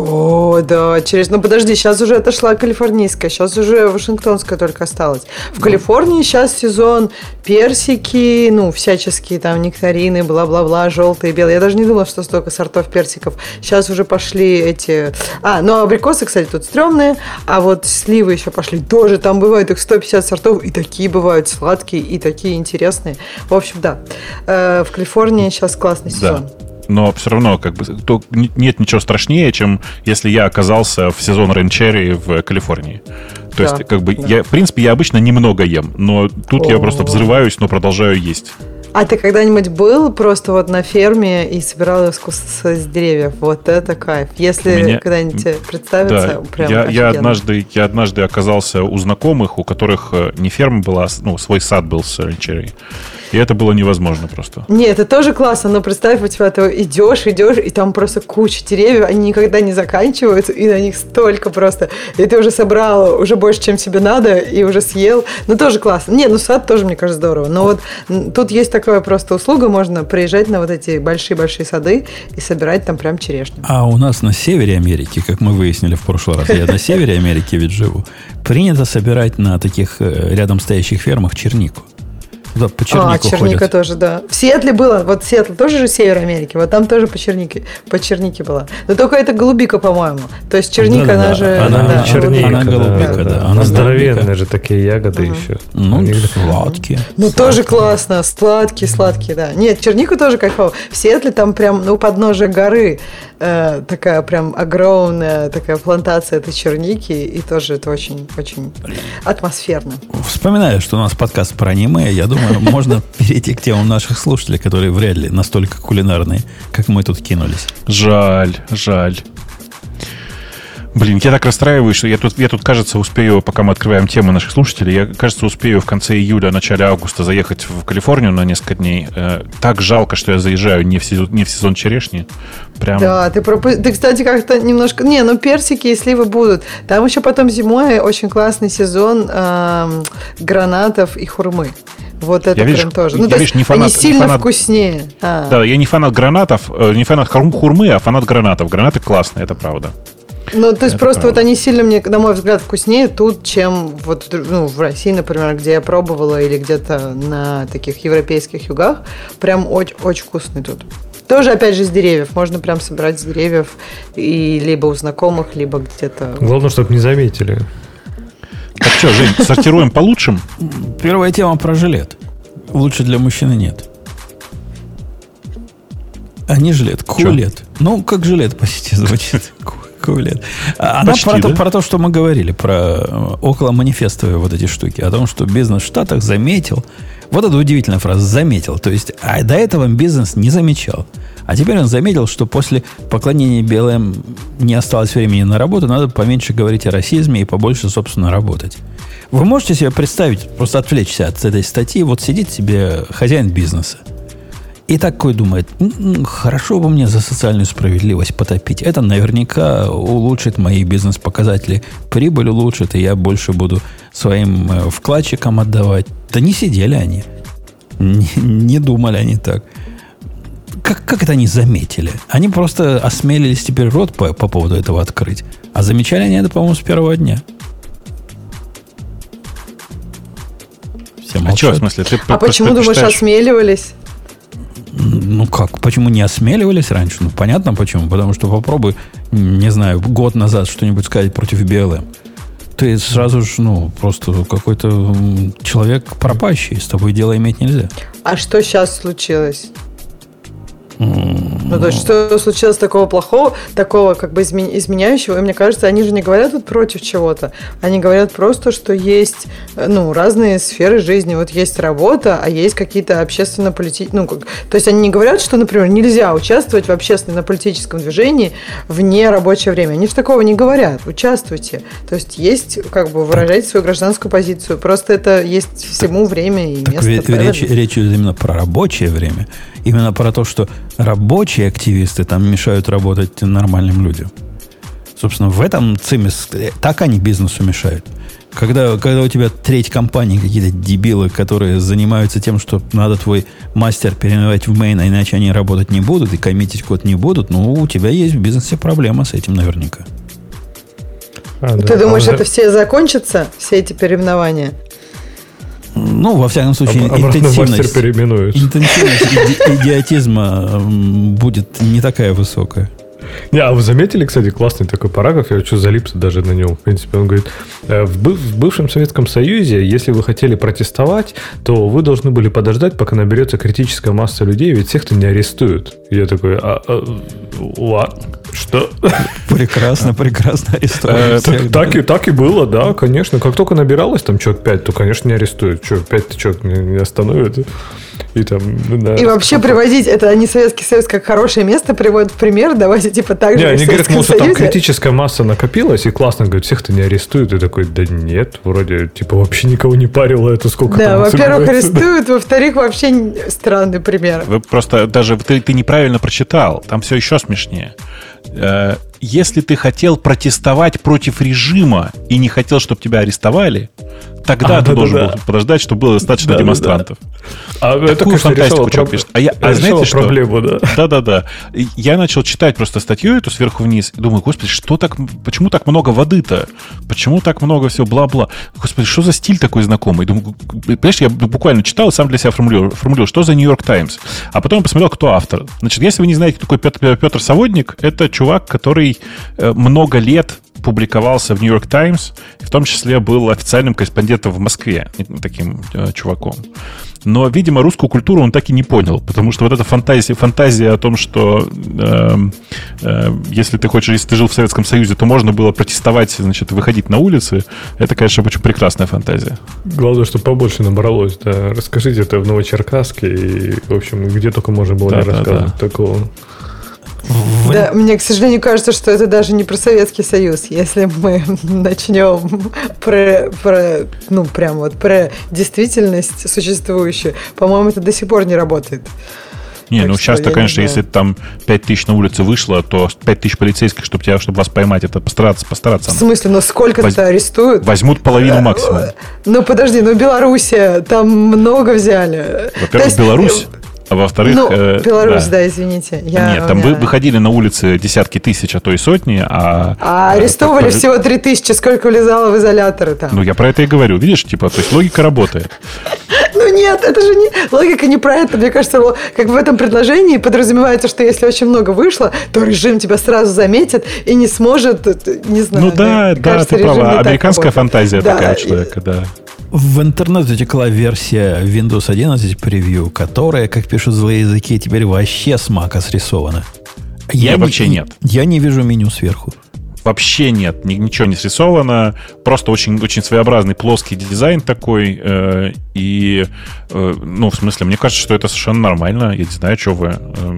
E: О, да, через... Ну, подожди, сейчас уже отошла калифорнийская, сейчас уже вашингтонская только осталась. В Калифорнии сейчас сезон персики, ну, всяческие там нектарины, бла-бла-бла, желтые, белые. Я даже не думала, что столько сортов персиков. Сейчас уже пошли эти... А, ну, абрикосы, кстати, тут стрёмные, а вот сливы еще пошли. Тоже там бывают их сто пятьдесят сортов, и такие бывают сладкие, и такие интересные. В общем, да, Э, в Калифорнии сейчас классный сезон.
C: Да. Но все равно, как бы, то н- нет ничего страшнее, чем если я оказался в сезон рейн-черри в Калифорнии. То
E: Да,
C: есть, как бы,
E: да.
C: я, в принципе, я обычно немного ем, но тут я
E: О.
C: просто взрываюсь, но продолжаю есть.
E: А ты когда-нибудь был просто вот на ферме и собирал его с, кус- с деревьев? Вот это кайф. Если
C: У меня-
E: когда-нибудь тебе представится,
C: Да,
E: прям
C: я, я,
E: офигенно.
C: однажды, я однажды оказался у знакомых, у которых э, не ферма была, а с- ну, свой сад был с рейн-черри. И это было невозможно просто.
E: Нет, это тоже классно, но представь, у тебя ты идешь, идешь, и там просто куча деревьев, они никогда не заканчиваются, и на них столько просто. И ты уже собрал уже больше, чем тебе надо, и уже съел. Ну, тоже классно. Не, ну сад тоже, мне кажется, здорово. Но вот м, тут есть такая просто услуга, можно приезжать на вот эти большие-большие сады и собирать там прям черешню.
A: А у нас на севере Америки, как мы выяснили в прошлый раз, я на севере Америки ведь живу, принято собирать на таких э, рядом стоящих фермах чернику. Туда по чернику
E: А, черника
A: ходят.
E: тоже, да. В Сиэтле было, вот Сиэтл тоже же север Америки, вот там тоже по чернике, по чернике была. Но только это голубика, по-моему. То есть черника,
A: Да-да-да.
E: она же...
A: Она-
E: да,
A: она черника,
E: голубика.
A: она голубика, да. Она
B: Здоровенные
A: голубика.
B: же такие ягоды еще.
A: Ну,
B: Они-
A: сладкие.
E: Ну, тоже классно, сладкие, сладкие, да. Нет, чернику тоже кайфово. В Сиэтле там прям, ну, у подножия горы э, такая прям огромная такая плантация этой черники, и тоже это очень, очень атмосферно.
A: Вспоминаю, что у нас подкаст про аниме, я думаю, можно перейти к темам наших слушателей, которые вряд ли настолько кулинарные, как мы тут кинулись.
C: Жаль, жаль. Блин, я так расстраиваюсь, что я тут, я тут, кажется, успею, пока мы открываем темы наших слушателей, я, кажется, успею в конце июля, начале августа заехать в Калифорнию на несколько дней. Э, так жалко, что я заезжаю не в сезон, не в сезон черешни. Прям...
E: Да, ты, пропу... ты, кстати, как-то немножко... Не, ну персики и сливы будут. Там еще потом зимой очень классный сезон э, гранатов и хурмы. Вот это
C: я, видишь,
E: прям тоже.
C: Я,
E: Ну, то
C: видишь,
E: есть
C: не фанат,
E: они сильно
C: не фанат...
E: вкуснее. А.
C: Да, я не фанат гранатов, не фанат хурмы, а фанат гранатов. Гранаты классные, это правда.
E: Ну, то есть
C: это
E: просто
C: правда.
E: вот они сильно, мне, на мой взгляд, вкуснее тут, чем вот ну, в России, например, где я пробовала, или где-то на таких европейских югах. Прям очень, очень вкусный тут. Тоже, опять же, с деревьев. Можно прям собирать с деревьев и либо у знакомых, либо где-то...
B: Главное, чтобы не заметили.
C: Так что, Жень, сортируем по лучшим?
A: Первая тема про жилет. Лучше для мужчины нет. А не жилет, кулет. Ну, как жилет, почти звучит. Кулет. Она
C: Почти,
A: про,
C: да?
A: то, про то, что мы говорили, про около манифестовые вот эти штуки, о том, что бизнес в Штатах заметил. Вот это удивительная фраза, заметил. То есть, а до этого бизнес не замечал. А теперь он заметил, что после поклонения би эл эм не осталось времени на работу, надо поменьше говорить о расизме и побольше, собственно, работать. Вы можете себе представить, просто отвлечься от этой статьи, вот сидит себе хозяин бизнеса и такой думает, м-м, хорошо бы мне за социальную справедливость потопить. Это наверняка улучшит мои бизнес-показатели. Прибыль улучшит, и я больше буду своим э, вкладчикам отдавать. Да не сидели они. Не, не думали они так. Как, как это они заметили? Они просто осмелились теперь рот по, по поводу этого открыть. А замечали они это, по-моему, с первого дня. Все
C: А
A: молчат.
C: что, в смысле? Ты
E: А почему, думаешь,
C: считаешь...
E: осмеливались?
A: Ну как? Почему не осмеливались раньше? Ну понятно почему. Потому что попробуй, не знаю, год назад что-нибудь сказать против би эл эм. Ты сразу же, ну, просто какой-то человек пропащий. С тобой дело иметь нельзя.
E: А что сейчас случилось?
A: Mm-hmm.
E: Ну, то есть, что случилось такого плохого, такого как бы изменяющего? И мне кажется, они же не говорят тут против чего-то. Они говорят просто, что есть, ну, разные сферы жизни. Вот есть работа, а есть какие-то общественно-политические... Ну, как... То есть, они не говорят, что, например, нельзя участвовать в общественно-политическом движении вне рабочее время. Они же такого не говорят. Участвуйте. То есть, есть, как бы, выражать свою гражданскую позицию. Просто это есть всему время и
A: так
E: место.
A: Так речь, речь идет именно про рабочее время. Именно про то, что рабочие активисты там мешают работать нормальным людям. Собственно, в этом цимис, так они бизнесу мешают. Когда, когда у тебя треть компании какие-то дебилы, которые занимаются тем, что надо твой мастер переименовать в мейн, а иначе они работать не будут и коммитить код не будут, ну, у тебя есть в бизнесе проблема с этим наверняка.
B: А,
E: Ты
B: да.
E: думаешь,
B: а
E: это все закончатся, все эти переименования?
A: Ну, во всяком случае,
B: Об,
A: интенсивность,
B: мастер переименуют.
A: интенсивность иди- идиотизма будет не такая высокая.
B: Не, а вы заметили, кстати, классный такой параграф, я что залипся даже на нем. В принципе, он говорит, в, быв- в бывшем Советском Союзе, если вы хотели протестовать, то вы должны были подождать, пока наберется критическая масса людей, ведь всех-то не арестуют. И я такой, а, а, what? Что?
A: Прекрасно, прекрасно арестовали всех,
B: Так,
A: да.
B: так, и, так и было, да, конечно. Как только набиралось там человек пять, то, конечно, не арестуют. Что, пять человек не, не остановят. И, там, да,
E: И вообще приводить, это они Советский Союз как хорошее место приводят в пример, давайте типа так
B: не,
E: же, как
B: они
E: в
B: говорят,
E: Советском
B: мол, что там
E: Союзе.
B: критическая масса накопилась, и классно, говорят, всех-то не арестуют. И такой, да нет, вроде, типа, вообще никого не парило это, сколько
E: Да,
B: там
E: во-первых,
B: собирается.
E: арестуют, во-вторых, вообще странный пример.
C: Вы просто даже ты, ты неправильно прочитал. Там все еще смешнее. Э, Если ты хотел протестовать против режима и не хотел, чтобы тебя арестовали, тогда
B: А,
C: ты
B: да,
C: должен
B: да,
C: был
B: да.
C: подождать, чтобы было достаточно
B: Да, да,
C: демонстрантов.
B: А это,
C: Такую
B: конечно,
C: фантастику
B: решало,
C: человек
B: проб-
C: пишет. А, я, а
B: решало
C: знаете что?
B: проблему, да.
C: Да-да-да. Я начал читать просто статью эту сверху вниз и думаю, господи, что так, почему так много воды-то? Почему так много всего бла-бла? Господи, что за стиль такой знакомый? Думаю, понимаешь, я буквально читал и сам для себя формулировал, формулировал, что за Нью-Йорк Таймс. А потом посмотрел, кто автор. Значит, если вы не знаете, кто такой Петр, Петр Саводник, это чувак, который э, много лет публиковался в Нью-Йорк Таймс, в том числе был официальным корреспондентом в Москве, таким э, чуваком. Но, видимо, русскую культуру он так и не понял, потому что вот эта фантазия, фантазия о том, что э, э, если ты хочешь, если ты жил в Советском Союзе, то можно было протестовать, значит, выходить на улицы, это, конечно, очень прекрасная фантазия.
B: Главное, что побольше набралось, да. Расскажите это в Новочеркасске, и, в общем, где только можно было
C: Да,
B: не
C: да,
B: рассказывать
C: да.
B: такого.
A: В
E: Да, Да, мне, к сожалению, кажется, что это даже не про Советский Союз. Если мы начнем про, про, ну, прям вот про действительность существующую, по-моему, это до сих пор не работает.
C: Не,
E: так
C: ну сейчас-то, конечно, если там пять тысяч на улице вышло, то пять тысяч полицейских, чтобы тебя, чтобы вас поймать, это постараться, постараться.
E: В смысле, ну сколько-то Воз... арестуют?
C: Возьмут половину максимум.
E: Ну подожди, ну Белоруссия, там много взяли.
C: Во-первых, есть... Беларусь, а во-вторых...
E: Ну,
C: э,
E: Беларусь, да,
C: да
E: извините. Я,
C: Нет, там
E: меня...
C: выходили на улицы десятки тысяч, а то и сотни, а...
E: А арестовывали это... всего три тысячи, сколько влезало в изоляторы там.
C: Ну, я про это и говорю, видишь, типа, то есть логика работает.
E: Ну нет, это же не логика не про это. Мне кажется, как в этом предложении подразумевается, что если очень много вышло, то режим тебя сразу заметит и не сможет, не знаю.
C: Ну да, да, кажется, ты права. Американская фантазия да, такая у человека, да.
A: В интернет утекла версия Windows одиннадцать превью, которая, как пишут злые языки, теперь вообще с мака срисована.
C: Я нет, вообще нет.
A: Я не вижу меню сверху.
C: Вообще нет, ничего не срисовано. Просто очень, очень своеобразный плоский дизайн такой. Э, и, э, ну, в смысле, мне кажется, что это совершенно нормально. Я не знаю, что вы... Э,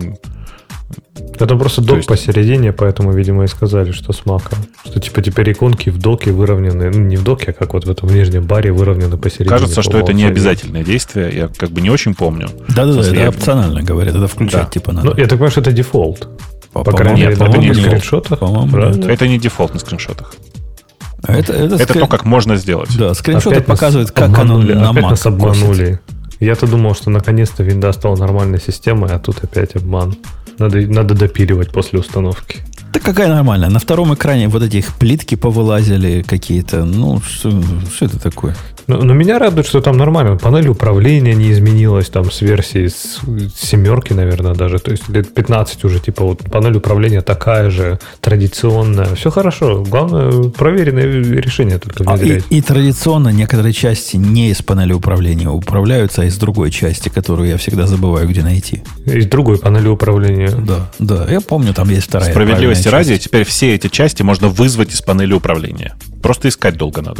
B: это просто док есть... посередине, поэтому, видимо, и сказали, что с маком. Что, типа, теперь иконки в доке выровнены. Ну, не в доке, а как вот в этом нижнем баре выровнены посередине.
C: Кажется, что это не обязательное действие. Я как бы не очень помню.
A: Да-да-да, это я... опционально, говорят. Это включать, да. типа, надо.
B: Ну, я так понимаю, что это дефолт.
A: По,
B: по крайней мере,
C: на
B: таких скриншотах.
C: Да. Это не дефолт на скриншотах.
A: Это, это,
C: это
A: скрин...
C: то, как можно сделать.
A: Да, скриншоты опять показывают, как обманули, оно на
B: опять
A: Mac
B: нас обманули. Я-то думал, что наконец-то Windows стала нормальной системой, а тут опять обман. Надо, надо допиливать после установки.
A: Да какая нормальная. На втором экране вот этих плитки повылазили какие-то. Ну, что, что это такое?
B: Но, но меня радует, что там нормально. Панель управления не изменилась там с версии с, с семерки, наверное, даже. То есть лет пятнадцать уже, типа, вот панель управления такая же, традиционная. Все хорошо. Главное, проверенное решение только внедрять.
A: А, и, и традиционно некоторые части не из панели управления управляются, а из другой части, которую я всегда забываю, где найти.
B: Из другой панели управления.
A: Да, да. Я помню, там есть вторая.
C: Справедливости ради, теперь все эти части можно вызвать из панели управления. Просто искать долго надо.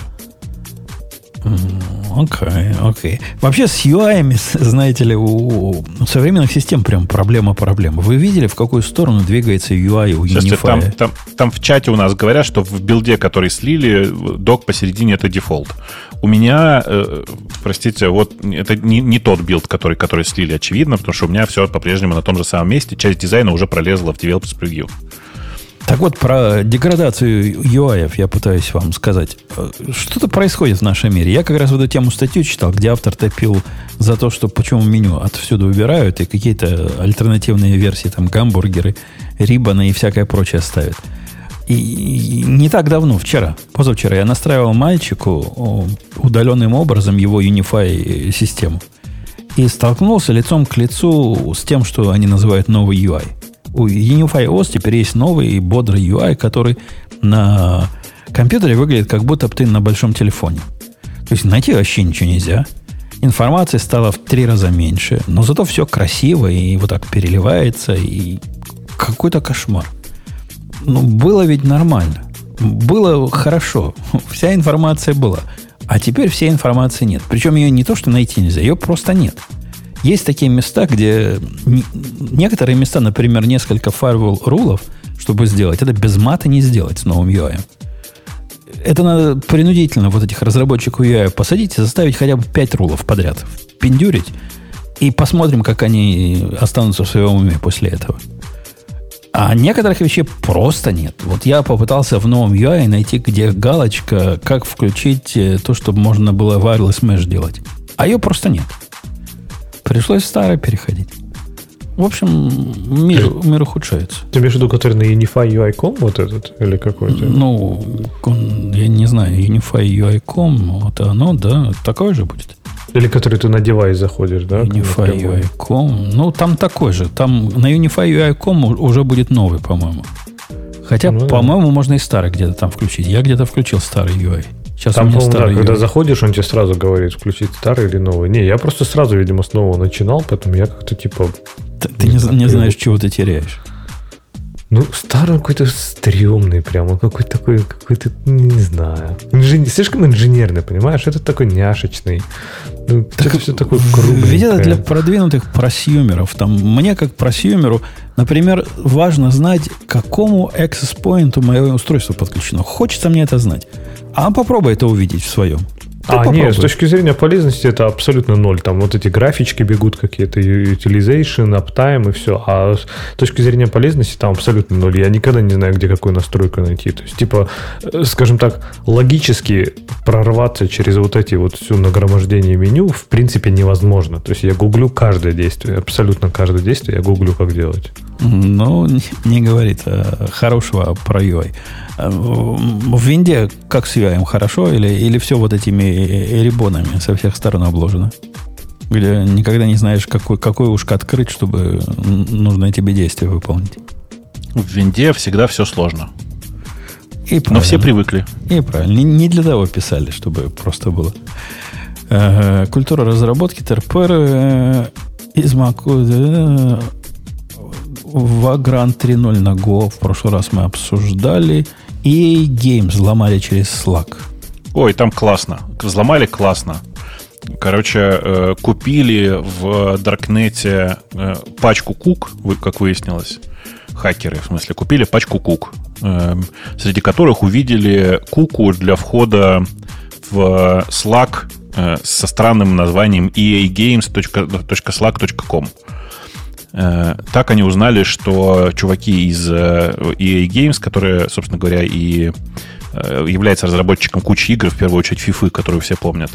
A: Окей, okay, окей. Okay. Вообще с ю ай, знаете ли, у, у современных систем прям проблема-проблема. Вы видели, в какую сторону двигается ю ай у Unify?
C: Там, там, там в чате у нас говорят, что в билде, который слили, док посередине это дефолт. У меня, э, простите, вот это не, не тот билд, который, который слили, очевидно, потому что у меня все по-прежнему на том же самом месте. Часть дизайна уже пролезла в Developers Preview.
A: Так вот, про деградацию ю ай я пытаюсь вам сказать. Что-то происходит в нашем мире. Я как раз в эту тему статью читал, где автор топил за то, что почему меню отсюда убирают и какие-то альтернативные версии, там, гамбургеры, рибаны и всякое прочее ставят. И, и не так давно, вчера, позавчера, я настраивал мальчику удаленным образом его Unify систему. И столкнулся лицом к лицу с тем, что они называют новый ю ай. У Unify о эс теперь есть новый и бодрый ю ай, который на компьютере выглядит, как будто ты на большом телефоне. То есть найти вообще ничего нельзя. Информации стало в три раза меньше, но зато все красиво и вот так переливается, и какой-то кошмар. Ну, было ведь нормально. Было хорошо. Вся информация была. А теперь всей информации нет. Причем ее не то, что найти нельзя, ее просто нет. Есть такие места, где некоторые места, например, несколько firewall рулов, чтобы сделать, это без мата не сделать с новым ю ай. Это надо принудительно вот этих разработчиков ю ай посадить и заставить хотя бы пять рулов подряд пиндюрить, и посмотрим, как они останутся в своем уме после этого. А некоторых вещей просто нет. Вот я попытался в новом ю ай найти, где галочка, как включить то, чтобы можно было wireless mesh делать. А ее просто нет. Пришлось в старое переходить. В общем, мир, мир ухудшается.
B: Ты имеешь в виду, который на Unify ю ай точка ком вот этот? Или какой-то?
A: Ну, он, я не знаю, Unify ю ай точка ком, вот оно, да, такое же будет.
B: Или который ты на девайс заходишь, да?
A: Unify ю ай точка ком, ну, там такой же. Там на Unify ю ай точка ком уже будет новый, по-моему. Хотя, ну, по-моему, да. Можно и старый где-то там включить. Я где-то включил старый ю ай. Сейчас
B: там, по-моему, да, когда заходишь, он тебе сразу говорит, включить старый или новый. Не, я просто сразу, видимо, с нового начинал, поэтому я как-то типа...
A: Ты, ты не, не знаешь, чего ты теряешь.
B: Ну, старый какой-то стрёмный прямо, какой-то такой, какой-то, не знаю. Инжен... Слишком инженерный, понимаешь? Это такой няшечный. Ну, так это все такое кругленькое.
A: Ведь это для продвинутых просьюмеров. Там, мне, как просьюмеру, например, важно знать, к какому access point мое устройство подключено. Хочется мне это знать. А попробуй это увидеть в своем. Ты
B: а,
A: попробуй.
B: нет, с точки зрения полезности это абсолютно ноль. Там вот эти графички бегут какие-то, utilization, uptime и все. А с точки зрения полезности там абсолютно ноль. Я никогда не знаю, где какую настройку найти. То есть, типа, скажем так, логически прорваться через вот эти вот все нагромождение меню в принципе невозможно. То есть, я гуглю каждое действие, абсолютно каждое действие я гуглю, как делать.
A: Ну, не, не говорит а, хорошего про ю ай. В винде как с ю ай хорошо или, или все вот этими рибонами со всех сторон обложено? Где никогда не знаешь, какой, какое ушко открыть, чтобы нужное тебе действие выполнить.
C: В винде всегда все сложно.
A: И
C: но все привыкли.
A: И правильно. Не, не для того писали, чтобы просто было. Э, культура разработки, ТРПР э, из Маку... Э, Vagrant три ноль на Go. В прошлый раз мы обсуждали. и эй Games взломали через Slack.
C: Ой, там классно. Взломали классно. Короче, э, купили в Даркнете э, пачку кук, как выяснилось. Хакеры, в смысле, купили пачку кук, э, среди которых увидели куку для входа в Slack э, со странным названием и эй геймс точка слак точка ком. Так они узнали, что чуваки из и эй Games, которые, собственно говоря, и являются разработчиком кучи игр, в первую очередь FIFA, которую все помнят,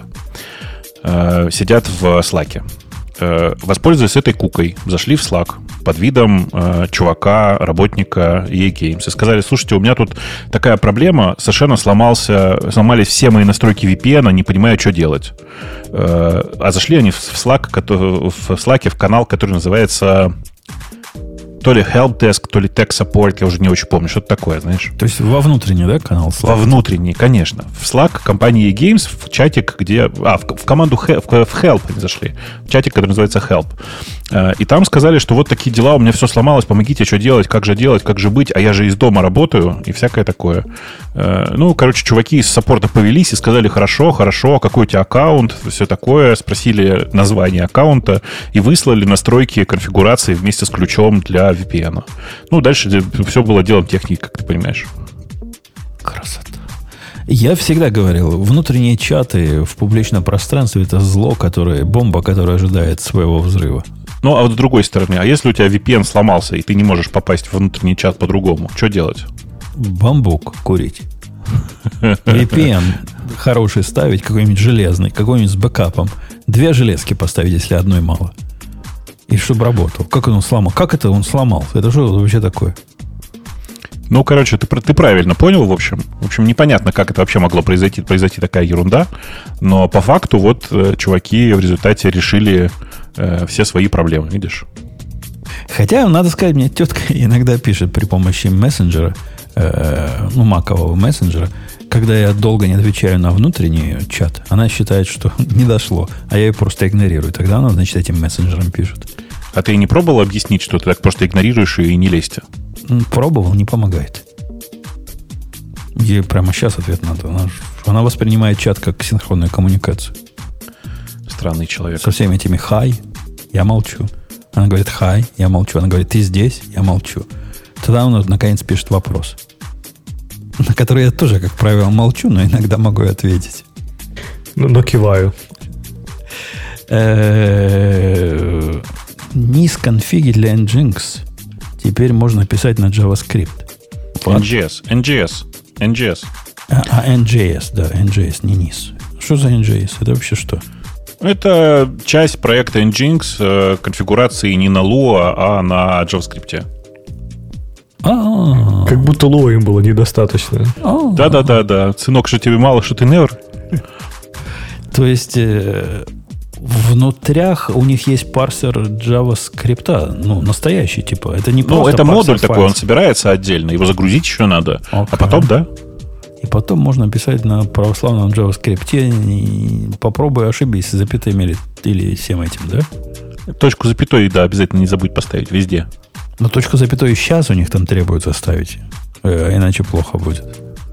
C: сидят в Slack. Воспользуясь этой кукой, зашли в Slack под видом чувака, работника и эй Games и сказали: слушайте, у меня тут такая проблема, совершенно сломался, сломались все мои настройки ви пи эн, не понимаю, что делать. А зашли они в Slack, в Slack, в канал, который называется то ли Help Desk, то ли Tech Support, я уже не очень помню, что-то такое, знаешь.
A: То есть во внутренний, да, канал Slack?
C: Во внутренний, конечно. В Slack компании и эй Games, в чатик, где... А, в, в команду в Help они зашли. В чатик, который называется Help. И там сказали, что вот такие дела, у меня все сломалось, помогите, что делать, как же делать, как же быть, а я же из дома работаю, и всякое такое. Ну, короче, чуваки из саппорта повелись и сказали: хорошо, хорошо, какой у тебя аккаунт, все такое, спросили название аккаунта и выслали настройки конфигурации вместе с ключом для ви пи эн. Ну, дальше все было делом техники, как ты понимаешь.
A: Красота. Я всегда говорил, внутренние чаты в публичном пространстве — это зло, которое, бомба, которая ожидает своего взрыва.
C: Ну, а вот с другой стороны, а если у тебя ви пи эн сломался, и ты не можешь попасть в внутренний чат по-другому, что делать?
A: Бамбук курить. ви пи эн хороший ставить, какой-нибудь железный, какой-нибудь с бэкапом. Две железки поставить, если одной мало. И чтобы работал. Как он сломал? Как это он сломался? Это что вообще такое?
C: Ну, короче, ты, ты правильно понял, в общем. В общем, непонятно, как это вообще могло произойти, произойти такая ерунда. Но по факту вот э, чуваки в результате решили э, все свои проблемы, видишь?
A: Хотя, надо сказать, мне тетка иногда пишет при помощи мессенджера, э, ну, макового мессенджера, когда я долго не отвечаю на внутренний чат, она считает, что не дошло, а я ее просто игнорирую. Тогда она, значит, этим мессенджером пишет.
C: А ты не пробовал объяснить, что ты так просто игнорируешь и не лезь?
A: Пробовал, не помогает. Ей прямо сейчас ответ надо. Она, она воспринимает чат как синхронную коммуникацию.
C: Странный человек.
A: Со всеми этими «хай», я молчу. Она говорит «хай», я молчу. Она говорит «ты здесь», я молчу. Тогда она, наконец, пишет вопрос, на который я тоже, как правило, молчу, но иногда могу ответить.
B: Ну, но киваю.
A: Низ конфиги для Nginx теперь можно писать на JavaScript.
C: эн джи эс, эн джи эс, эн джи эс.
A: А, а эн джей эс, да, эн джей эс, не низ. Что за эн джей эс? Это вообще что?
C: Это часть проекта Nginx, конфигурации не на Lua, а на JavaScript.
A: А-а-а.
B: Как будто Lua им было недостаточно.
A: А-а-а.
C: Да-да-да-да. Сынок, что тебе мало, что ты never?
A: То есть э, внутрях у них есть парсер JavaScript, ну, настоящий, типа. Это не просто
C: Ну, это модуль
A: файлов.
C: такой, он собирается отдельно. Его загрузить еще надо.
A: Okay.
C: А потом, да.
A: И потом можно писать на православном JavaScript. И попробуй ошибись с запятыми или, или всем этим, да?
C: Точку запятой, да, обязательно не забудь поставить везде.
A: Но точку запятую сейчас у них там требуется ставить. Э, иначе плохо будет.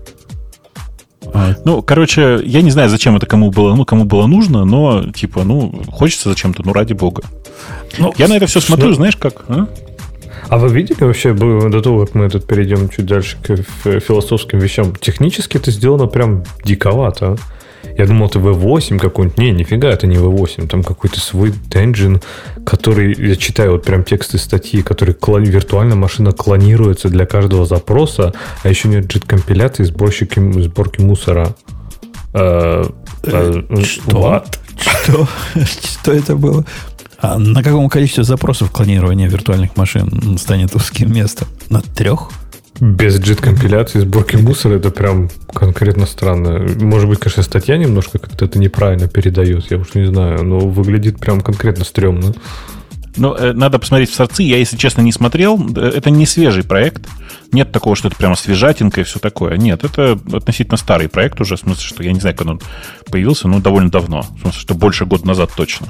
C: Ну, короче, я не знаю, зачем это кому было, ну, кому было нужно, но, типа, ну, хочется зачем-то, ну, ради бога. Ну, я на это все смотрю, знаешь, как... А?
B: А вы видели вообще, до того, как мы тут перейдем чуть дальше к философским вещам, технически это сделано прям диковато. Я думал, это ви восемь какой-нибудь. Не, нифига, это не ви восемь. Там какой-то свой engine, который, я читаю вот прям тексты статьи, который клон, виртуальная машина клонируется для каждого запроса, а еще нет джит-компиляции, сборщики, сборки мусора. А,
A: а, что? What? Что? Что это было? А на каком количестве запросов клонирования виртуальных машин станет узким местом? На трех?
B: Без джит-компиляции, сборки мусора, это прям конкретно странно. Может быть, конечно, статья немножко как-то это неправильно передает, я уж не знаю, но выглядит прям конкретно стрёмно.
C: Ну, надо посмотреть в сорцы. Я, если честно, не смотрел. Это не свежий проект. Нет такого, что это прямо свежатинка и все такое. Нет, это относительно старый проект уже. В смысле, что я не знаю, когда он появился, но довольно давно. В смысле, что больше года назад точно.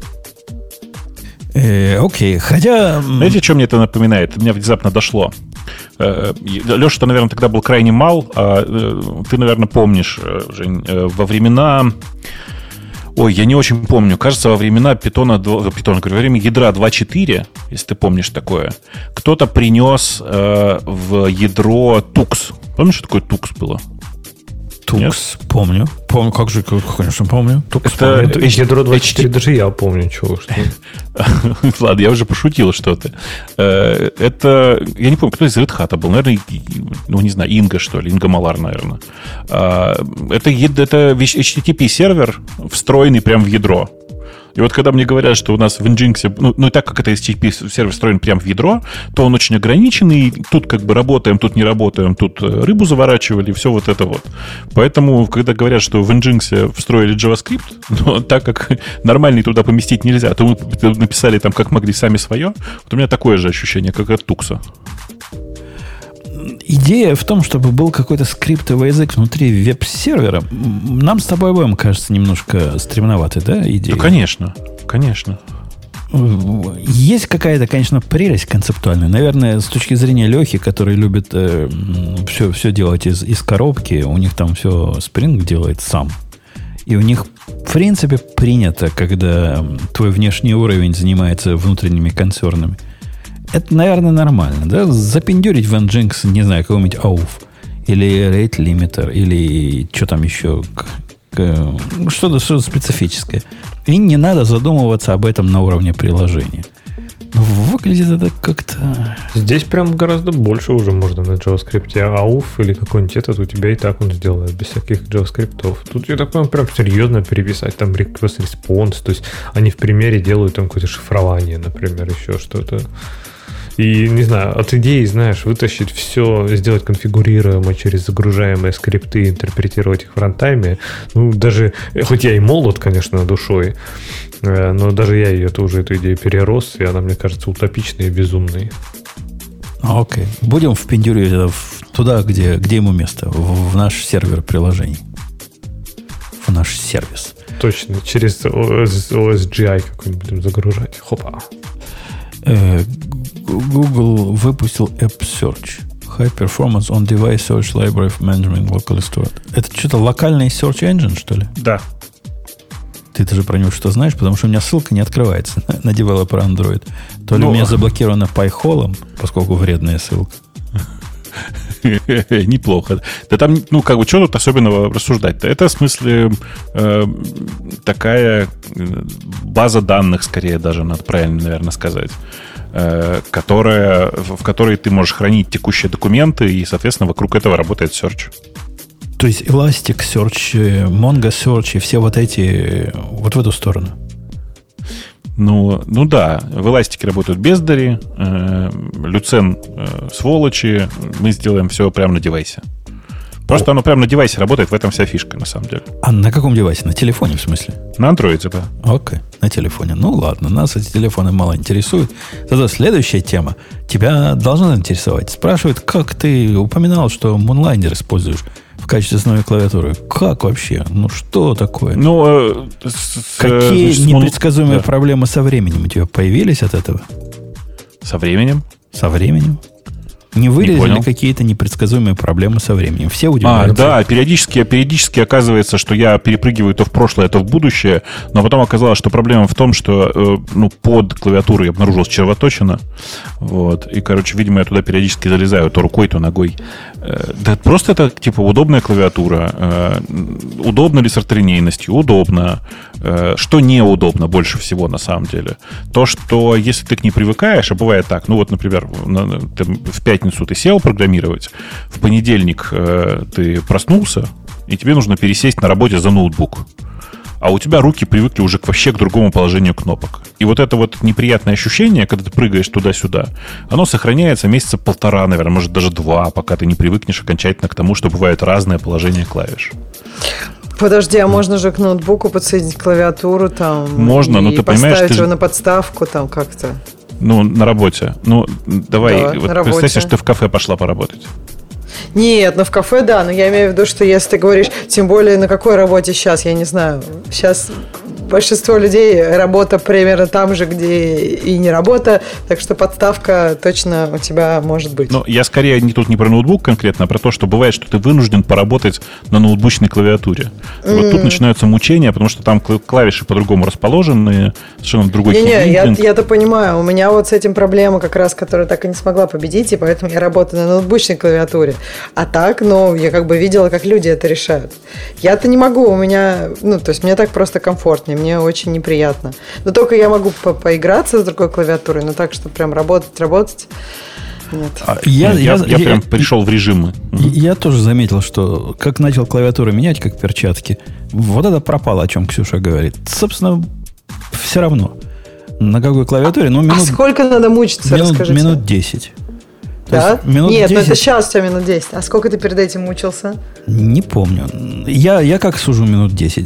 A: Э, окей, хотя...
C: Знаете, что мне это напоминает? Меня внезапно дошло. Леша, ты, наверное, тогда был крайне мал. А ты, наверное, помнишь, Жень, во времена... Ой, я не очень помню. Кажется, во времена питона, питона, говорю, во время ядра два точка четыре, если ты помнишь такое, кто-то принес э, в ядро тукс. Помнишь, что такое тукс было?
A: Тукс, помню. Помню, как же, конечно, помню. Тукс,
B: это помню. Ядро два точка четыре, даже я помню, чего.
C: Ладно, я уже пошутил что-то. Это, я не помню, кто из Red Hat был. Наверное, ну, не знаю, Инга, что ли. Инга Малар, наверное. Это, это эйч ти ти пи сервер, встроенный прямо в ядро. И вот когда мне говорят, что у нас в Nginx, ну, ну и так как это эйч ти ти пи сервер встроен прямо в ядро, то он очень ограниченный. Тут как бы работаем, тут не работаем, тут рыбу заворачивали, все вот это вот. Поэтому, когда говорят, что в Nginx встроили JavaScript, но так как нормальный туда поместить нельзя, то мы написали там как могли сами свое, вот у меня такое же ощущение, как от Тукса.
A: Идея в том, чтобы был какой-то скриптовый язык внутри веб-сервера, нам с тобой обоим кажется немножко стремноватой, да, идея?
C: Да, конечно, конечно.
A: Есть какая-то, конечно, прелесть концептуальная. Наверное, с точки зрения Лехи, который любит э, все, все делать из, из коробки, у них там все Spring делает сам. И у них, в принципе, принято, когда твой внешний уровень занимается внутренними концернами. Это, наверное, нормально, да? Запендюрить в Nginx, не знаю, какой-нибудь ауф, или rate limiter, или что там еще, что-то, что-то специфическое. И не надо задумываться об этом на уровне приложения. Но выглядит это как-то...
B: Здесь прям гораздо больше уже можно на JavaScript. ауф или какой-нибудь этот у тебя и так он сделает, без всяких JavaScript. Тут, я так понимаю, прям серьезно переписать, там request response, то есть они в примере делают там какое-то шифрование, например, еще что-то. И, не знаю, от идеи, знаешь, вытащить все, сделать конфигурируемо через загружаемые скрипты, интерпретировать их в рантайме. Ну, даже, хоть я и молод, конечно, душой, но даже я ее тоже эту идею перерос, и она, мне кажется, утопичной и безумной.
A: Окей. Будем впендюривать это туда, где, где ему место, в, в наш сервер приложений. В наш сервис.
B: Точно, через о эс джи ай какой-нибудь будем загружать. Хопа.
A: Google выпустил App Search. High Performance on Device Search Library of Management Locally Stored. Это что-то локальный Search Engine, что ли?
C: Да.
A: Ты даже про него что знаешь? Потому что у меня ссылка не открывается на, на девелопер Android. То ли
C: Но...
A: у меня заблокировано пайхолом, поскольку вредная ссылка.
C: Неплохо. Да там, ну, как бы, что тут особенного рассуждать-то? Это, в смысле, э, такая база данных, скорее даже, надо правильно, наверное, сказать, э, которая, в которой ты можешь хранить текущие документы, и, соответственно, вокруг этого работает Search.
A: То есть Elasticsearch, Mongo Search и все вот эти, вот в эту сторону?
C: Ну, ну да, в Эластике работают бездари, э, Люцен э, сволочи, мы сделаем все прямо на девайсе. Просто О. оно прямо на девайсе работает, в этом вся фишка, на самом деле.
A: А на каком девайсе? На телефоне, в смысле?
C: На андроиде, да.
A: Окей, на телефоне. Ну ладно, нас эти телефоны мало интересуют. Зато следующая тема тебя должна интересовать. Спрашивают, как ты упоминал, что Moonliner используешь в качестве основной клавиатуры. Как вообще? Ну, что такое?
C: Ну, э, с,
A: Какие
C: значит,
A: непредсказуемые
C: да.
A: проблемы со временем у тебя появились от этого?
C: Со временем?
A: Со временем. Не вылезли ли какие-то непредсказуемые проблемы со временем? Все удивляются.
C: А, да, периодически, периодически оказывается, что я перепрыгиваю то в прошлое, то в будущее, но потом оказалось, что проблема в том, что э, ну, под клавиатурой обнаружилась червоточина. Вот, и, короче, видимо, я туда периодически залезаю то рукой, то ногой. Э, да просто это, типа, удобная клавиатура. Э, удобно ли с артеринейностью? Удобно. Э, что неудобно больше всего, на самом деле? То, что если ты к ней привыкаешь, а бывает так, ну вот, например, ты в пять ты сел программировать, в понедельник э, ты проснулся, и тебе нужно пересесть на работе за ноутбук. А у тебя руки привыкли уже вообще к другому положению кнопок. И вот это вот неприятное ощущение, когда ты прыгаешь туда-сюда, оно сохраняется месяца полтора, наверное, может даже два, пока ты не привыкнешь окончательно к тому, что бывает разное положение клавиш.
E: Подожди, а можно же к ноутбуку подсоединить клавиатуру там?
C: Можно,
E: и
C: но ты понимаешь,
E: поставить
C: ты
E: его
C: же...
E: на подставку там как-то.
C: Ну, на работе. Ну, давай,
E: Да,
C: вот представь себе, что ты в кафе пошла поработать.
E: Нет, ну в кафе, да, но я имею в виду, что если ты говоришь, тем более на какой работе сейчас, я не знаю, сейчас большинство людей работа примерно там же, где и не работа, так что подставка точно у тебя может быть.
C: Но я скорее не тут не про ноутбук конкретно, а про то, что бывает, что ты вынужден поработать на ноутбучной клавиатуре. Mm. Вот тут начинаются мучения, потому что там клавиши по-другому расположены, совершенно другой
E: Не-не, я, я-то понимаю, у меня вот с этим проблема как раз, которая так и не смогла победить, и поэтому я работаю на ноутбучной клавиатуре. А так, ну, я как бы видела, как люди это решают. Я-то не могу, у меня, ну, то есть мне так просто комфортнее, мне очень неприятно. Но только я могу по- поиграться с другой клавиатурой, но так, чтобы прям работать, работать, нет.
A: А я,
C: я,
A: я,
C: я, я прям
A: я,
C: перешел в режимы.
A: Я, я тоже заметил, что как начал клавиатуру менять, как перчатки, вот это пропало, о чем Ксюша говорит. Собственно, все равно. На какой клавиатуре? Ну, минут,
E: а сколько надо мучиться,
A: минут,
E: расскажите.
A: Минут десять.
E: Да?
A: Минут
E: Нет,
A: десять...
E: ну это сейчас у тебя минут десять. А сколько ты перед этим мучился?
A: Не помню. Я, я как сужу минут десять.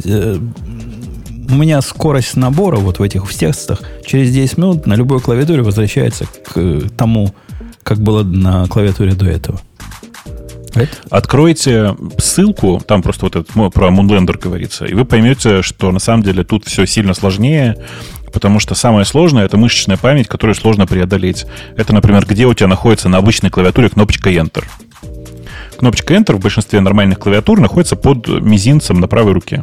A: У меня скорость набора вот в этих в текстах через десять минут на любой клавиатуре возвращается к тому, как было на клавиатуре до этого. Это?
C: Откройте ссылку, там просто вот это, про Moonlander говорится, и вы поймете, что на самом деле тут все сильно сложнее, потому что самое сложное — это мышечная память, которую сложно преодолеть. Это, например, где у тебя находится на обычной клавиатуре кнопочка Enter. Кнопочка Enter в большинстве нормальных клавиатур находится под мизинцем на правой руке.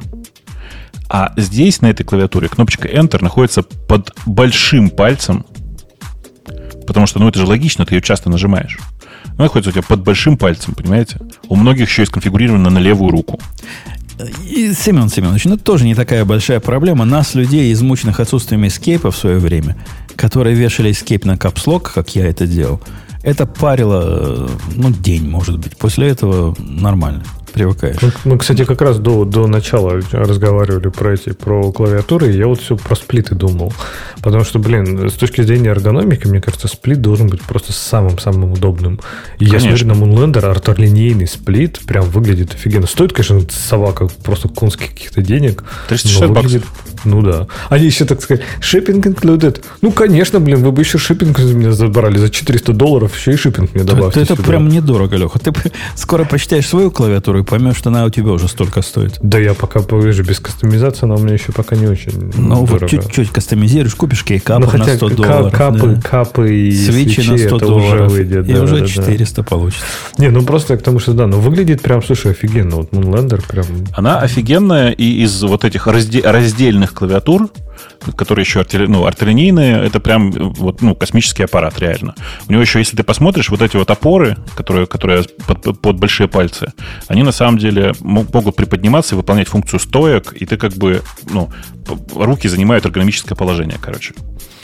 C: А здесь, на этой клавиатуре, кнопочка Enter находится под большим пальцем, потому что, ну, это же логично, ты ее часто нажимаешь. Она находится у тебя под большим пальцем, понимаете? У многих еще и сконфигурирована на левую руку.
A: И, Семен Семенович, ну, тоже не такая большая проблема. Нас, людей, измученных отсутствием эскейпа в свое время, которые вешали эскейп на капслок, как я это делал, это парило, ну, день, может быть. После этого нормально. Привыкаешь.
B: Мы, мы, кстати, как раз до, до начала разговаривали про эти, про клавиатуры, и я вот все про сплиты думал. Потому что, блин, с точки зрения эргономики, мне кажется, сплит должен быть просто самым-самым удобным. И
C: конечно.
B: Я смотрю на Moonlander, артерлинейный сплит прям выглядит офигенно. Стоит, конечно, сова как просто конских каких-то денег.
C: триста шестьдесят баксов.
B: Ну да. Они еще, так сказать, шиппинг included. Ну, конечно, блин, вы бы еще шиппинг из меня забрали за четыреста долларов, еще и шиппинг мне добавьте.
A: Это, это
B: сюда.
A: прям недорого, Леха. Ты скоро посчитаешь свою клавиатуру и поймешь, что она у тебя уже столько стоит.
B: Да я пока повижу без кастомизации, она у меня еще пока не очень
A: Ну,
B: дорого.
A: вот чуть-чуть кастомизируешь, купишь кейкапы
B: ну,
A: на сто долларов.
B: Капы,
A: да.
B: капы и
A: свечи, свечи на сто
B: это
A: долларов.
B: уже выйдет.
A: И
B: да,
A: уже
B: да,
A: четыреста
B: да.
A: получится.
B: Не, ну просто к тому, что да, ну выглядит прям, слушай, офигенно. Вот Moonlander прям...
C: Она офигенная, и из вот этих разде- раздельных клавиатур, которые еще арти- ну, артеринейные, это прям вот, ну, космический аппарат, реально. У него еще, если ты посмотришь, вот эти вот опоры, которые, которые под, под большие пальцы, они на самом деле могут приподниматься и выполнять функцию стоек, и ты как бы, ну, руки занимают эргономическое положение, короче.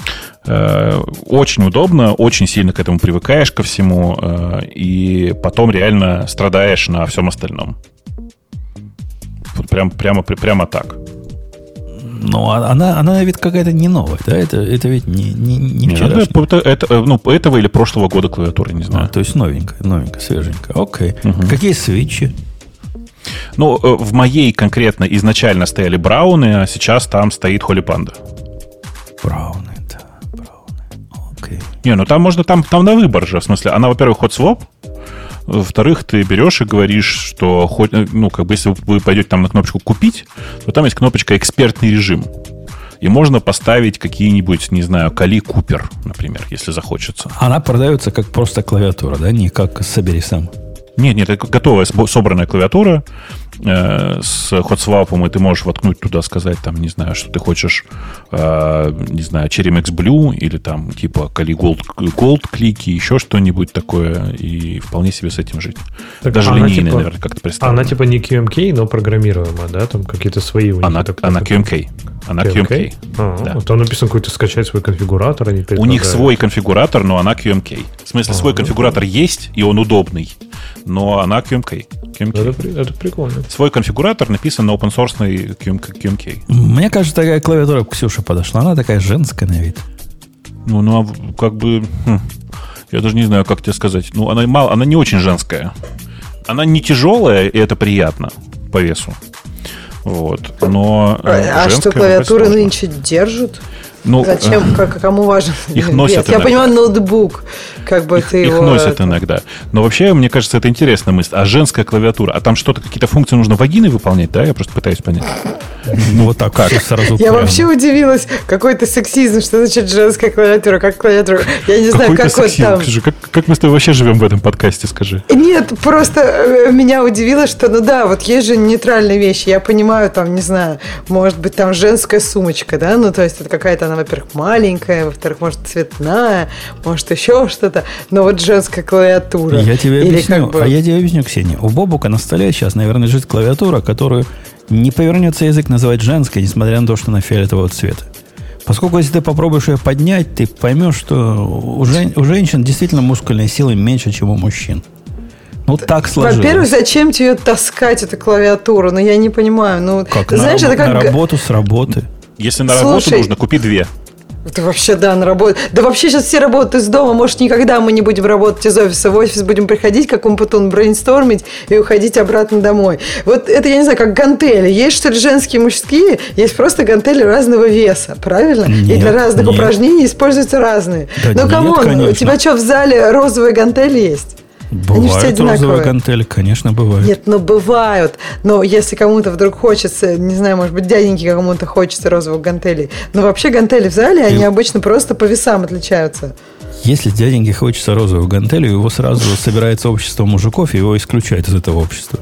C: Очень удобно, очень сильно к этому привыкаешь ко всему, и потом реально страдаешь на всем остальном. Вот прям, прямо, прямо так.
A: Ну, она, она ведь какая-то не новая, да? Это, это ведь не, не, не вчерашняя.
C: Это, это, ну, этого или прошлого года клавиатуры, не знаю.
A: А, то есть новенькая, новенькая, свеженькая. Окей.
C: Угу.
A: Какие свитчи?
C: Ну, в моей конкретно изначально стояли брауны, а сейчас там стоит Holy Panda.
A: Брауны, да, брауны. Окей.
C: Не, ну там можно, там, там на выбор же. В смысле, она, во-первых, hot swap. Во-вторых, ты берешь и говоришь, что хоть, ну, как бы, если вы пойдете там на кнопочку «Купить», то там есть кнопочка «Экспертный режим». И можно поставить какие-нибудь, не знаю, Кали Купер, например, если захочется.
A: Она продается как просто клавиатура, да? Не как собери сам.
C: Нет, нет, это готовая собранная клавиатура э, с хотсвапом, и ты можешь воткнуть туда, сказать, там, не знаю, что ты хочешь, э, не знаю, Cherry Max Blue или там типа Kali Gold, Gold клики, еще что-нибудь такое, и вполне себе с этим жить.
B: Так
C: даже линейная,
B: типа,
C: наверное, как-то представлена.
B: Она типа не кью эм кей, но программируемая, да? Там какие-то свои у них.
C: Она, она кью эм кей. Она кью эм кей.
B: А,
C: да.
B: Там написано какой-то скачать свой конфигуратор. Они
C: у них свой конфигуратор, но она кью эм кей. В смысле, а, свой ну, конфигуратор есть, и он удобный. Но она кью эм кей. кью эм кей.
B: Это, это прикольно.
C: Свой конфигуратор написан на open-source кью эм кей.
A: Мне кажется, такая клавиатура к Ксюше подошла. Она такая женская на вид.
C: Ну, ну, как бы... Хм, я даже не знаю, как тебе сказать. Ну, она, мало, она не очень женская. Она не тяжелая, и это приятно по весу. Вот. Но
E: а а что, клавиатуры нынче держат?
C: Ну,
E: зачем? Как, кому важен?
C: Их носят
E: Я понимаю, ноутбук. Как бы
C: их,
E: ты
C: их
E: его...
C: носят
E: это...
C: иногда. Но вообще, мне кажется, это интересная мысль. А женская клавиатура? А там что-то, какие-то функции нужно вагиной выполнять, да? Я просто пытаюсь понять.
A: Ну, вот так как? Сразу
E: Я вообще удивилась. Какой-то сексизм. Что значит женская клавиатура? Как клавиатура? Я не знаю, как вот там...
C: Как, как мы с тобой вообще живем в этом подкасте, скажи?
E: Нет, просто меня удивило, что, ну да, вот есть же нейтральные вещи. Я понимаю, там, не знаю, может быть, там женская сумочка, да? Ну, то есть это какая-то она, во-первых, маленькая, во-вторых, может, цветная, может, еще что-то. Но вот женская клавиатура.
A: Я тебе
E: Или
A: объясню,
E: как бы...
A: а я тебе объясню, Ксения. У Бобука на столе сейчас, наверное, лежит клавиатура, которую не повернется язык называть женской, несмотря на то, что она фиолетового цвета. Поскольку если ты попробуешь ее поднять, ты поймешь, что у, жен, у женщин действительно мускульной силы меньше, чем у мужчин. Ну, так сложилось.
E: Во-первых, зачем тебе таскать эту клавиатуру? Ну, я не понимаю. Ну,
A: как?
E: Знаешь,
A: на,
E: это как...
A: на работу с работы.
C: Если на работу
E: Слушай,
C: нужно, купи две.
E: Это вообще, да, на работу. Да вообще сейчас все работают из дома. Может, никогда мы не будем работать из офиса. В офис будем приходить, как Умпутун, брейнстормить и уходить обратно домой. Вот это, я не знаю, как гантели. Есть, что ли, женские, мужские? Есть просто гантели разного веса, правильно?
A: Нет,
E: и для разных
A: нет.
E: упражнений используются разные.
A: Да
E: ну, камон,
A: конечно.
E: у тебя что, в зале розовые гантели есть?
A: Бывают розовые гантели, конечно, бывают.
E: Нет, ну бывают. Но если кому-то вдруг хочется, не знаю, может быть, дяденьке кому-то хочется розовых гантелей. Но вообще гантели в зале, они обычно просто по весам отличаются.
A: Если дяденьке хочется розовую гантелью, его сразу собирается общество мужиков, и его исключают из этого общества.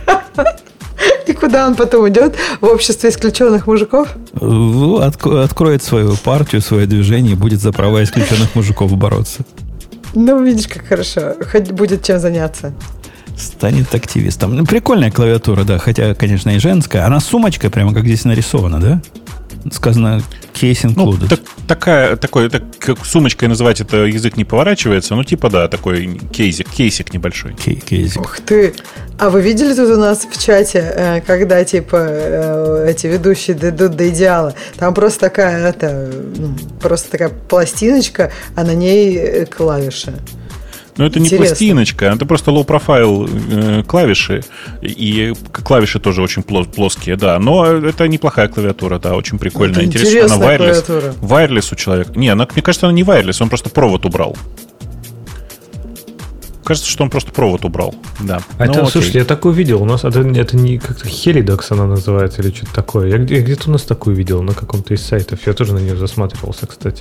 E: И куда он потом идет? В общество исключенных мужиков?
A: Откроет свою партию, свое движение и будет за права исключенных мужиков бороться.
E: Ну, видишь, как хорошо. Хоть будет чем заняться.
A: Станет активистом. Ну, прикольная клавиатура, да. Хотя, конечно, и женская. Она с сумочкой, прямо как здесь нарисована, да? Сказано case included.
C: Ну, так, такая, такой, так, как сумочкой называть это язык не поворачивается. Ну, типа, да, такой кейсик, кейсик небольшой.
A: Кей, кейсик.
E: Ух ты! А вы видели тут у нас в чате, когда, типа, эти ведущие дойдут до идеала? Там просто такая, это, просто такая пластиночка, а на ней клавиши.
C: Но это Интересно. Не пластиночка, это просто low-profile э, клавиши. И клавиши тоже очень плоские, да. Но это неплохая клавиатура, да, очень прикольная.
E: Это
C: интересно, она wireless. Wireless у человека. Не, она, мне кажется, она не wireless, он просто провод убрал. Кажется, что он просто провод убрал. Да.
B: А
C: ну,
B: это,
C: окей.
B: слушайте, я такую видел. У нас это, это не как-то Helidox она называется или что-то такое. Я, я где-то у нас такую видел на каком-то из сайтов. Я тоже на нее засматривался, кстати.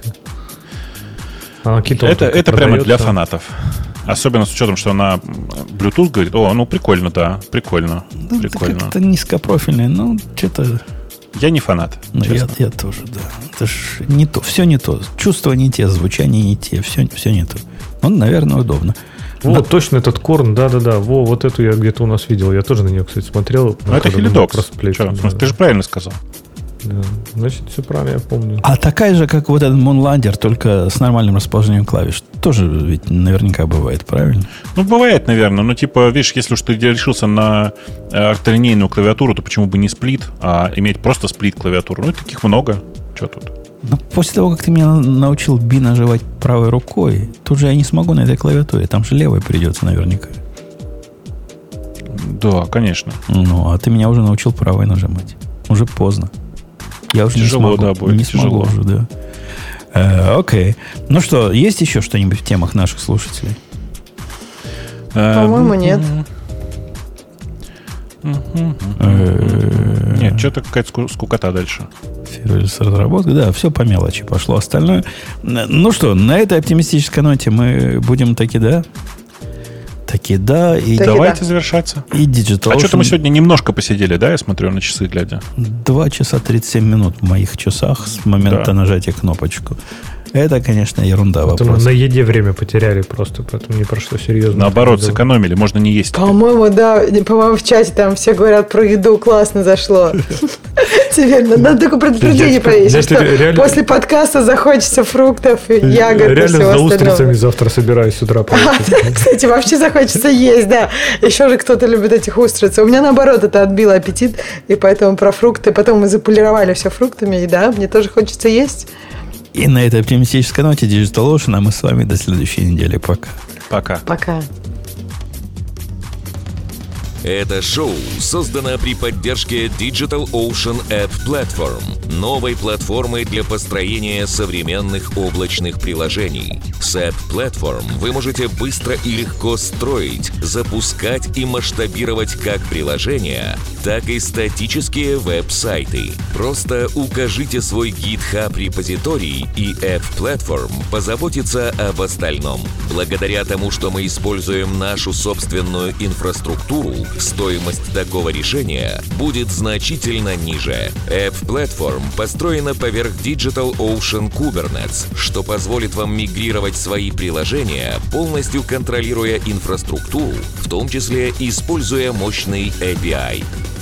C: Это, это прямо для фанатов. Особенно с учетом, что она Bluetooth говорит, о, ну прикольно, да, прикольно.
A: Ну,
C: прикольно.
A: Это низкопрофильное, ну, что-то...
C: Я не фанат.
A: Ну, я, я тоже, да. Это ж не то, все не то. Чувства не те, звучание не те, все, все не то. Ну, наверное, удобно.
B: Во, да. Точно этот корн, да-да-да. Во, вот эту я где-то у нас видел. Я тоже на нее, кстати, смотрел.
C: Ну, это Helidox. Да. Ты же правильно сказал.
B: Да. Значит, все правильно, я помню.
A: А такая же, как вот этот Moonlander, только с нормальным расположением клавиш. Тоже ведь наверняка бывает, правильно?
C: Ну, бывает, наверное. Но, типа, видишь, если уж ты решился на ортолинейную клавиатуру, то почему бы не сплит, а иметь просто сплит-клавиатуру? Ну, и таких много. Что тут?
A: Но после того, как ты меня научил би нажимать правой рукой, тут же я не смогу на этой клавиатуре. Там же левой придется наверняка.
C: Да, конечно.
A: Ну, а ты меня уже научил правой нажимать. Уже поздно. Я уже
C: тяжело,
A: не смогу,
C: да, будет
A: не
C: тяжело.
A: смогу уже, да. Э, окей. Ну что, есть еще что-нибудь в темах наших слушателей?
E: По-моему, нет.
C: Нет, что-то какая-то скукота дальше.
A: Сервис разработки. Да, все по мелочи пошло. Остальное... Ну что, на этой оптимистической ноте мы будем таки, да? Таки да. И
C: давайте да. завершаться.
A: И Digital
C: А что-то мы сегодня немножко посидели, да? Я смотрю на часы глядя.
A: два часа тридцать семь минут в моих часах с момента да. нажатия кнопочку. Это, конечно, ерунда
B: поэтому
A: вопрос.
B: На еде время потеряли просто, поэтому не прошло серьезно.
C: Наоборот, сэкономили, можно не есть.
E: По-моему, да, по-моему, в чате там все говорят про еду, классно зашло. Теперь надо только предупреждение повесить, что после подкаста захочется фруктов, ягод и всего остального.
B: Реально за устрицами завтра собираюсь с утра.
E: Кстати, вообще захочется есть, да. Еще же кто-то любит этих устриц. У меня, наоборот, это отбило аппетит, и поэтому про фрукты. Потом мы заполировали все фруктами, и да, мне тоже хочется есть.
A: И на этой оптимистической ноте DigitalOcean, а мы с вами до следующей недели. Пока.
C: Пока.
E: Пока.
D: Это шоу создано при поддержке DigitalOcean App Platform, новой платформы для построения современных облачных приложений. С App Platform вы можете быстро и легко строить, запускать и масштабировать как приложения, так и статические веб-сайты. Просто укажите свой GitHub-репозиторий, и App Platform позаботится об остальном. Благодаря тому, что мы используем нашу собственную инфраструктуру, стоимость такого решения будет значительно ниже. App Platform построена поверх DigitalOcean Kubernetes, что позволит вам мигрировать свои приложения, полностью контролируя инфраструктуру, в том числе используя мощный эй пи ай.